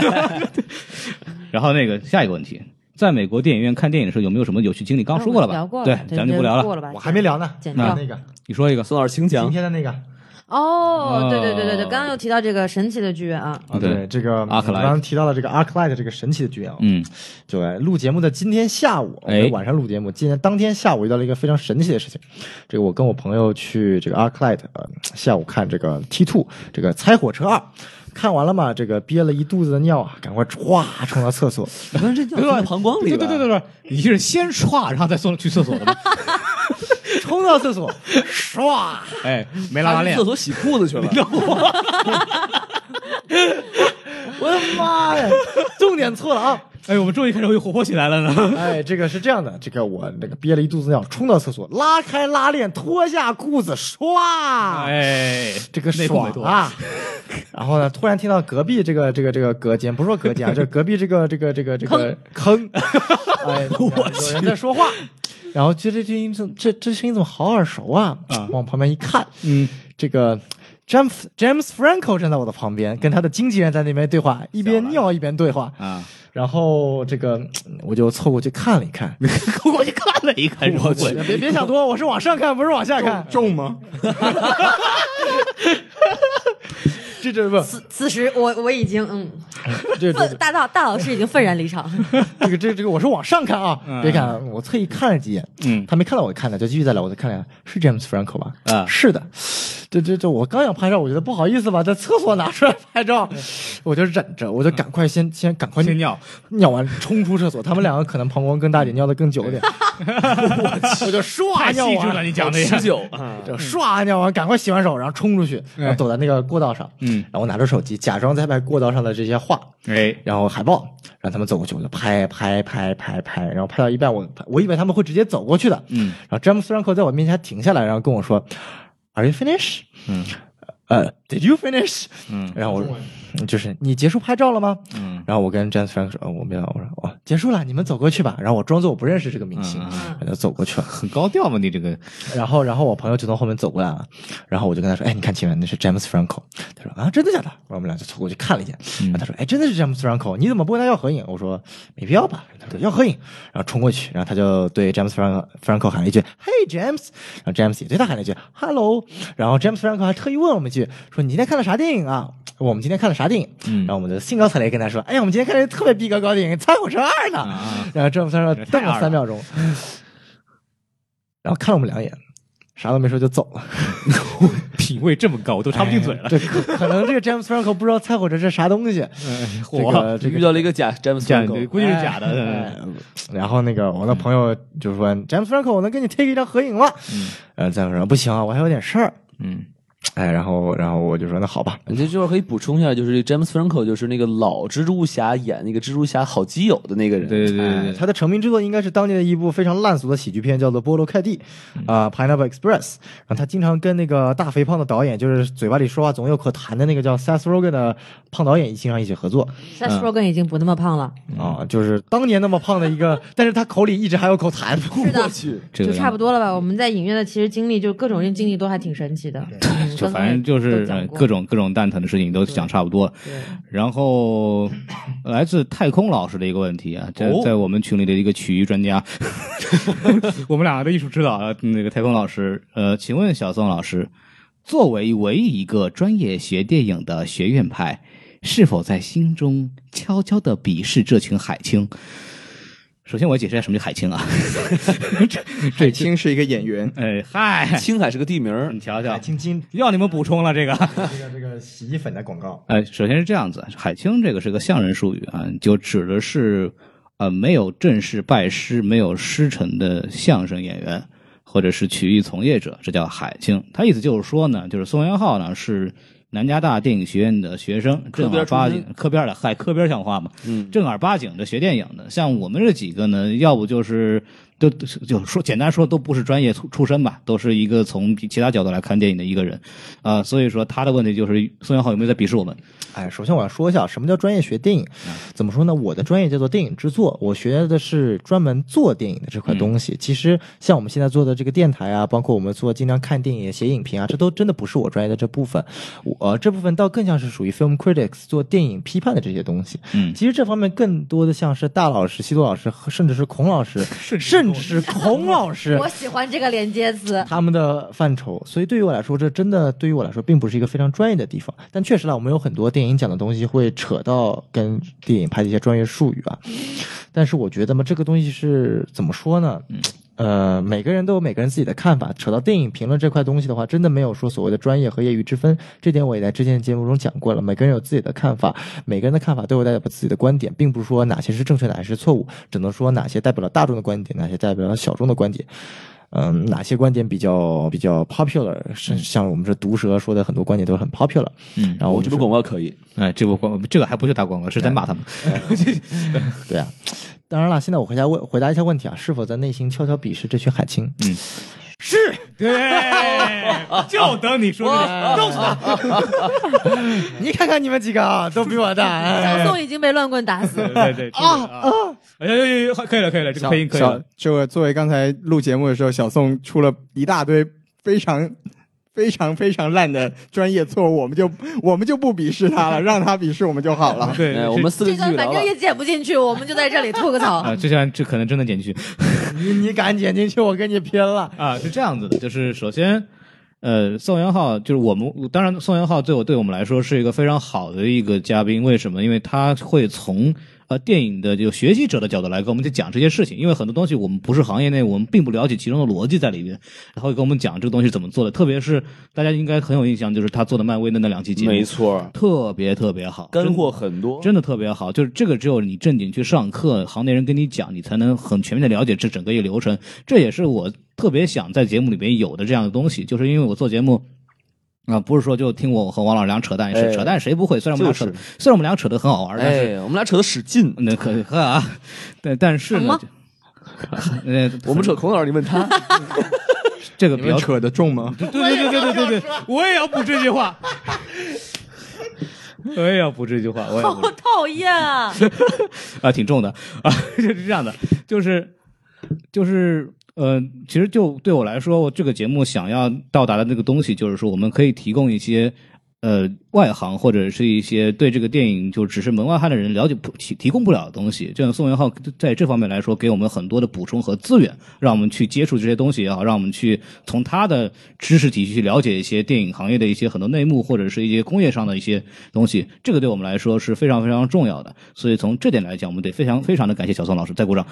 然后那个下一个问题，在美国电影院看电影的时候有没有什么有趣经历？刚说过了吧？ 聊过了， 对，咱们就不聊了。 我还没聊呢。 那个你说一个， 宋老师请讲。 今天的那个。 对，刚刚又提到这个神奇的剧院啊。 对，这个刚刚提到了这个 ArcLight 这个神奇的剧院。就录节目的今天下午，我们晚上录节目，今天当天下午遇到了一个非常神奇的事情。这个我跟我朋友去这个 ArcLight，下午看这个 T2 这个猜火车2。看完了嘛，这个憋了一肚子的尿啊，赶快歘冲到厕所。 你看这尿在膀胱里。 对，你是先歘，然后再送去厕所的吗？ 冲到厕所，唰， 没拉链， 厕所洗裤子去了。 我的妈呀！重点错了啊！ 我们终于开始会活泼起来了呢。 这个是这样的，这个我那个憋了一肚子尿，冲到厕所，拉开拉链，脱下裤子，唰，这个爽啊！然后呢，突然听到隔壁这个隔间，不是说隔间啊，这隔壁这个坑，有人在说话。然后觉得这声音怎么好耳熟啊？往旁边一看，这个 James Franco 站在我的旁边，跟他的经纪人在那边对话，一边尿一边对话啊。然后这个我就凑过去看了一看， 我去看了一看， 我去，别想多，我是往上看，不是往下看， 重吗？ 这不， 此时我已经对对， 大老师已经愤然离场。 这个我是往上看啊，别看，我特意看了几眼，他没看到我看的，就继续再聊，我再看了一下，是 James Franco 吧？ 啊， 是的，这我刚想拍照，我觉得不好意思把这厕所拿出来拍照，我就忍着，我就赶快先赶快先尿完冲出厕所，他们两个可能膀胱更大点，尿的更久一点，我就唰尿完了，你讲的 19， 就唰尿完，赶快洗完手，然后冲出去，然后走在那个过道上，然后我拿着手机假装在拍过道上的这些画，然后海报，让他们走过去，我就拍，然后拍到一半，我以为他们会直接走过去的，然后詹姆斯·franco在我面前停下来，然后跟我说 ，Are you finished？ Did you finish？ 然后我就是你结束拍照了吗？然后我跟 James Franco 说，我没有，我说结束了，你们走过去吧。然后我装作我不认识这个明星，然后走过去了， 很高调嘛，你这个。 然后我朋友就从后面走过来了，然后我就跟他说，哎，你看前面那是 James Franco。他说啊，真的假的？然后我们俩就凑过去看了一眼。然后他说，哎，真的是 James Franco，你怎么不跟他要合影？我说没必要吧。他说要合影，然后冲过去，然后他就对 James Franco 喊了一句 Hey James， 然后 James 也对他喊了一句 Hello， 然后 James Franco 还特意问我们一句，说你今天看了啥电影啊？我们今天看了啥电影？然后我们的兴高采烈跟他说，哎呀，我们今天看了特别逼格高电影《猜火车2》呢。然后 James Franco 瞪了3秒钟，然后看了我们2眼，啥都没说就走了。 品味这么高，我都插不进嘴了。 对，可能这个 James Franco 不知道猜火车是啥东西，这个遇到了一个假 James Franco， 估计是假的。 然后那个我的朋友就说 James Franco， 我能跟你 take 一张合影吗？James 说不行啊，我还有点事儿。然后我就说那好吧， 这会儿可以补充一下，就是James Franco 就是那个老蜘蛛侠演那个蜘蛛侠好基友的那个人， 对， 他的成名之作应该是当年的一部非常烂俗的喜剧片，叫做《波罗凯蒂》Pineapple Express。然后他经常跟那个大肥胖的导演，就是嘴巴里说话总有口痰的那个叫 Seth Rogen 的胖导演，经常一起合作。 Seth Rogen 已经不那么胖了就是当年那么胖的一个，但是他口里一直还有口痰。 是的， 过去就差不多了吧。我们在影院的其实经历，就各种人经历都还挺神奇的。 就反正就是各种蛋疼的事情都讲差不多了。然后来自太空老师的一个问题啊，在我们群里的一个曲艺专家，我们两个的艺术指导那个太空老师，请问小宋老师，作为唯一一个专业学电影的学院派，是否在心中悄悄地鄙视这群海青？首先我解释一下什么叫海青啊。 海青是一个演员， 嗨， 青海是个地名， 你瞧瞧， 海青要你们补充了这个这个洗衣粉的广告。 首先是这样子，海青这个是个象人术语啊，就指的是没有正式拜师、没有师承的相声演员或者是曲艺从业者，这叫海青。他意思就是说呢，就是宋元浩呢是南加大电影学院的学生，正儿八经科边的，嗨，科边像话嘛，正儿八经的学电影的。像我们这几个呢，要不就是就说简单说都不是专业出身吧，都是一个从其他角度来看电影的一个人所以说他的问题就是宋元浩有没有在鄙视我们？ 首先我要说一下什么叫专业学电影。怎么说呢？我的专业叫做电影制作，我学的是专门做电影的这块东西。其实像我们现在做的这个电台啊，包括我们经常看电影、写影评啊，这都真的不是我专业的这部分。这部分倒更像是属于 film critics 做电影批判的这些东西。其实这方面更多的像是大老师、西多老师，甚至是孔老师，甚至是孔老师。 我喜欢这个连接词， 他们的范畴。所以对于我来说，这真的对于我来说并不是一个非常专业的地方。但确实啦，我们有很多电影讲的东西会扯到跟电影拍的一些专业术语啊。但是我觉得嘛，这个东西是怎么说呢？每个人都有每个人自己的看法。扯到电影评论这块东西的话，真的没有说所谓的专业和业余之分。这点我也在之前的节目中讲过了。每个人有自己的看法，每个人的看法都有代表自己的观点，并不是说哪些是正确，哪些是错误，只能说哪些代表了大众的观点，哪些代表了小众的观点。哪些观点比较 popular， 像我们这毒舌说的很多观点都很 popular。然后这部广告可以， 这个还不是打广告，是在骂他们。 对啊，当然了，现在我回答一下问题啊，是否在内心悄悄鄙视这群海青？是， 对，就等你说这个， 弄死他！你看看你们几个啊，都比我大。 小宋已经被乱棍打死。 对，可以了，这个配音可以了。 这个作为刚才录节目的时候，小宋出了一大堆非常烂的专业错误，我们就不鄙视他了，让他鄙视我们就好了。 对， 我们4个这段反正也剪不进去，我们就在这里吐个槽。 这可能真的剪进去。 你敢剪进去，我跟你拼了啊！是这样子的，就是首先， 宋元浩就是我们，当然宋元浩对我们来说是一个非常好的一个嘉宾。为什么？因为他会从电影的就学习者的角度来跟我们去讲这些事情，因为很多东西我们不是行业内，我们并不了解其中的逻辑在里面，然后会跟我们讲这个东西怎么做的。特别是大家应该很有印象，就是他做的漫威的那2期节目， 没错， 特别好， 干货很多， 真的特别好。就是这个只有你正经去上课，行内人跟你讲，你才能很全面的了解这整个一个流程。这也是我特别想在节目里面有的这样的东西，就是因为我做节目。不是说就听我和王老师俩扯淡，是扯淡谁不会？虽然我们俩扯，虽然我们俩扯得很好玩，但是我们俩扯得使劲， 那可啊，但是呢， 我们扯孔老师，你问他， 这个比较扯得重吗？ 对，我也要补这句话，我也要补这句话， 好讨厌啊！ 挺重的啊，是这样的，就是其实就对我来说，这个节目想要到达的那个东西，就是说我们可以提供一些外行或者是一些对这个电影就只是门外汉的人了解提供不了的东西。这样宋元浩在这方面来说，给我们很多的补充和资源，让我们去接触这些东西也好，让我们去从他的知识体系去了解一些电影行业的一些很多内幕或者是一些工业上的一些东西。这个对我们来说是非常非常重要的。所以从这点来讲，我们得非常非常的感谢小宋老师，再鼓掌。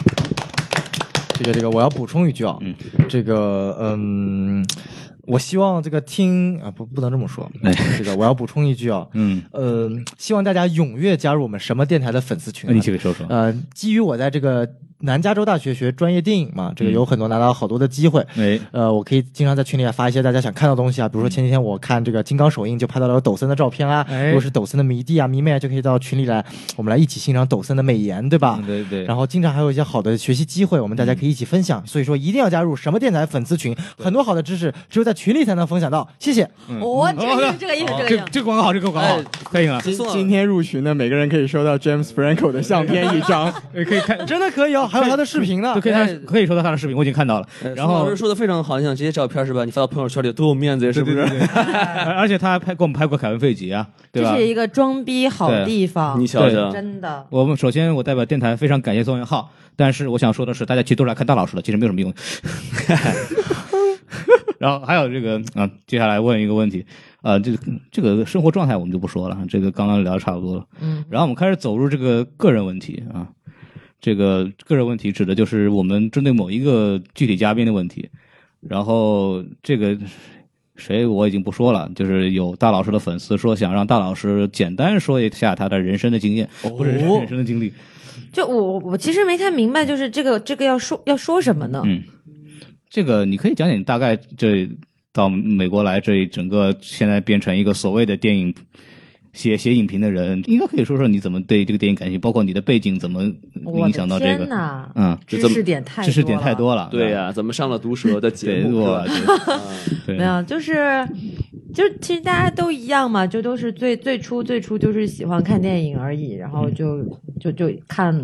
这个我要补充一句啊，这个我希望这个听啊不能这么说，这个我要补充一句啊，希望大家踊跃加入我们什么电台的粉丝群。 你去给说说。 基于我在这个南加州大学学专业电影嘛，这个有很多拿到好多的机会。我可以经常在群里发一些大家想看到的东西啊，比如说前几天我看这个金刚首映就拍到了有抖森的照片啊，如果是抖森的迷弟啊迷妹啊，就可以到群里来，我们来一起欣赏抖森的美颜，对吧？ 对。 然后经常还有一些好的学习机会，我们大家可以一起分享。所以说一定要加入什么电台粉丝群，很多好的知识只有在群里才能分享到。谢谢。 这个意思。 这个广告好，这个广告好，可以了。 今天入群的每个人可以收到 James Franco 的相片1张， 可以看， 真的可以哦，还有他的视频呢。 可以收到他的视频，我已经看到了。然后老师说的非常好，像这些照片是吧？你发到朋友圈里多有面子，是不是？ 而且他还给我们拍过凯文·费吉啊，对吧？ 这是一个装逼好地方， 你瞧瞧， 真的。 首先我代表电台非常感谢宋元浩，但是我想说的是，大家其实都是来看大老师的，其实没有什么用。然后还有这个接下来问一个问题。这个生活状态我们就不说了，这个刚刚聊的差不多了。然后我们开始走入这个个人问题啊。这个个人问题指的就是我们针对某一个具体嘉宾的问题，然后这个谁我已经不说了，就是有大老师的粉丝说想让大老师简单说一下他的人生的经验，或者是人生的经历。 就我其实没太明白，就是这个要说什么呢？ 这个你可以讲讲大概这到美国来这一整个现在变成一个所谓的电影。写影评的人应该可以说说你怎么对这个电影感兴趣，包括你的背景怎么影响到这个。 天哪，知识点太多了。 对呀，怎么上了毒舌的节目？ 没有，就是其实大家都一样嘛，就都是最初就是喜欢看电影而已，然后就看，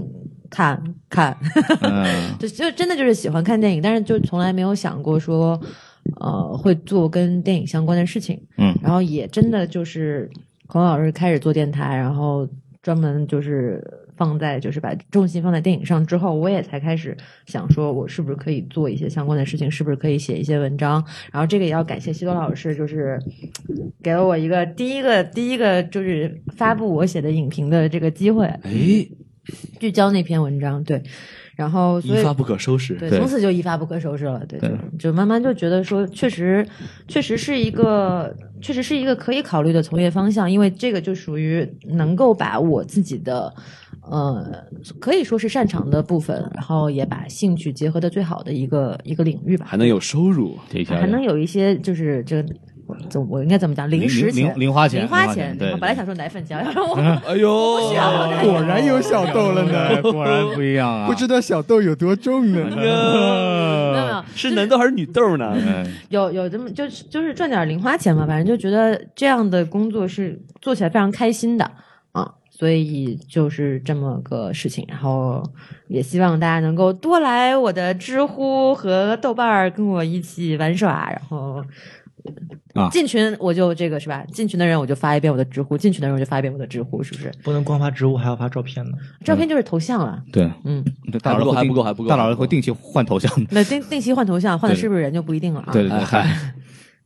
就真的就是喜欢看电影，但是就从来没有想过说会做跟电影相关的事情。然后也真的就是孔老师开始做电台，然后专门就是把重心放在电影上之后，我也才开始想说我是不是可以做一些相关的事情，是不是可以写一些文章。然后这个也要感谢西多老师，就是给了我一个第一个就是发布我写的影评的这个机会，聚焦那篇文章。对，然后所以一发不可收拾。 对，从此就一发不可收拾了。对，就慢慢就觉得说确实是一个可以考虑的从业方向，因为这个就属于能够把我自己的可以说是擅长的部分，然后也把兴趣结合的最好的一个领域吧， 还能有收入， 还能有一些就是这个。我应该怎么讲？零食钱、 零花钱。 对，本来想说奶粉钱， 哎呦， 不需要。 果然有小豆了呢， 果然不一样啊！ 不知道小豆有多重呢？ 没有， 是男豆还是女豆呢？ 有这么就是赚点零花钱嘛，反正就觉得这样的工作是做起来非常开心的啊，所以就是这么个事情。然后也希望大家能够多来我的知乎和豆瓣跟我一起玩耍，然后。进群我就这个是吧？进群的人我就发一遍我的知乎，进群的人我就发一遍我的知乎，是不是？ 不能光发知乎，还要发照片呢。 照片就是头像了。 对， 还不够。 大老师会定期换头像。 那定期换头像，换的是不是人就不一定了啊？ 对，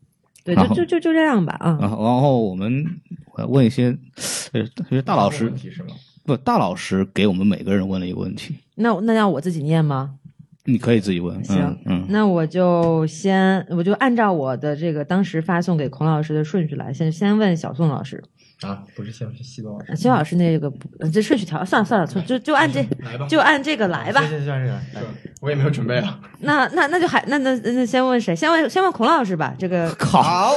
对， 然后就这样吧啊。 然后我们问一些，就是大老师不，大老师给我们每个人问了一个问题， 那要我自己念吗？ 你可以自己问。 行，那我就按照我的这个当时发送给孔老师的顺序来，先问小宋老师。 啊，不是先西东老师， 西老师那个这顺序条，算了，就按这个来吧。 行， 我也没有准备啊。 那先问谁？先问孔老师吧。这个靠，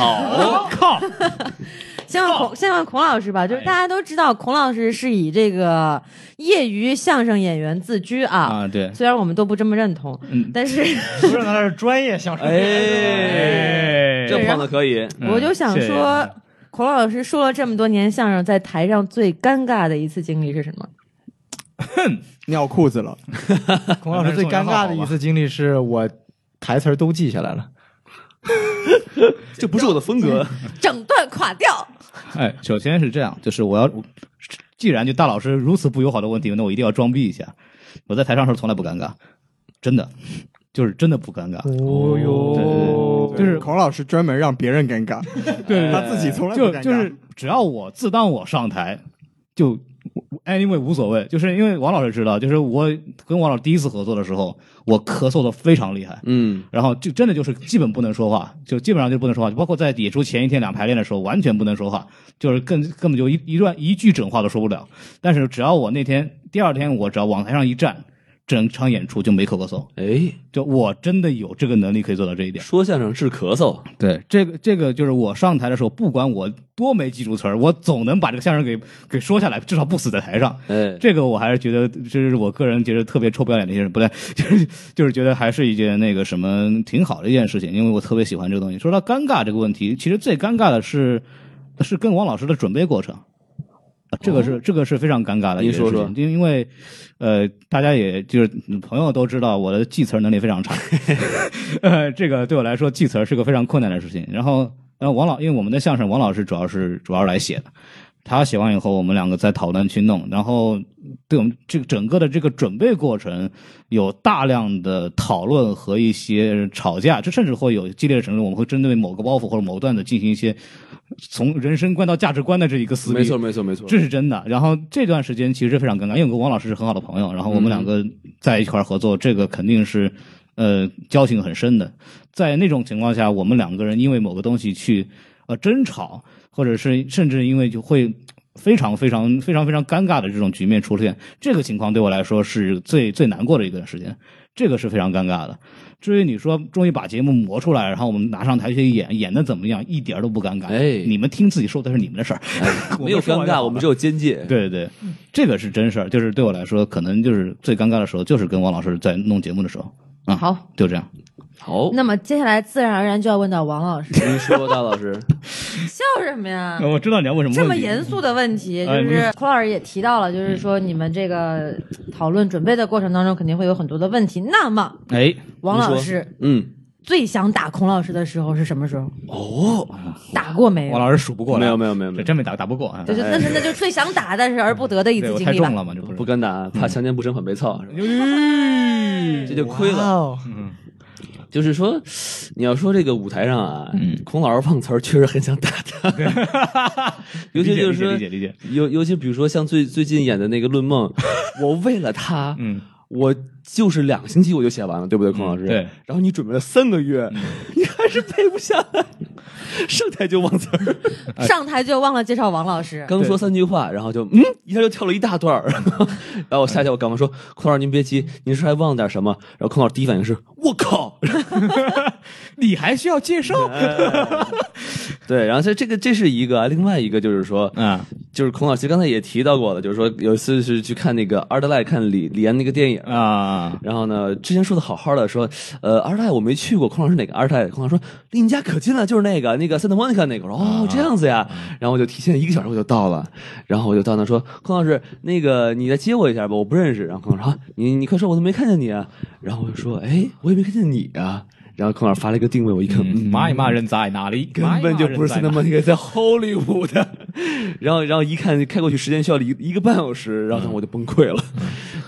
先问孔老师吧。就是大家都知道，孔老师是以这个业余相声演员自居啊。 对。 虽然我们都不这么认同，但是不是他是专业相声演员。 这胖的可以。 我就想说。孔老师说了这么多年相声，在台上最尴尬的一次经历是什么？ 尿裤子了。 孔老师最尴尬的一次经历是我台词都记下来了， 这不是我的风格， 整段垮掉。 首先是这样，就是既然就大老师如此不友好的问题，那我一定要装逼一下。我在台上的时候从来不尴尬，真的。就是真的不尴尬。 哦哟， 就是孔老师专门让别人尴尬， 对， 他自己从来不尴尬。 就是只要自当我上台，就 anyway 无所谓。就是因为王老师知道，就是我跟王老师第一次合作的时候，我咳嗽的非常厉害，然后就真的就是基本不能说话，就基本上就不能说话，包括在演出前一天2排练的时候，完全不能说话，就是根本就一句整话都说不了。但是只要我第二天我只要往台上一站。整场演出就没咳嗽，就我真的有这个能力可以做到这一点。 说相声治咳嗽， 对，这个就是我上台的时候，不管我多没记住词儿，我总能把这个相声给说下来，至少不死在台上。这个我还是觉得，这是我个人觉得特别臭不要脸的一些人，不对，就是觉得还是一件那个什么挺好的一件事情，因为我特别喜欢这个东西。说到尴尬这个问题，其实最尴尬的是跟王老师的准备过程。这个是非常尴尬的一件事情， 您说说， 因为大家也就是朋友都知道我的记词能力非常差，这个对我来说记词是个非常困难的事情。然后因为我们的相声王老师主要来写的，他写完以后我们两个再讨论去弄，然后对我们这个整个的这个准备过程有大量的讨论和一些吵架，这甚至会有激烈的程度，我们会针对某个包袱或者某个段子进行一些从人生观到价值观的这一个撕逼。 没错， 这是真的。然后这段时间其实非常尴尬，因为我跟王老师是很好的朋友，然后我们两个在一块合作，这个肯定是交情很深的。在那种情况下，我们两个人因为某个东西去争吵，或者是甚至因为就会非常尴尬的这种局面出现，这个情况对我来说是最难过的一段时间，这个是非常尴尬的。至于你说终于把节目磨出来，然后我们拿上台去演的怎么样，一点都不尴尬。你们听自己说的是你们的事儿， 没有尴尬，我们只有边界。 对，这个是真事儿，就是对我来说，可能就是最尴尬的时候，就是跟王老师在弄节目的时候。 好， 就这样。 好， 那么接下来自然而然就要问到王老师。 您说，大老师， 笑什么呀？ 我知道你要问什么问题。 这么严肃的问题，就是孔老师也提到了，就是说你们这个讨论准备的过程当中，肯定会有很多的问题。那么，王老师，最想打孔老师的时候是什么时候？打过没有？ 王老师数不过来， 没有， 这真没打不过啊。 那就最想打，但是而不得的一次经历吧。 太重了嘛，这不敢打，怕强奸不成反被操，这就亏了。就是说，你要说这个舞台上啊，孔老师碰瓷儿确实很想打他，尤其就是说， 理解， 尤其比如说像最近演的那个《论梦》，我为了他，我就是2个星期我就写完了，对不对，孔老师？ 对。 然后你准备了3个月，你还是背不下来，上台就忘词儿， 上台就忘了介绍王老师， 刚说3句话，然后就一下就跳了一大段，然后我下去我赶快说，孔老师您别急，您是还忘了点什么？然后孔老师第一反应是我靠， 你还需要介绍？ 对，然后这是一个，另外一个就是说，就是孔老师刚才也提到过了，就是说有一次是去看那个阿德莱看李安那个电影啊，然后呢之前说的好好的说，阿德莱我没去过，孔老师哪个阿德莱？孔老师说离你家可近了，就是那个Santa Monica那个，哦这样子呀，然后我就提前1个小时我就到了，然后我就到那说孔老师那个你再接我一下吧，我不认识，然后孔老师说你快说，我都没看见你啊，然后我就说我也没看见你啊。然后孔老师发了一个定位，我一看， 骂一骂人在哪里？ 根本就不是那么那个在 Hollywood 的。然后一看开过去时间需要1个半小时，然后我就崩溃了。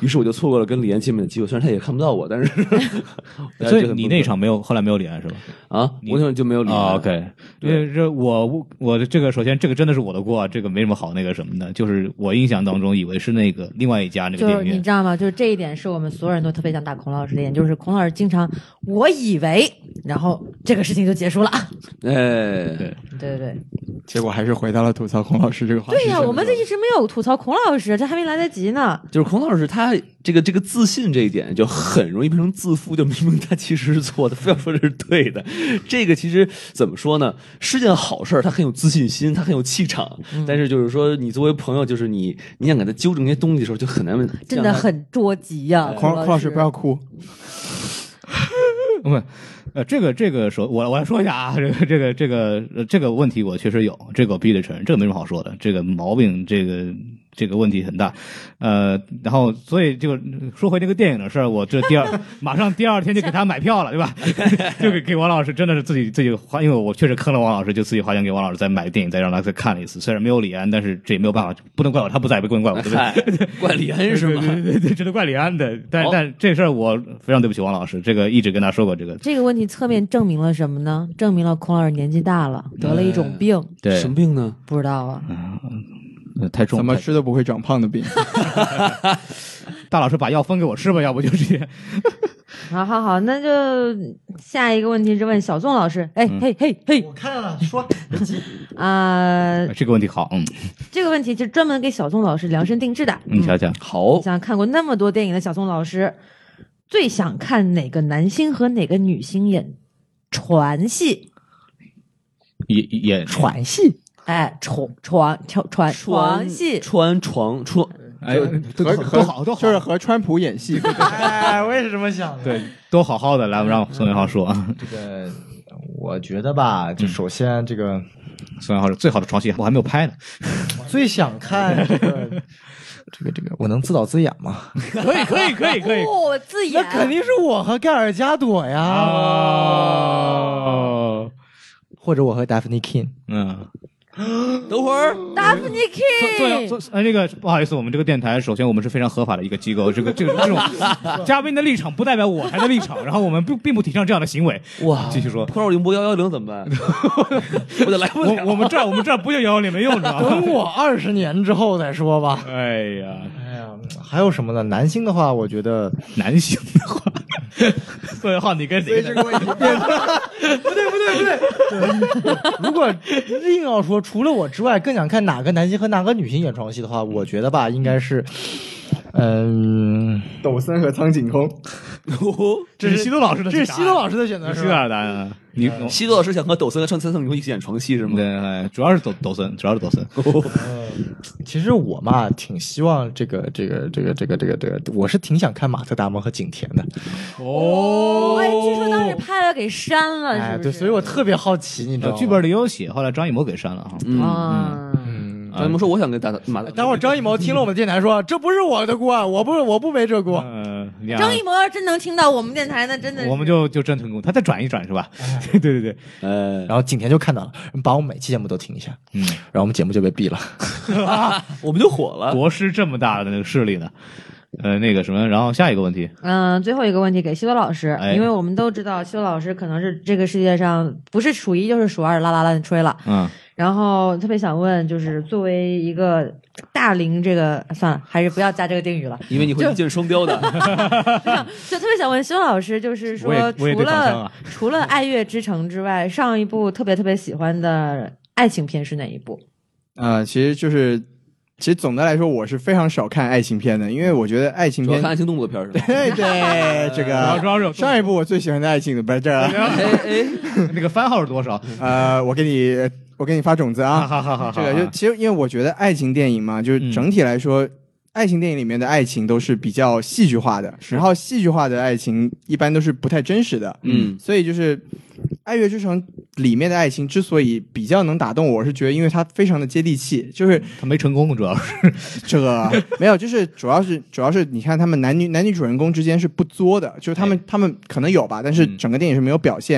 于是我就错过了跟李安见面的机会，虽然他也看不到我，但是所以你那场后来没有李安是吧？ 啊，我那场就没有李安。 OK， 因为这我这个首先这个真的是我的锅啊，这个没什么好那个什么的，就是我印象当中以为是那个另外一家那个就是电影院。 你知道吗？就是这一点是我们所有人都特别想打孔老师的点，就是孔老师经常我以为，然后这个事情就结束了。 哎， 对， 结果还是回到了吐槽孔老师这个话题。 对呀，我们这一直没有吐槽孔老师，这还没来得及呢。 就是孔老师他这个自信这一点就很容易变成自负，就明明他其实是错的，非要说这是对的。这个其实怎么说呢？是件好事，他很有自信心，他很有气场。但是就是说，你作为朋友，就是你想给他纠正一些东西的时候，就很难， 真的很捉急呀。 孔老师不要哭。 不，这个说，我来说一下啊，这个问题我确实有，这个我必须得承认，这个没什么好说的，这个毛病，这个问题很大，然后所以就说回这个电影的事儿，我这马上第二天就给他买票了，对吧？就给王老师，真的是自己花，因为我确实坑了王老师，就自己花钱给王老师再买电影，再让他再看了一次。虽然没有李安，但是这也没有办法，不能怪我，他不在，不能怪我，对不对？ 怪李安是吗？ 对，只能怪李安的。但这事儿我非常对不起王老师，这个一直跟他说过这个。 这个问题侧面证明了什么呢？证明了孔老师年纪大了，得了一种病。 对， 什么病呢？ 不知道啊。 太重， 怎么吃都不会长胖的病。 大老师把药分给我吃吧，要不就直接。 好，那就下一个问题是问小宋老师。嘿， 我看了，说这个问题好， 这个问题是专门给小宋老师量身定制的。 你瞧瞧， 好， 像看过那么多电影的小宋老师，最想看哪个男星和哪个女星演传戏？ 演传戏。 哎，床戏， 哎，多好， 就是和川普演戏。 哎，我也是这么想的。 对，都好好的，来，让宋元浩说啊。 这个，我觉得吧，就首先这个宋元浩是最好的床戏，我还没有拍呢。 最想看这个，我能自导自演吗？ 可以。 哦，自演， 那肯定是我和盖尔加朵呀。 哦， 或者我和 Daphne King。 等会儿 Daphne King， 那个不好意思，我们这个电台首先我们是非常合法的一个机构，这种嘉宾的立场不代表我台的立场，然后我们并不提倡这样的行为。 哇， 继续说， 破110播110怎么办？我就来不了。 我们这儿不就110没用，知道吗？ 等我20年之后再说吧。 哎呀， 还有什么呢？男星的话，我觉得男星的话，宋元浩，你跟谁？ 这个问题变成不对。如果硬要说除了我之外更想看哪个男星和哪个女星演床戏的话，我觉得吧，应该是， 抖森和苍井空。 这是西多老师的， 这是西多老师的选择， 是吧？答案。 西多老师想和抖森和苍井空一起演床戏是吗？ 对，主要是抖森。 其实我嘛，挺希望这个，我是挺想看马特·达蒙和景甜的。 哎，据说当时拍了给删了，是不是？ 对，所以我特别好奇，你知道吗？ 剧本里有写，后来张艺谋给删了哈。 张艺谋说我想跟马， 待会儿张艺谋听了我们电台说这不是我的锅，我不背这锅。 张艺谋要真能听到我们电台，那真的是我们就真成功，他再转一转是吧？对， 然后景甜就看到了，把我们每期节目都听一下，然后我们节目就被毙了， 我们就火了。 国师这么大的那个势力呢？那个什么，然后下一个问题， 最后一个问题给西多老师，因为我们都知道西多老师可能是这个世界上不是数1就是数2拉拉烂吹了，然后特别想问，就是作为一个大龄这个，算了，还是不要加这个定语了， 因为你会一箭双雕的。 就特别想问西多老师，就是说除了《爱乐之城》之外，上一部特别喜欢的爱情片是哪一部？ 其实总的来说，我是非常少看爱情片的，因为我觉得爱情片看爱情动作片是吧？ 对，这个主要是上一部我最喜欢的爱情的不是这个， 那个番号是多少？ 我给你发种子啊！ 好， 这个其实因为我觉得爱情电影嘛，就是整体来说，爱情电影里面的爱情都是比较戏剧化的，然后戏剧化的爱情一般都是不太真实的，所以就是《爱乐之城》里面的爱情之所以比较能打动我，是觉得因为它非常的接地气，就是他没成功，主要是这个没有，就是主要是你看他们男女主人公之间是不作的，就是他们可能有吧，但是整个电影是没有表现。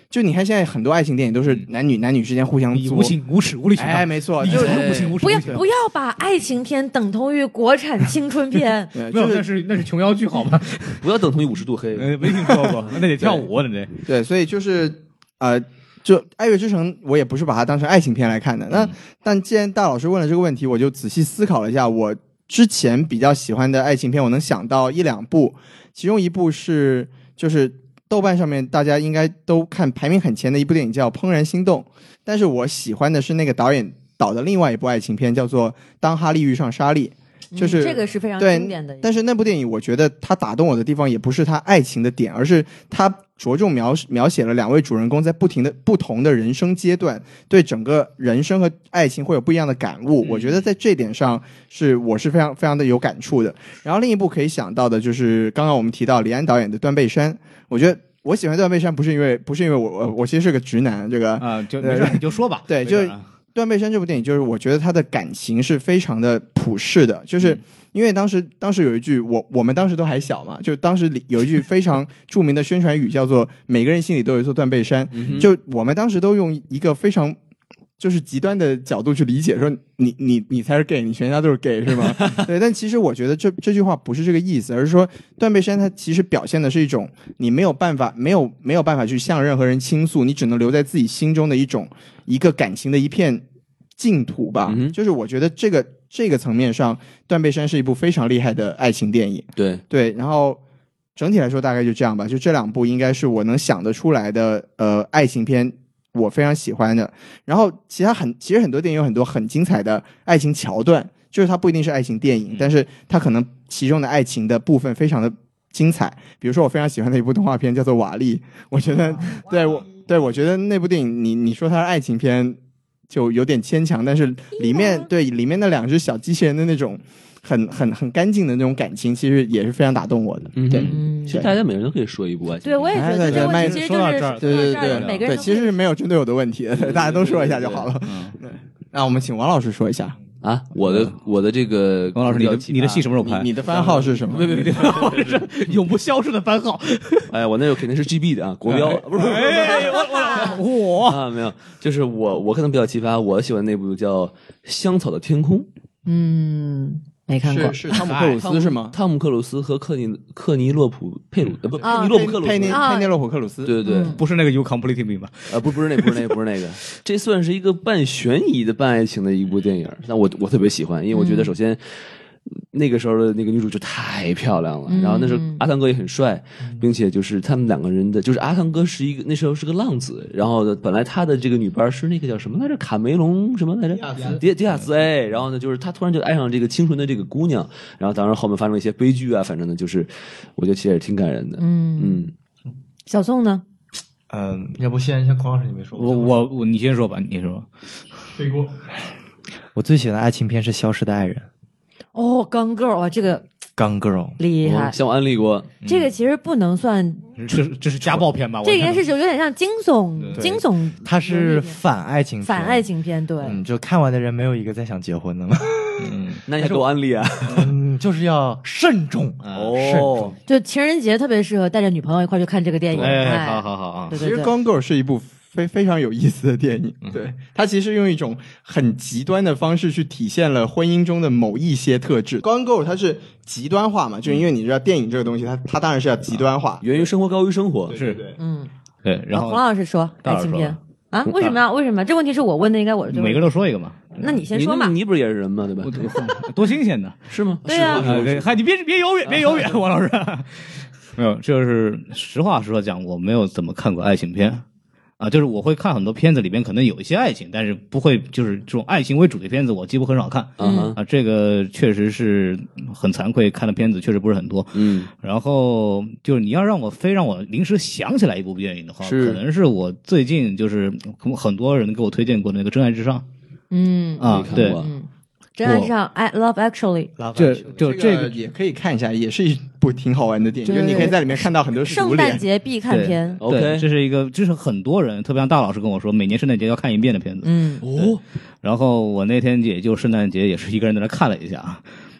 就你看现在很多爱情电影都是男女之间互相作你无情无耻无理取闹， 哎，没错， 你就是无情无耻不要无理取闹不要把爱情片等同于国产青春片。 对没有， 就是那是琼瑶剧好吗？ 不要等同于50度黑。 没听说过，那得跳舞，那得。 对，所以就是就《爱乐之城》，我也不是把它当成爱情片来看的。但既然大老师问了这个问题，我就仔细思考了一下，我之前比较喜欢的爱情片，我能想到1、2部，其中一部是就是豆瓣上面大家应该都看排名很前的一部电影叫《怦然心动》，但是我喜欢的是那个导演导的另外一部爱情片，叫做《当哈利遇上莎莉》。就是这个是非常对经典的一个， 但是那部电影我觉得它打动我的地方也不是它爱情的点，而是它着重描写了2位主人公在不同的人生阶段对整个人生和爱情会有不一样的感悟。我觉得在这点上我是非常非常的有感触的。然后另一部可以想到的就是刚刚我们提到李安导演的《断背山》，我觉得我喜欢断背山不是因为我其实是个直男，这个就没事你就说吧。 对，就是断背山这部电影，就是我觉得他的感情是非常的普世的，就是因为当时有一句我们当时都还小嘛，就当时有一句非常著名的宣传语叫做每个人心里都有一座断背山，就我们当时都用一个非常就是极端的角度去理解，说你才是 gay， 你全家都是 gay 是吗？对，但其实我觉得这句话不是这个意思，而是说断背山它其实表现的是一种你没有办法去向任何人倾诉，你只能留在自己心中的一个感情的一片净土吧。就是我觉得这个层面上，断背山是一部非常厉害的爱情电影。对，然后整体来说大概就这样吧，就这2部应该是我能想得出来的爱情片。我非常喜欢的，然后其实很多电影有很多很精彩的爱情桥段，就是它不一定是爱情电影，但是它可能其中的爱情的部分非常的精彩。比如说我非常喜欢的一部动画片叫做《瓦力》，我觉得我觉得那部电影你说它是爱情片就有点牵强，但是里面那2只小机器人的那种很干净的那种感情，其实也是非常打动我的。对， 其实大家每人都可以说一部爱情片。 对，我也觉得这个问题其实就是对每个人其实是没有针对我的问题的，大家都说一下就好了。对，那我们请王老师说一下啊，我的这个王老师，你的戏什么时候拍？ 你的番号是什么？ 你的番号是永不消失的番号。 哎，我那个肯定是 GB 的啊，国标。不是， 我啊，没有，就是我可能比较奇葩，我喜欢那部叫《香草的天空》。 没看过， 是汤姆克鲁斯是吗？ 汤姆克鲁斯和克尼洛普佩鲁不佩尼洛普克鲁斯， 佩内洛普克鲁斯， 对对对， 不是那个 You Complete Me 吧？ 不是那个，这算是一个半悬疑的半爱情的一部电影。但我特别喜欢，因为我觉得首先。那个时候的那个女主就太漂亮了，然后那时候阿汤哥也很帅，并且就是他们2个人的，就是阿汤哥那时候是个浪子，然后本来他的这个女伴是那个叫什么来着，卡梅隆什么来着，迪亚斯，哎，然后呢就是他突然就爱上这个清纯的这个姑娘，然后当然后面发生了一些悲剧啊，反正呢就是我觉得其实也挺感人的。 小宋呢？ 要不先孔老师你没说， 我你先说吧，你说。 背锅。我最喜欢的爱情片是《消失的爱人》。 哦，钢 girl 啊，这个钢 girl 厉害， 向我安利过。 这个其实不能算， 这是家暴片吧？ 这应该是有点像惊悚， 它是反爱情片，对， 就看完的人没有一个再想结婚的了。 那你还给我安利啊？ 就是要慎重慎重。 就情人节特别适合带着女朋友一块去看这个电影。 好啊！ 对， 其实《钢 girl》是一部非常有意思的电影，对，它其实用一种很极端的方式去体现了婚姻中的某一些特质。Gone Girl 它是极端化嘛，就是因为你知道电影这个东西，它当然是要极端化， 源于生活高于生活， 是， 对。然后洪老师说爱情片啊，为什么呀？为什么？这问题是我问的，应该我是每个人都说一个嘛。 那你先说嘛， 你不是也是人吗？对吧？ 多新鲜的， 是吗？ 对呀， 嗨，你别犹豫，王老师。没有，就是实话实说讲，我没有怎么看过爱情片。就是我会看很多片子，里边可能有一些爱情，但是不会就是这种爱情为主的片子，我几乎很少看。这个确实是很惭愧，看的片子确实不是很多。然后就是你要让我临时想起来一部电影的话，可能是我最近就是很多人给我推荐过的那个《真爱至上》。对。 真爱至上 ，Love Actually， 这个也可以看一下，也是一部挺好玩的电影，就你可以在里面看到很多圣诞节必看片。 对，这是很多人，特别像大老师跟我说，每年圣诞节要看一遍的片子。然后我那天也就圣诞节也是一个人在那看了一下，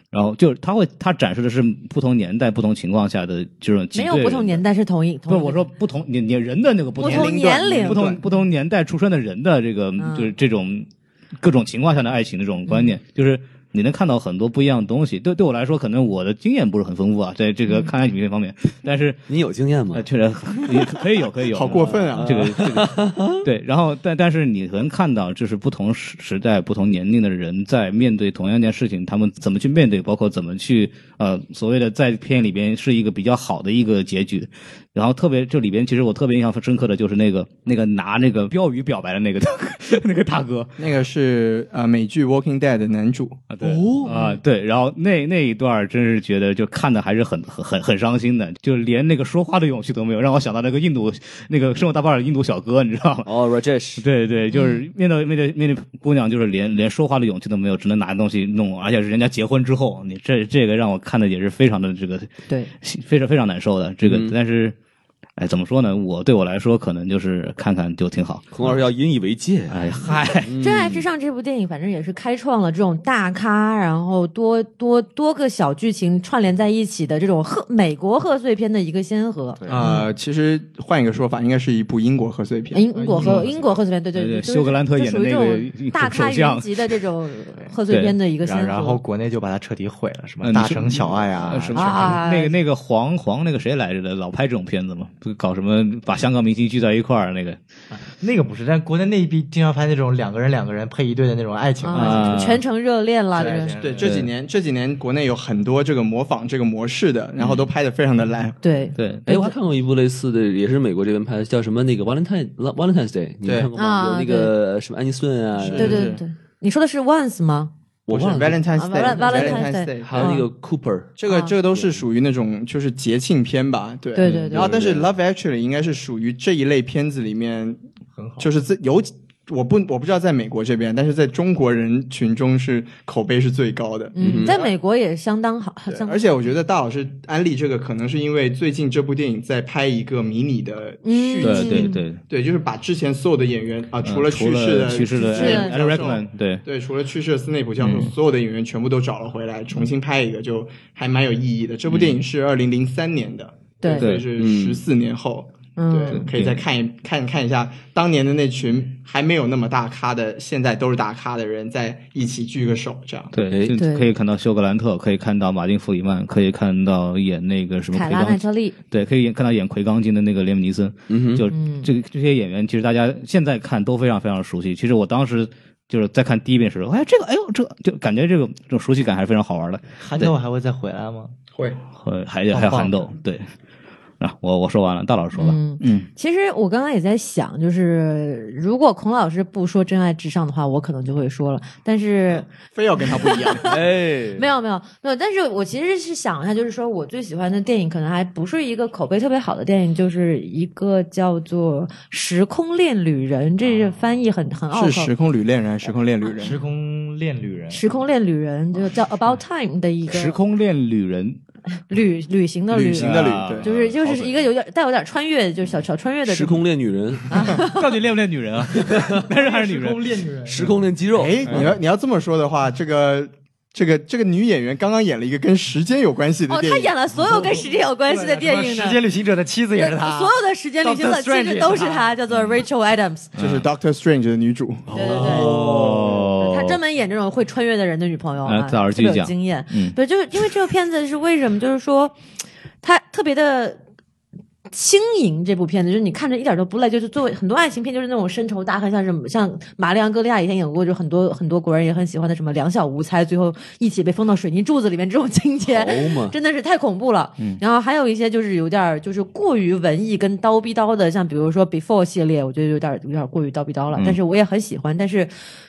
然后就是他展示的是不同年代、不同情况下的这种没有不同年代是同一， 不是我说不同你人的那个不同年龄不同年代出生的人的这个就是这种各种情况下的爱情的这种观念，就是你能看到很多不一样的东西。对我来说，可能我的经验不是很丰富啊，在这个看爱情片方面，但是你有经验吗？ 确实可以有， 好过分啊！ 这个对，然后但是你能看到，就是不同时代、不同年龄的人在面对同样一件事情，他们怎么去面对，包括怎么去所谓的在片里边是一个比较好的一个结局。然后特别这里边，其实我特别印象深刻的就是那个拿那个标语表白的那个那个大哥， 那个是美剧《Walking Dead》的男主啊，对对，然后那一段真是觉得就看的还是很伤心的，就连那个说话的勇气都没有，让我想到那个印度那个生活大爆炸的印度小哥，你知道吗？ 哦 Rajesh， 对，就是面对姑娘，就是连说话的勇气都没有，只能拿东西弄，而且是人家结婚之后，你这个让我看的也是非常的这个对， 非常难受的这个，但是。哎，怎么说呢？对我来说，可能就是看看就挺好。 孔老师要引以为戒。 哎嗨， 真爱至上这部电影，反正也是开创了这种大咖，然后多个小剧情串联在一起的这种美国贺岁片的一个先河。 其实换一个说法，应该是一部英国贺岁片。 英国贺岁片，对， 休格兰特演的那个大咖云集的这种贺岁片的一个先河。 然后国内就把它彻底毁了，什么大城小爱啊， 什么那个黄那个谁来着的，老拍这种片子嘛。搞什么把香港明星聚在一块儿那个不是，但国内那一批经常拍那种两个人配一对的那种爱情全程热恋啦。 对，这几年国内有很多这个模仿这个模式的，然后都拍得非常的烂。 对， 哎，我还看过一部类似的，也是美国这边拍的，叫什么那个 Valentine's Day， 你看过吗？有那个什么安妮孙啊， 对，你说的是 Once 吗？ 我是 Valentine's Day， 还有那个 Cooper， 这个都是属于那种就是节庆片吧，对。然后但是 Love Actually 应该是属于这一类片子里面很好，就是我不知道在美国这边，但是在中国人群中是口碑是最高的。 在美国也相当好， 而且我觉得大老师安利这个，可能是因为最近这部电影在拍一个迷你的续集，对，就是把之前所有的演员啊，除了去世的 Alan Rickman， 对， 除了去世的斯内普教授，所有的演员全部都找了回来，重新拍一个，就还蛮有意义的。这部电影是2003年的，对，所以是14年后。对，可以再看一下当年的那群还没有那么大咖的，现在都是大咖的人在一起聚个手，这样。 对，可以看到休格兰特，可以看到马丁·弗里曼，可以看到演那个什么凯拉奈特利， 对，可以看到演魁罡金的那个连姆尼森。就这些演员，其实大家现在看都非常非常熟悉。其实我当时就是在看第一遍的时候，这就感觉这种熟悉感还是非常好玩的。 韩豆还会再回来吗？ 会， 还有韩豆，对。我说完了，大老师说吧。 其实我刚刚也在想，就是如果孔老师不说真爱至上的话，我可能就会说了，但是非要跟他不一样。 没有，但是我其实是想一下，就是说我最喜欢的电影可能还不是一个口碑特别好的电影，就是一个叫做《时空恋旅人》，这是翻译很拗口。 是时空旅恋人还是时空恋旅人？ 时空恋旅人， 时空恋旅人就叫 About Time 的一个时空恋旅人。 旅行的旅， 对， 就是一个有点穿越，就是小穿越的时空恋女人， 到底恋不恋女人啊？男人还是女人？ 时空恋女人， 时空恋肌肉。 哎，你要这么说的话，这个女演员刚刚演了一个跟时间有关系的电影。 她演了所有跟时间有关系的电影呢。 时间旅行者的妻子也是她， 所有的时间旅行者其实都是她，叫做 Rachel Adams， 就是 Doctor Strange 的女主。 对，她专门演这种会穿越的人的女朋友啊，特别有经验。对，就是因为这个片子是为什么？就是说她特别的轻盈，这部片子就是你看着一点都不累，就是作为很多爱情片就是那种深仇大恨，像玛丽昂·歌利亚以前演过，就很多国人也很喜欢的什么两小无猜，最后一起被封到水泥柱子里面这种情节，真的是太恐怖了。然后还有一些就是有点就是过于文艺跟刀逼刀的，像比如说 Before 系列，我觉得有点过于刀逼刀了，但是我也很喜欢。但是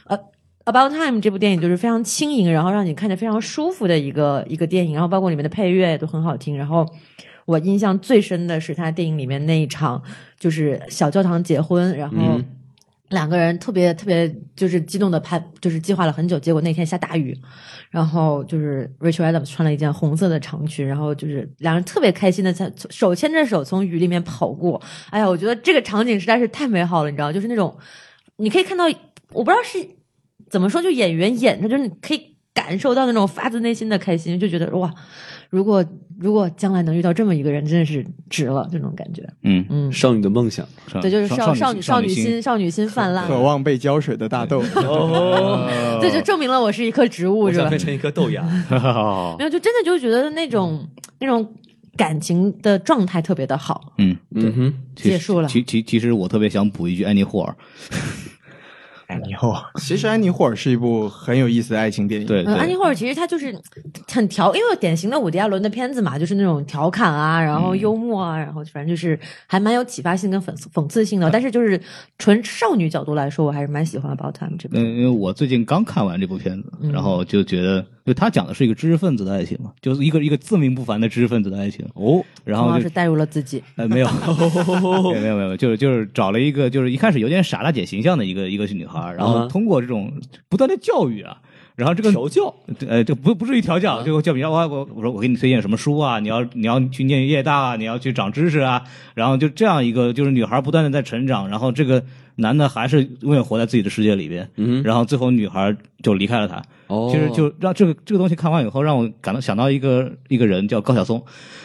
About Time 这部电影就是非常轻盈，然后让你看着非常舒服的一个电影，然后包括里面的配乐都很好听。然后我印象最深的是他电影里面那一场，就是小教堂结婚，然后两个人特别就是激动的就是计划了很久，结果那天下大雨，然后就是 Rachel Adams 穿了一件红色的长裙，然后就是两人特别开心的手牵着手从雨里面跑过。哎呀，我觉得这个场景实在是太美好了，你知道，就是那种你可以看到，我不知道是怎么说，就演员演的，就是你可以感受到那种发自内心的开心，就觉得哇，如果将来能遇到这么一个人，真的是值了这种感觉。 少女的梦想， 对，就是少女心， 少女心泛滥， 渴望被浇水的大豆。 对，就证明了我是一棵植物，是吧？ 我想变成一颗豆芽。 没有，就真的就觉得那种感情的状态特别的好。结束了。 其实我特别想补一句安妮霍尔。 安妮霍尔，其实安妮霍尔是一部很有意思的爱情电影。 对， 安妮霍尔其实它就是很因为典型的伍迪·艾伦的片子嘛，就是那种调侃啊，然后幽默啊，然后反正就是还蛮有启发性跟讽刺性的。但是就是纯少女角度来说，我还是蛮喜欢《About Time》这部。 因为我最近刚看完这部片子，然后就觉得，就他讲的是一个知识分子的爱情嘛，就是一个自命不凡的知识分子的爱情。然后是带入了自己。 没有，没有，就是找了一个就是一开始有点傻大姐形象的一个女孩。然后通过这种不断的教育啊，然后这个调教， 这不至于调教，就叫比较我说我给你推荐什么书啊，你要去念夜大啊，你要去长知识啊，然后就这样一个就是女孩不断的在成长，然后这个男的还是永远活在自己的世界里边，然后最后女孩就离开了他。其实就让这个东西看完以后，让我想到一个人叫高晓松。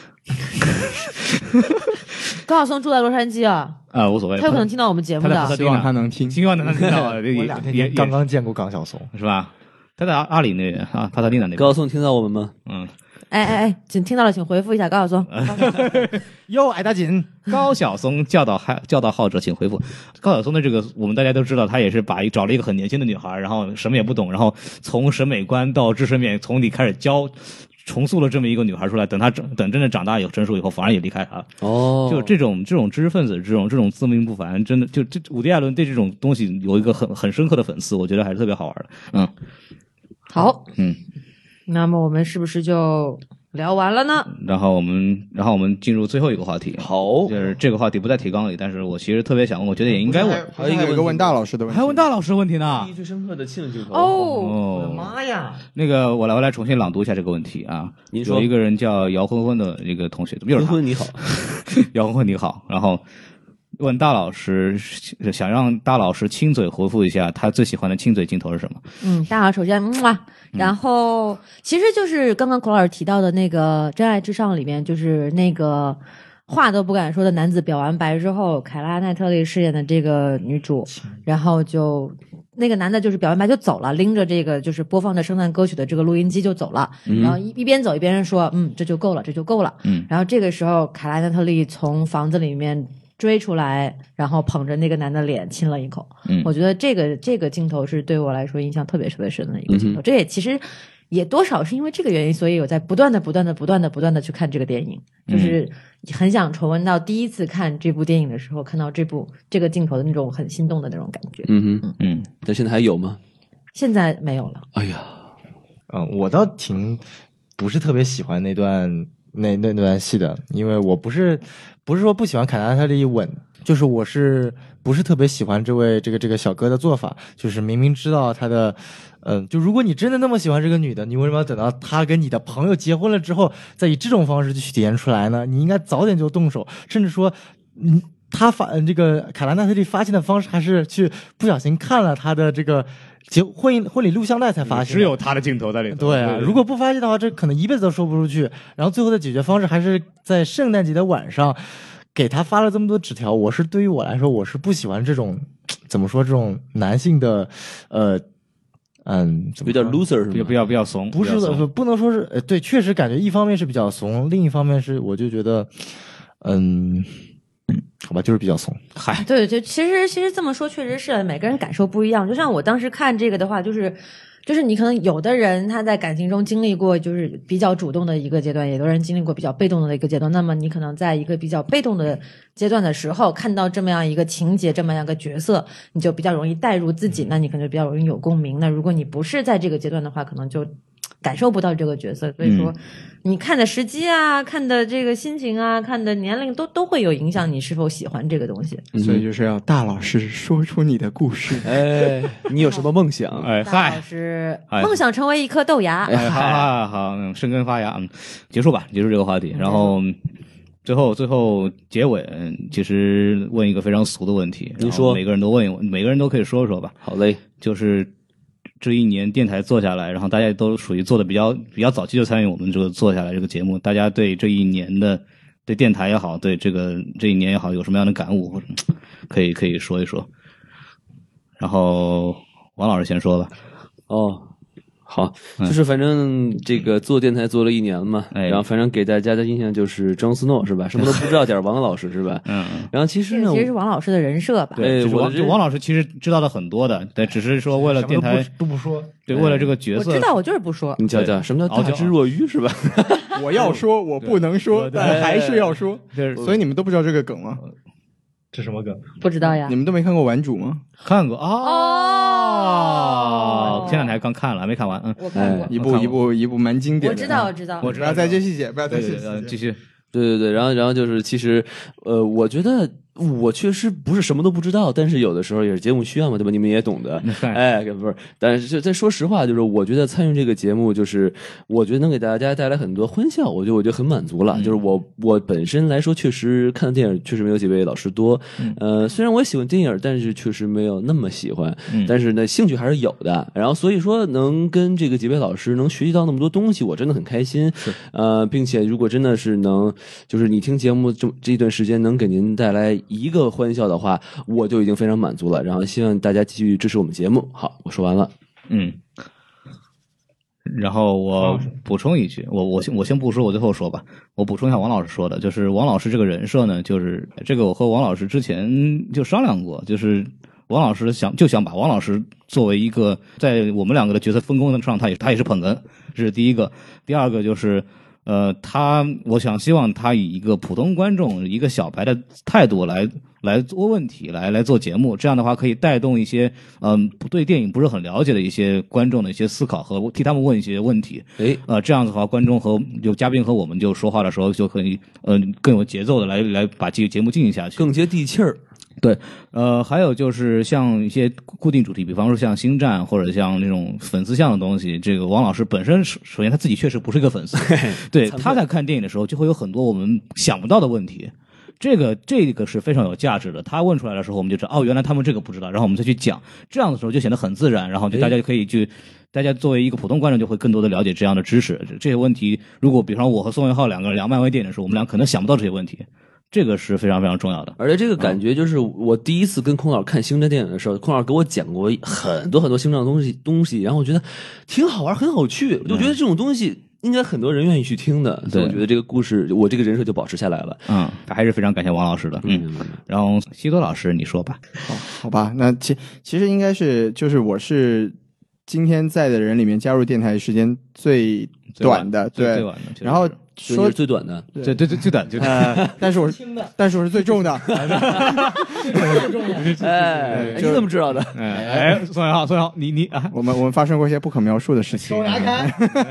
高晓松住在洛杉矶啊， 无所谓， 他有可能听到我们节目的， 希望他能听， 希望他听到。 我2天刚刚见过高晓松， 是吧？他在阿里那边啊，帕萨蒂娜那边。 高晓松听到我们吗？ 哎，请听到了，请回复一下高晓松。 哟，矮大紧， 高晓松教导好者，请回复。高晓松的这个，我们大家都知道，他也是找了一个很年轻的女孩，然后什么也不懂，然后从审美观到知识面，从里开始教。重塑了这么一个女孩出来，等真正长大有成熟以后，反而也离开她了。就这种知识分子，这种自命不凡，真的就伍迪·艾伦对这种东西有一个很深刻的粉丝，我觉得还是特别好玩的。 好，那么我们是不是就聊完了呢？ 然后我们进入最后一个话题。 好， 就是这个话题不在提纲里，但是我其实特别想问，我觉得也应该问。 还有一个问大老师的问题， 还问大老师问题呢？ 记忆最深刻的亲吻镜头。 我的妈呀！ 那个我来重新朗读一下这个问题啊。 您说， 有一个人叫姚昏昏的一个同学， 昏昏你好， 姚昏昏你好，然后问大老师，想让大老师亲嘴回复一下他最喜欢的亲嘴镜头是什么？ 大家首先然后其实就是刚刚孔老师提到的那个《真爱至上》里面，就是那个话都不敢说的男子表完白之后，凯拉奈特利饰演的这个女主，然后就那个男的就是表完白就走了，拎着这个就是播放着圣诞歌曲的这个录音机就走了，然后一边走一边说这就够了，这就够了。然后这个时候凯拉奈特利从房子里面追出来，然后捧着那个男的脸亲了一口。我觉得这个镜头是对我来说印象特别特别深的一个镜头。这也其实也多少是因为这个原因，所以我在不断的去看这个电影，就是很想重温到第一次看这部电影的时候，看到这个镜头的那种很心动的那种感觉。 但现在还有吗？ 现在没有了。 哎呀， 我倒不是特别喜欢那段戏的，因为我不是说不喜欢凯拉奈特利吻，就是我不是特别喜欢这个小哥的做法，就是明明知道他的，就如果你真的那么喜欢这个女的，你为什么要等到他跟你的朋友结婚了之后，再以这种方式去体现出来呢？你应该早点就动手，甚至说，他这个凯拉奈特利发现的方式还是去不小心看了他的这个婚礼录像带才发现， 只有他的镜头在里头。 对啊，如果不发现的话，这可能一辈子都说不出去。然后最后的解决方式还是在圣诞节的晚上给他发了这么多纸条。对于我来说，我是不喜欢这种怎么说这种男性的有点 loser 是吗？ 比较怂， 不是不能说是对，确实感觉一方面是比较怂，另一方面是我就觉得好吧，就是比较怂。 嗨， 对，就其实这么说确实是每个人感受不一样。就像我当时看这个的话，就是你可能有的人他在感情中经历过就是比较主动的一个阶段，有的人经历过比较被动的一个阶段。那么你可能在一个比较被动的阶段的时候，看到这么样一个情节，这么样一个角色，你就比较容易带入自己，那你可能比较容易有共鸣。那如果你不是在这个阶段的话，可能就感受不到这个角色。所以说你看的时机啊，看的这个心情啊，看的年龄都会有影响你是否喜欢这个东西。 所以就是要大老师说出你的故事。 你有什么梦想？ 大老师梦想成为一颗豆芽。 好，生根发芽。结束这个话题。然后最后结尾，其实问一个非常俗的问题， 您说， 每个人都问一问，每个人都可以说说吧。 好嘞， 就是这一年电台做下来，然后大家都属于做的比较早期就参与我们这个做下来这个节目，大家对这一年的对电台也好，对这一年也好，有什么样的感悟，或者可以说一说。然后王老师先说吧。 哦，好，就是反正这个做电台做了1年嘛，然后反正给大家的印象就是张思诺是吧？什么都不知道点王老师是吧？然后其实呢， 其实是王老师的人设吧？ 对， 王老师其实知道的很多的，对，只是说为了电台都不说， 对，为了这个角色， 我知道，我就是不说。 你讲什么叫大智若愚是吧？ 我要说，我不能说，但还是要说。所以你们都不知道这个梗吗？ 这什么梗？ 不知道呀。 你们都没看过《玩主》吗？ 看过前2台刚看了，还没看完。 我看过一部蛮经典的。 我知道。 我不要再接细节，不要再接细节， 继续。 对，然后就是其实我觉得我确实不是什么都不知道，但是有的时候也是节目需要嘛，对吧？你们也懂得，哎，不是，但是再说实话，就是我觉得参与这个节目，就是我觉得能给大家带来很多欢笑，我觉得很满足了。就是我本身来说，确实看的电影确实没有几位老师多，虽然我喜欢电影，但是确实没有那么喜欢，但是呢，兴趣还是有的。然后所以说，能跟这个几位老师能学习到那么多东西，我真的很开心。并且如果真的是能，就是你听节目这一段时间能给您带来一个欢笑的话，我就已经非常满足了。然后希望大家继续支持我们节目。好，我说完了。 然后我补充一句，我先不说，我最后说吧。我补充一下王老师说的，就是王老师这个人设呢，就是这个我和王老师之前就商量过，就是王老师想把王老师作为一个在我们两个的角色分工上，他也是捧哏，这是第一个。第二个就是我希望他以一个普通观众、一个小白的态度来做问题，来做节目。这样的话，可以带动一些对电影不是很了解的一些观众的一些思考和替他们问一些问题。这样的话，观众和有嘉宾和我们就说话的时候就可以更有节奏的来把这个节目进行下去， 更接地气儿。 对，还有就是像一些固定主题，比方说像星战或者像那种粉丝向的东西，这个王老师本身首先他自己确实不是一个粉丝，对，他在看电影的时候就会有很多我们想不到的问题，这个是非常有价值的。他问出来的时候，我们就知道原来他们这个不知道，然后我们再去讲，这样的时候就显得很自然，然后就大家就可以去。大家作为一个普通观众就会更多的了解这样的知识，这些问题如果比方说我和宋元浩两个人聊漫威电影的时候，我们俩可能想不到这些问题，这个是非常非常重要的。 而且这个感觉就是我第一次跟孔老看星战电影的时候，孔老给我讲过很多星战的东西，然后我觉得挺好玩很好趣，我就觉得这种东西应该很多人愿意去听的，所以我觉得这个故事我这个人设就保持下来了。 还是非常感谢王老师的。然后西多老师你说吧。 好吧，那其实应该是就是我是今天在的人里面加入电台时间最短的，对， 最晚的。 然后说最短的， 对，最短， 但是我是最重的， 你怎么知道的？ 宋元浩，你啊， 我们发生过一些不可描述的事情。手拿开，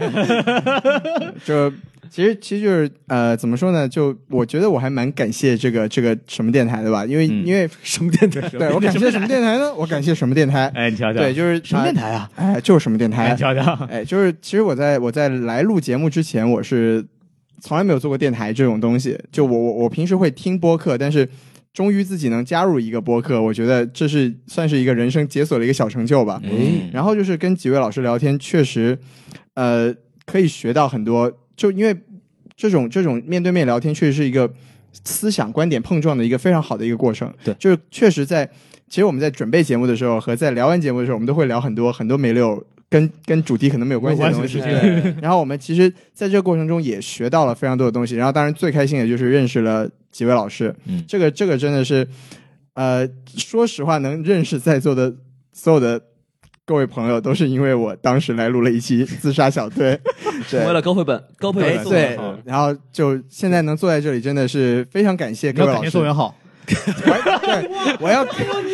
就其实就是怎么说呢？就我觉得我还蛮感谢这个什么电台的吧，因为什么电台？ 对我感谢什么电台呢？我感谢什么电台？ 哎，你瞧瞧， 对，就是什么电台啊？ 哎，就是什么电台？ 你瞧瞧， 哎，就是其实我在来录节目之前，我是从来没有做过电台这种东西。就我平时会听播客，但是终于自己能加入一个播客，我觉得这是算是一个人生解锁的一个小成就吧。然后就是跟几位老师聊天，确实可以学到很多。就因为这种面对面聊天，确实是一个思想观点碰撞的一个非常好的一个过程。 对， 就是确实其实我们在准备节目的时候和在聊完节目的时候，我们都会聊很多没有跟主题可能没有关系的东西。然后我们其实在这个过程中也学到了非常多的东西。然后当然最开心的就是认识了几位老师。这个真的是说实话，能认识在座的所有的各位朋友，都是因为我当时来录了一期自杀小队， 成为了高配本。 对，然后就现在能坐在这里，真的是非常感谢各位老师。 感谢宋元浩。 我要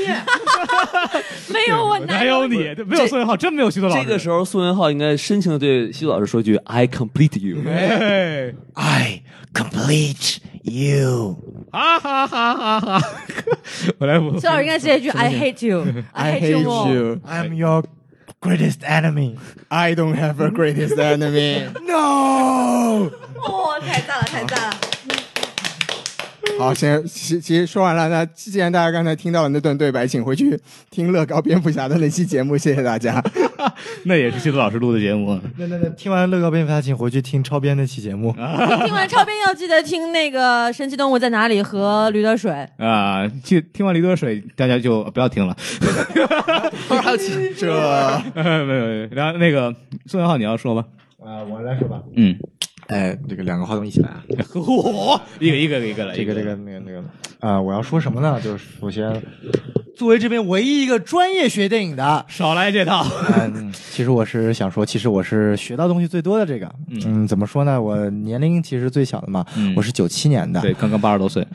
没有我， 哪有你？没有宋元浩，真没有西多老师。 这个时候，宋元浩应该深情的对西多老师说一句 ：“I complete you。” I complete you。 哈哈哈哈哈！我来补。 西老师应该接一句 “I hate you, I hate you more. I'm your greatest enemy. I don't have a greatest enemy. No。 哦，太赞了，太赞了。 好，其实说完了。那既然大家刚才听到了那段对白，请回去听乐高蝙蝠侠的那期节目，谢谢大家。 那也是西多老师录的节目那听完乐高编发，请回去听超编那期节目。 听完超编要记得听那个神奇动物在哪里和驴得水。 啊。听完驴得水，大家就不要听了。 还有没有。然后那个宋元浩，你要说吧？ 我来说吧。 嗯。 哎，这个两个话筒一起来啊！ 一个来。 这个我要说什么呢？就是首先，作为这边唯一一个专业学电影的， 少来这套。 其实我是想说，其实我是学到东西最多的这个。怎么说呢？我年龄其实最小的嘛，我是97年的， 对，刚刚80多岁。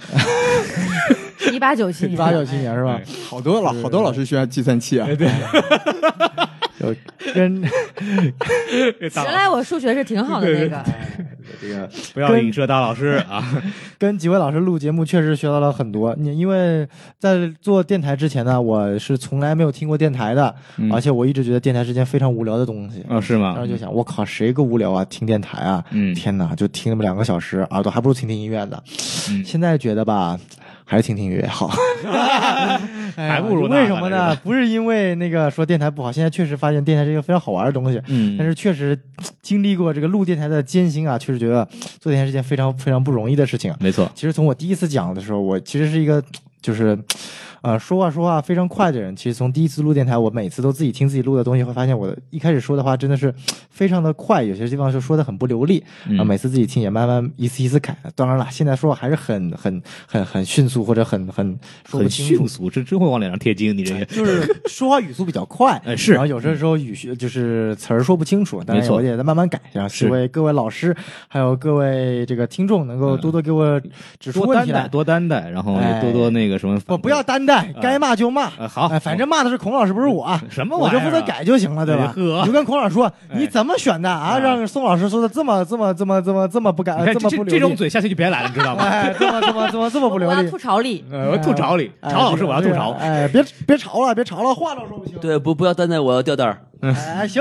1897 年是吧？ 好多老师需要计算器啊。 对。 就跟原来我数学是挺好的那个。 这个不要影射大老师啊！ 跟几位老师录节目，确实学到了很多。因为在做电台之前呢，我是从来没有听过电台的，而且我一直觉得电台是件非常无聊的东西。 是吗？ 然后就想，我靠，谁个无聊啊，听电台啊！天哪，就听那么2个小时，耳朵还不如听音乐呢。现在觉得吧，还是听音乐好。 还不如为什么呢？不是因为那个说电台不好，现在确实发现电台是一个非常好玩的东西。但是确实经历过这个录电台的艰辛啊，确实觉得做电台是件非常非常不容易的事情。 没错， 其实从我第一次讲的时候，我其实是一个就是说话非常快的人。其实从第一次录电台，我每次都自己听自己录的东西，会发现我一开始说的话真的是非常的快，有些地方就说的很不流利，每次自己听也慢慢一次一次改。当然了，现在说话还是很迅速，或者很说不清楚。 很迅速，这真会往脸上贴金。你这个就是说话语速比较快， 是。 然后有时候就是词儿说不清楚，但是我也在慢慢改。然后希望各位老师还有各位这个听众能够多多给我指出问题来， 多担待，然后也多多那个什么。 不要担待，该骂就骂。 好， 反正骂的是孔老师，不是我。 什么玩意儿？ 我就负责改就行了，对吧？你就跟孔老师说，你怎么选的啊？让宋老师说的这么不改，这么不流利。 这种嘴下去就别来了，你知道吗？ 这么不流利。 我要吐槽你， 我吐槽你，曹老师，我要吐槽。 别吵了，话都说不清。 对，不要担待，我要吊带儿。 行。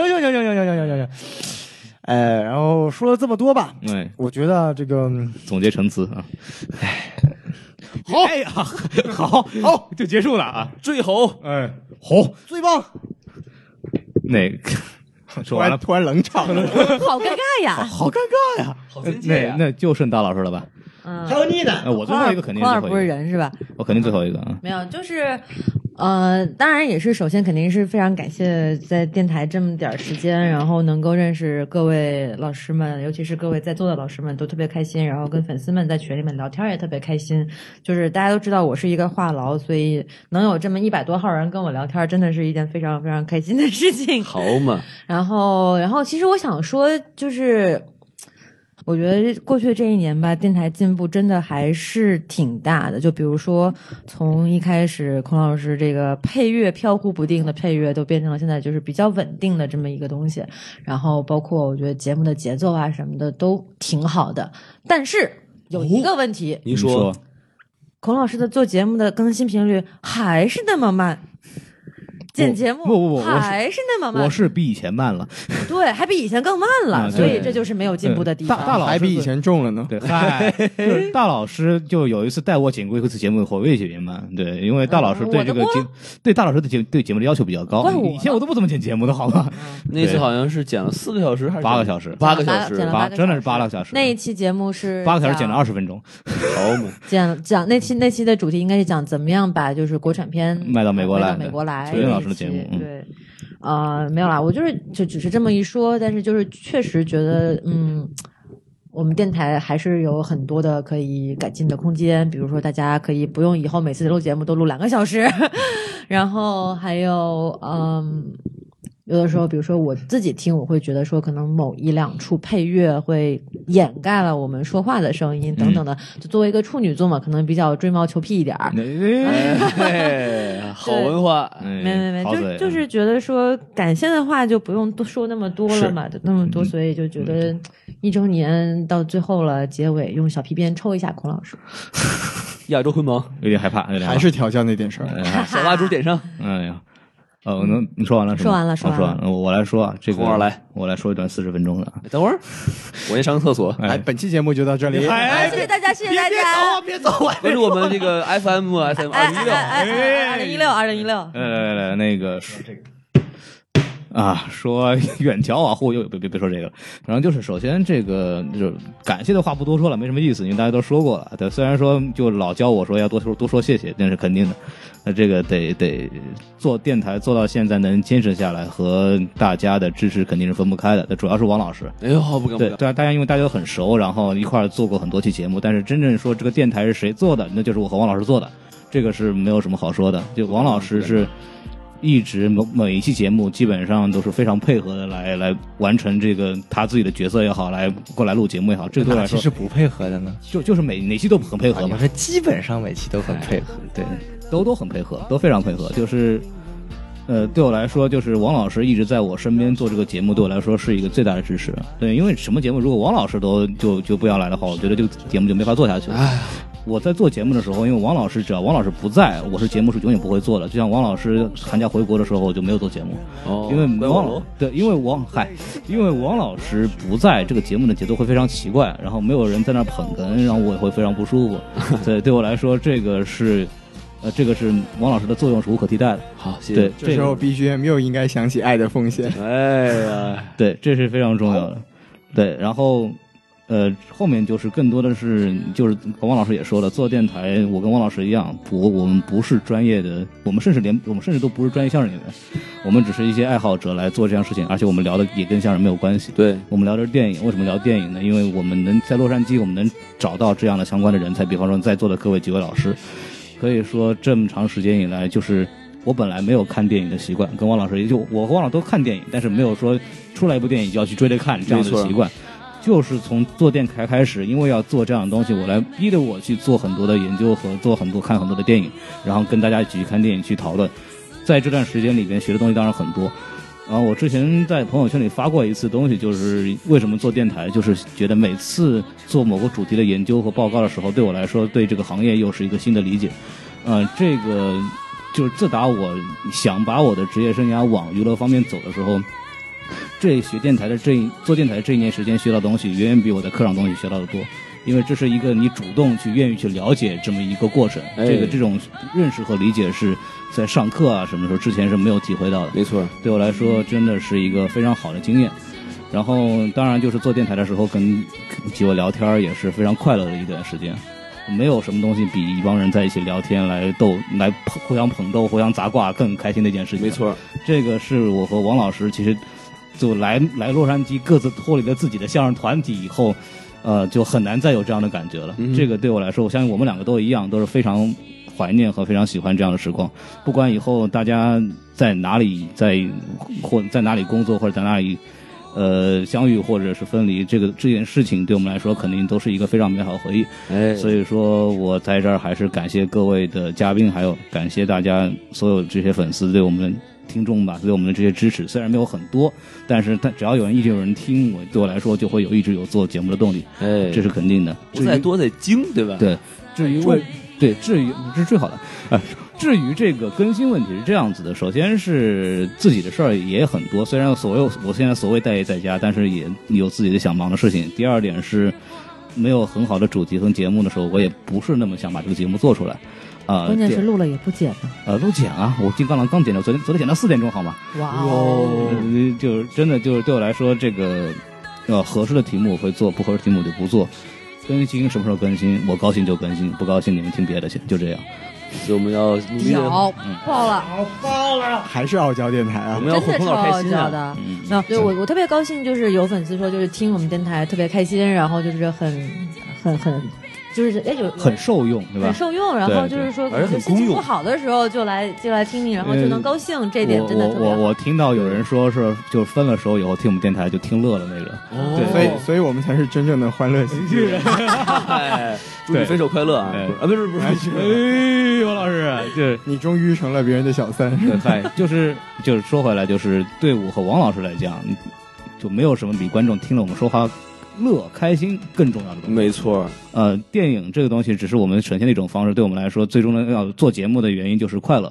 然后说了这么多吧，我觉得这个总结陈词啊。好，就结束了啊！ 最好， 好， 最棒。 那个说完了， 突然冷场了， 好尴尬呀， 好尴尬呀， 好亲切呀。 那就剩大老师了吧？ 还有你呢？ 我最后一个肯定是最后一个。 不是人是吧？ 我肯定最后一个啊。 没有，就是当然也是，首先肯定是非常感谢在电台这么点时间，然后能够认识各位老师们，尤其是各位在座的老师们都特别开心，然后跟粉丝们在群里面聊天也特别开心。就是大家都知道我是一个话痨，所以能有这么100多号人跟我聊天，真的是一件非常非常开心的事情。 好嘛。 然后其实我想说就是。我觉得过去这1年吧，电台进步真的还是挺大的。就比如说，从一开始孔老师这个配乐飘忽不定的配乐，都变成了现在就是比较稳定的这么一个东西。然后包括我觉得节目的节奏啊什么的都挺好的。但是有一个问题， 你说， 孔老师的做节目的更新频率还是那么慢。剪节目不还是那么慢， 我是比以前慢了， 对，还比以前更慢了，所以这就是没有进步的地方。 大老师还比以前重了呢。 对，就是大老师就有一次带我剪过一次节目，我也剪慢。对，因为大老师对这个对大老师对节目的要求比较高。以前我都不怎么剪节目的好吗？ 那次好像是剪了4个小时还是 8个小时 ？8个小时， 真的是8个小时。 那一期节目是 8个小时剪了20分钟。 好嘛， 讲那期的主题应该是讲怎么样把就是国产片卖到美国来。 崔老师的节目， 对。没有啦，我就只是这么一说，但是就是确实觉得，我们电台还是有很多的可以改进的空间，比如说大家可以不用以后每次录节目都录2个小时，然后还有有的时候比如说我自己听，我会觉得说可能某1、2处配乐会掩盖了我们说话的声音等等的，就作为一个处女座嘛，可能比较追毛求疵一点儿。 好文化， 没，就是觉得说感谢的话就不用多说那么多了嘛，那么多，所以就觉得1周年到最后了，结尾用小皮鞭抽一下孔老师。 亚洲昏盲， 有点害怕， 还是调教那点事儿。 小蜡烛点上， 哎呀。你说完了是吗？ 说完了。 我来说啊，这个我来说一段40分钟的。 等会儿，我先上个厕所。 本期节目就到这里。 谢谢大家，谢谢大家。 别走，关注我们这个 FM 2016。 2016。 来，那个啊，说远眺啊，或又别说这个，然后就是首先这个就感谢的话不多说了，没什么意思，因为大家都说过了。对，虽然说就老教我说要多说谢谢，那是肯定的。那这个得做电台做到现在能坚持下来，和大家的支持肯定是分不开的。那主要是王老师， 哎呦，不敢不对敢， 大家因为大家都很熟，然后一块儿做过很多期节目，但是真正说这个电台是谁做的，那就是我和王老师做的，这个是没有什么好说的。就王老师是一直每一期节目基本上都是非常配合的来完成这个他自己的角色也好，来过来录节目也好，这个对我来说哪期是不配合的呢？ 就是哪期都很配合嘛你，说基本上每期都很配合， 对，都很配合，都非常配合。就是对我来说，就是王老师一直在我身边做这个节目，对我来说是一个最大的支持。对，因为什么节目如果王老师就不要来的话，我觉得这个节目就没法做下去了。我在做节目的时候，因为王老师只要王老师不在，我是节目是永远不会做的。就像王老师寒假回国的时候，我就没有做节目，因为因为王老师不在，这个节目的节奏会非常奇怪，然后没有人在那捧哏，然后我也会非常不舒服。对我来说，这个是王老师的作用是无可替代的。 好，谢谢。 对， 这时候 BGM 又应该响起《爱的奉献》。 哎呀， 对，这是非常重要的。对，然后后面就是更多的是就是王老师也说了，做电台我跟王老师一样，我们不是专业的，我们甚至都不是专业相声演员，我们只是一些爱好者来做这样事情，而且我们聊的也跟相声没有关系。 对， 我们聊的是电影。为什么聊电影呢？因为我们能在洛杉矶，我们能找到这样的相关的人才，比方说在座的各位几位老师。可以说这么长时间以来，就是我本来没有看电影的习惯，跟王老师我和王老师都看电影，但是没有说出来一部电影就要去追着看这样的习惯。就是从做电台开始，因为要做这样的东西，我来逼着我去做很多的研究和看很多的电影，然后跟大家一起去看电影去讨论。在这段时间里边学的东西当然很多。然后我之前在朋友圈里发过一次东西，就是为什么做电台，就是觉得每次做某个主题的研究和报告的时候，对我来说对这个行业又是一个新的理解。这个就是自打我想把我的职业生涯往娱乐方面走的时候，学电台的做电台这一年时间学到的东西远远比我在课上东西学到的多，因为这是一个你主动去愿意去了解这么一个过程。这种认识和理解是在上课啊什么时候之前是没有体会到的。 没错， 对我来说真的是一个非常好的经验。然后当然就是做电台的时候跟几位聊天也是非常快乐的一段时间。没有什么东西比一帮人在一起聊天来互相捧逗互相砸挂更开心的一件事情。 没错，这个是我和王老师其实就来洛杉矶各自脱离了自己的相声团体以后，就很难再有这样的感觉了。这个对我来说，我相信我们两个都一样，都是非常怀念和非常喜欢这样的时光。不管以后大家在哪里在哪里工作或者在哪里相遇或者是分离，这件事情对我们来说肯定都是一个非常美好的回忆。所以说我在这儿还是感谢各位的嘉宾，还有感谢大家所有这些粉丝对我们听众吧，对我们的这些支持，虽然没有很多，但是只要一直有人听，对我来说就会一直有做节目的动力。这是肯定的。 不在多在精，对吧？ 对。至于这是最好的。至于这个更新问题是这样子的，首先是自己的事儿也很多，虽然我现在所谓待业在家，但是也有自己的想忙的事情。第二点是没有很好的主题和节目的时候，我也不是那么想把这个节目做出来。 关键是录了也不剪呢。录剪啊，我金刚狼刚剪到昨天剪到4点钟，好吗？ 哇哦！ 就是真的就是对我来说，这个合适的题目我会做，不合适的题目我就不做。更新什么时候更新，我高兴就更新，不高兴你们听别的去，就这样。 所以我们要努力的，爆了， 爆了， 还是傲娇电台啊！ 我们要哄老开心的。对我特别高兴，就是有粉丝说，就是听我们电台特别开心，然后就是很。就是很受用，对吧？ 很受用，然后就是说， 而且很心情不好的时候就来听你，然后就能高兴，这点真的特别好。 我听到有人说是就分了手以后听我们电台就听乐了那个， 对，所以我们才是真正的欢乐喜剧人。 祝你分手快乐啊！不是， 王老师，就是你终于成了别人的小三。 嗨，就是说回来，就是对我和王老师来讲，就没有什么比观众听了我们说话乐开心更重要的东西。 没错。 电影这个东西只是我们呈现的一种方式，对我们来说最终的要做节目的原因就是快乐。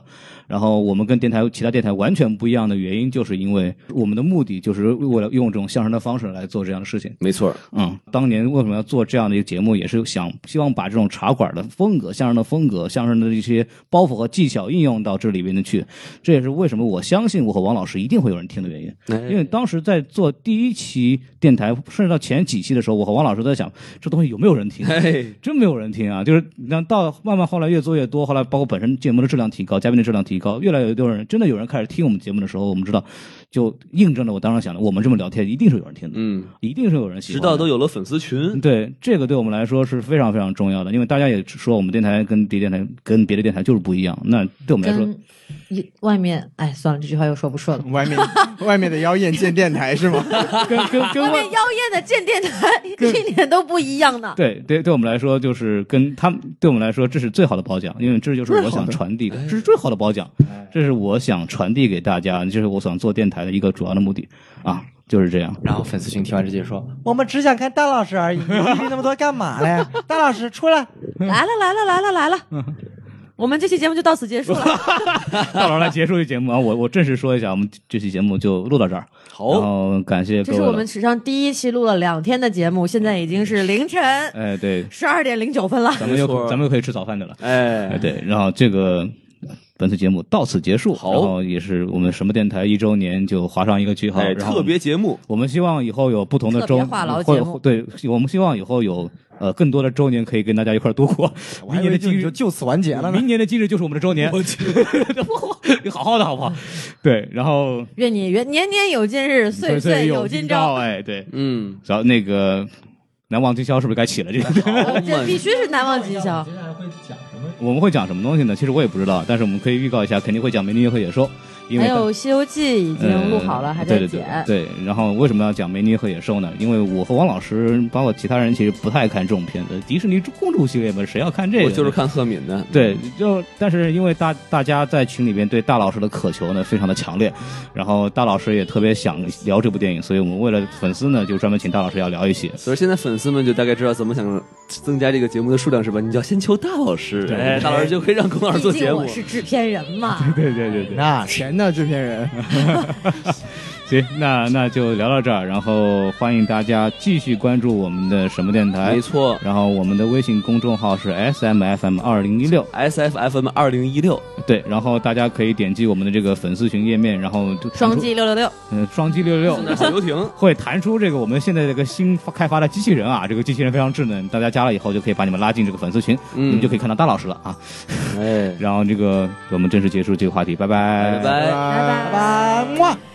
然后我们跟其他电台完全不一样的原因，就是因为我们的目的就是为了用这种相声的方式来做这样的事情。 没错， 当年为什么要做这样的一个节目，也是希望把这种茶馆的风格、相声的风格、相声的一些包袱和技巧应用到这里边的去。这也是为什么我相信我和王老师一定会有人听的原因。因为当时在做第1期电台，甚至到前几期的时候，我和王老师在想，这东西有没有人听？真没有人听啊！就是到慢慢后来越做越多，后来包括本身节目的质量提高，嘉宾的质量提高，越来越多人真的有人开始听我们节目的时候，我们知道就印证了我当时想的，我们这么聊天一定是有人听的，一定是有人喜欢的， 直到都有了粉丝群。 对，这个对我们来说是非常非常重要的，因为大家也说我们电台跟别的电台就是不一样，那对我们来说。 外面，哎，算了，这句话又说不顺了。 外面的妖艳见电台是吗？ 跟外面妖艳的见电台一点都不一样呢。 对，我们来说就是跟他们，对我们来说这是最好的褒奖，因为这就是我想传递的，这是最好的褒奖，这是我想传递给大家，这是我想做电台的一个主要的目的啊。就是这样。 然后粉丝群听完这些说，我们只想看大老师而已，你逼那么多干嘛嘞？大老师出来， 来了。我们这期节目就到此结束了。 大老师来结束这节目啊！我正式说一下，我们这期节目就录到这儿。 好， 然后感谢各位。 这是我们史上第1期录了2天的节目，现在已经是凌晨对 12点09分了。 咱们又可以吃早饭的了。对，然后这个本次节目到此结束。 好， 然后也是我们什么电台1周年就划上一个句号。 特别节目， 我们希望以后有不同的周话痨节目。 对，我们希望以后有。更多的周年可以跟大家一块度过。明年的今日就此完结了呢。 明年的今日就是我们的周年。你好好的好不好？对，然后愿你年年有今日，岁岁有今朝。 哎，对，然后那个难忘今宵是不是该起了？ 这必须是难忘今宵。 我们会讲什么东西呢？其实我也不知道，但是我们可以预告一下，肯定会讲《美女与野兽》。 还有《西游记》已经录好了，还在剪。 对，然后为什么要讲《美女和野兽》呢？因为我和王老师，包括其他人，其实不太看这种片子。迪士尼公主系列嘛，谁要看这个？ 我就是看赫敏的。 对，但是因为大家在群里边对大老师的渴求呢，非常的强烈，然后大老师也特别想聊这部电影，所以我们为了粉丝呢，就专门请大老师要聊一些。 所以现在粉丝们就大概知道怎么想增加这个节目的数量是吧？你就要先求大老师，大老师就可以让龚老师做节目。 毕竟我是制片人嘛。 对， 那钱的制片人。 行，那就聊到这儿，然后欢迎大家继续关注我们的什么电台， 没错。 然后我们的微信公众号是 SMFM2016 SFFM2016， 对，然后大家可以点击我们的这个粉丝群页面，然后双击666， 双击666， 小游艇会弹出这个我们现在这个新开发的机器人啊，这个机器人非常智能，大家加了以后就可以把你们拉进这个粉丝群，你们就可以看到大老师了啊。然后这个我们正式结束这个话题，拜拜。 拜拜。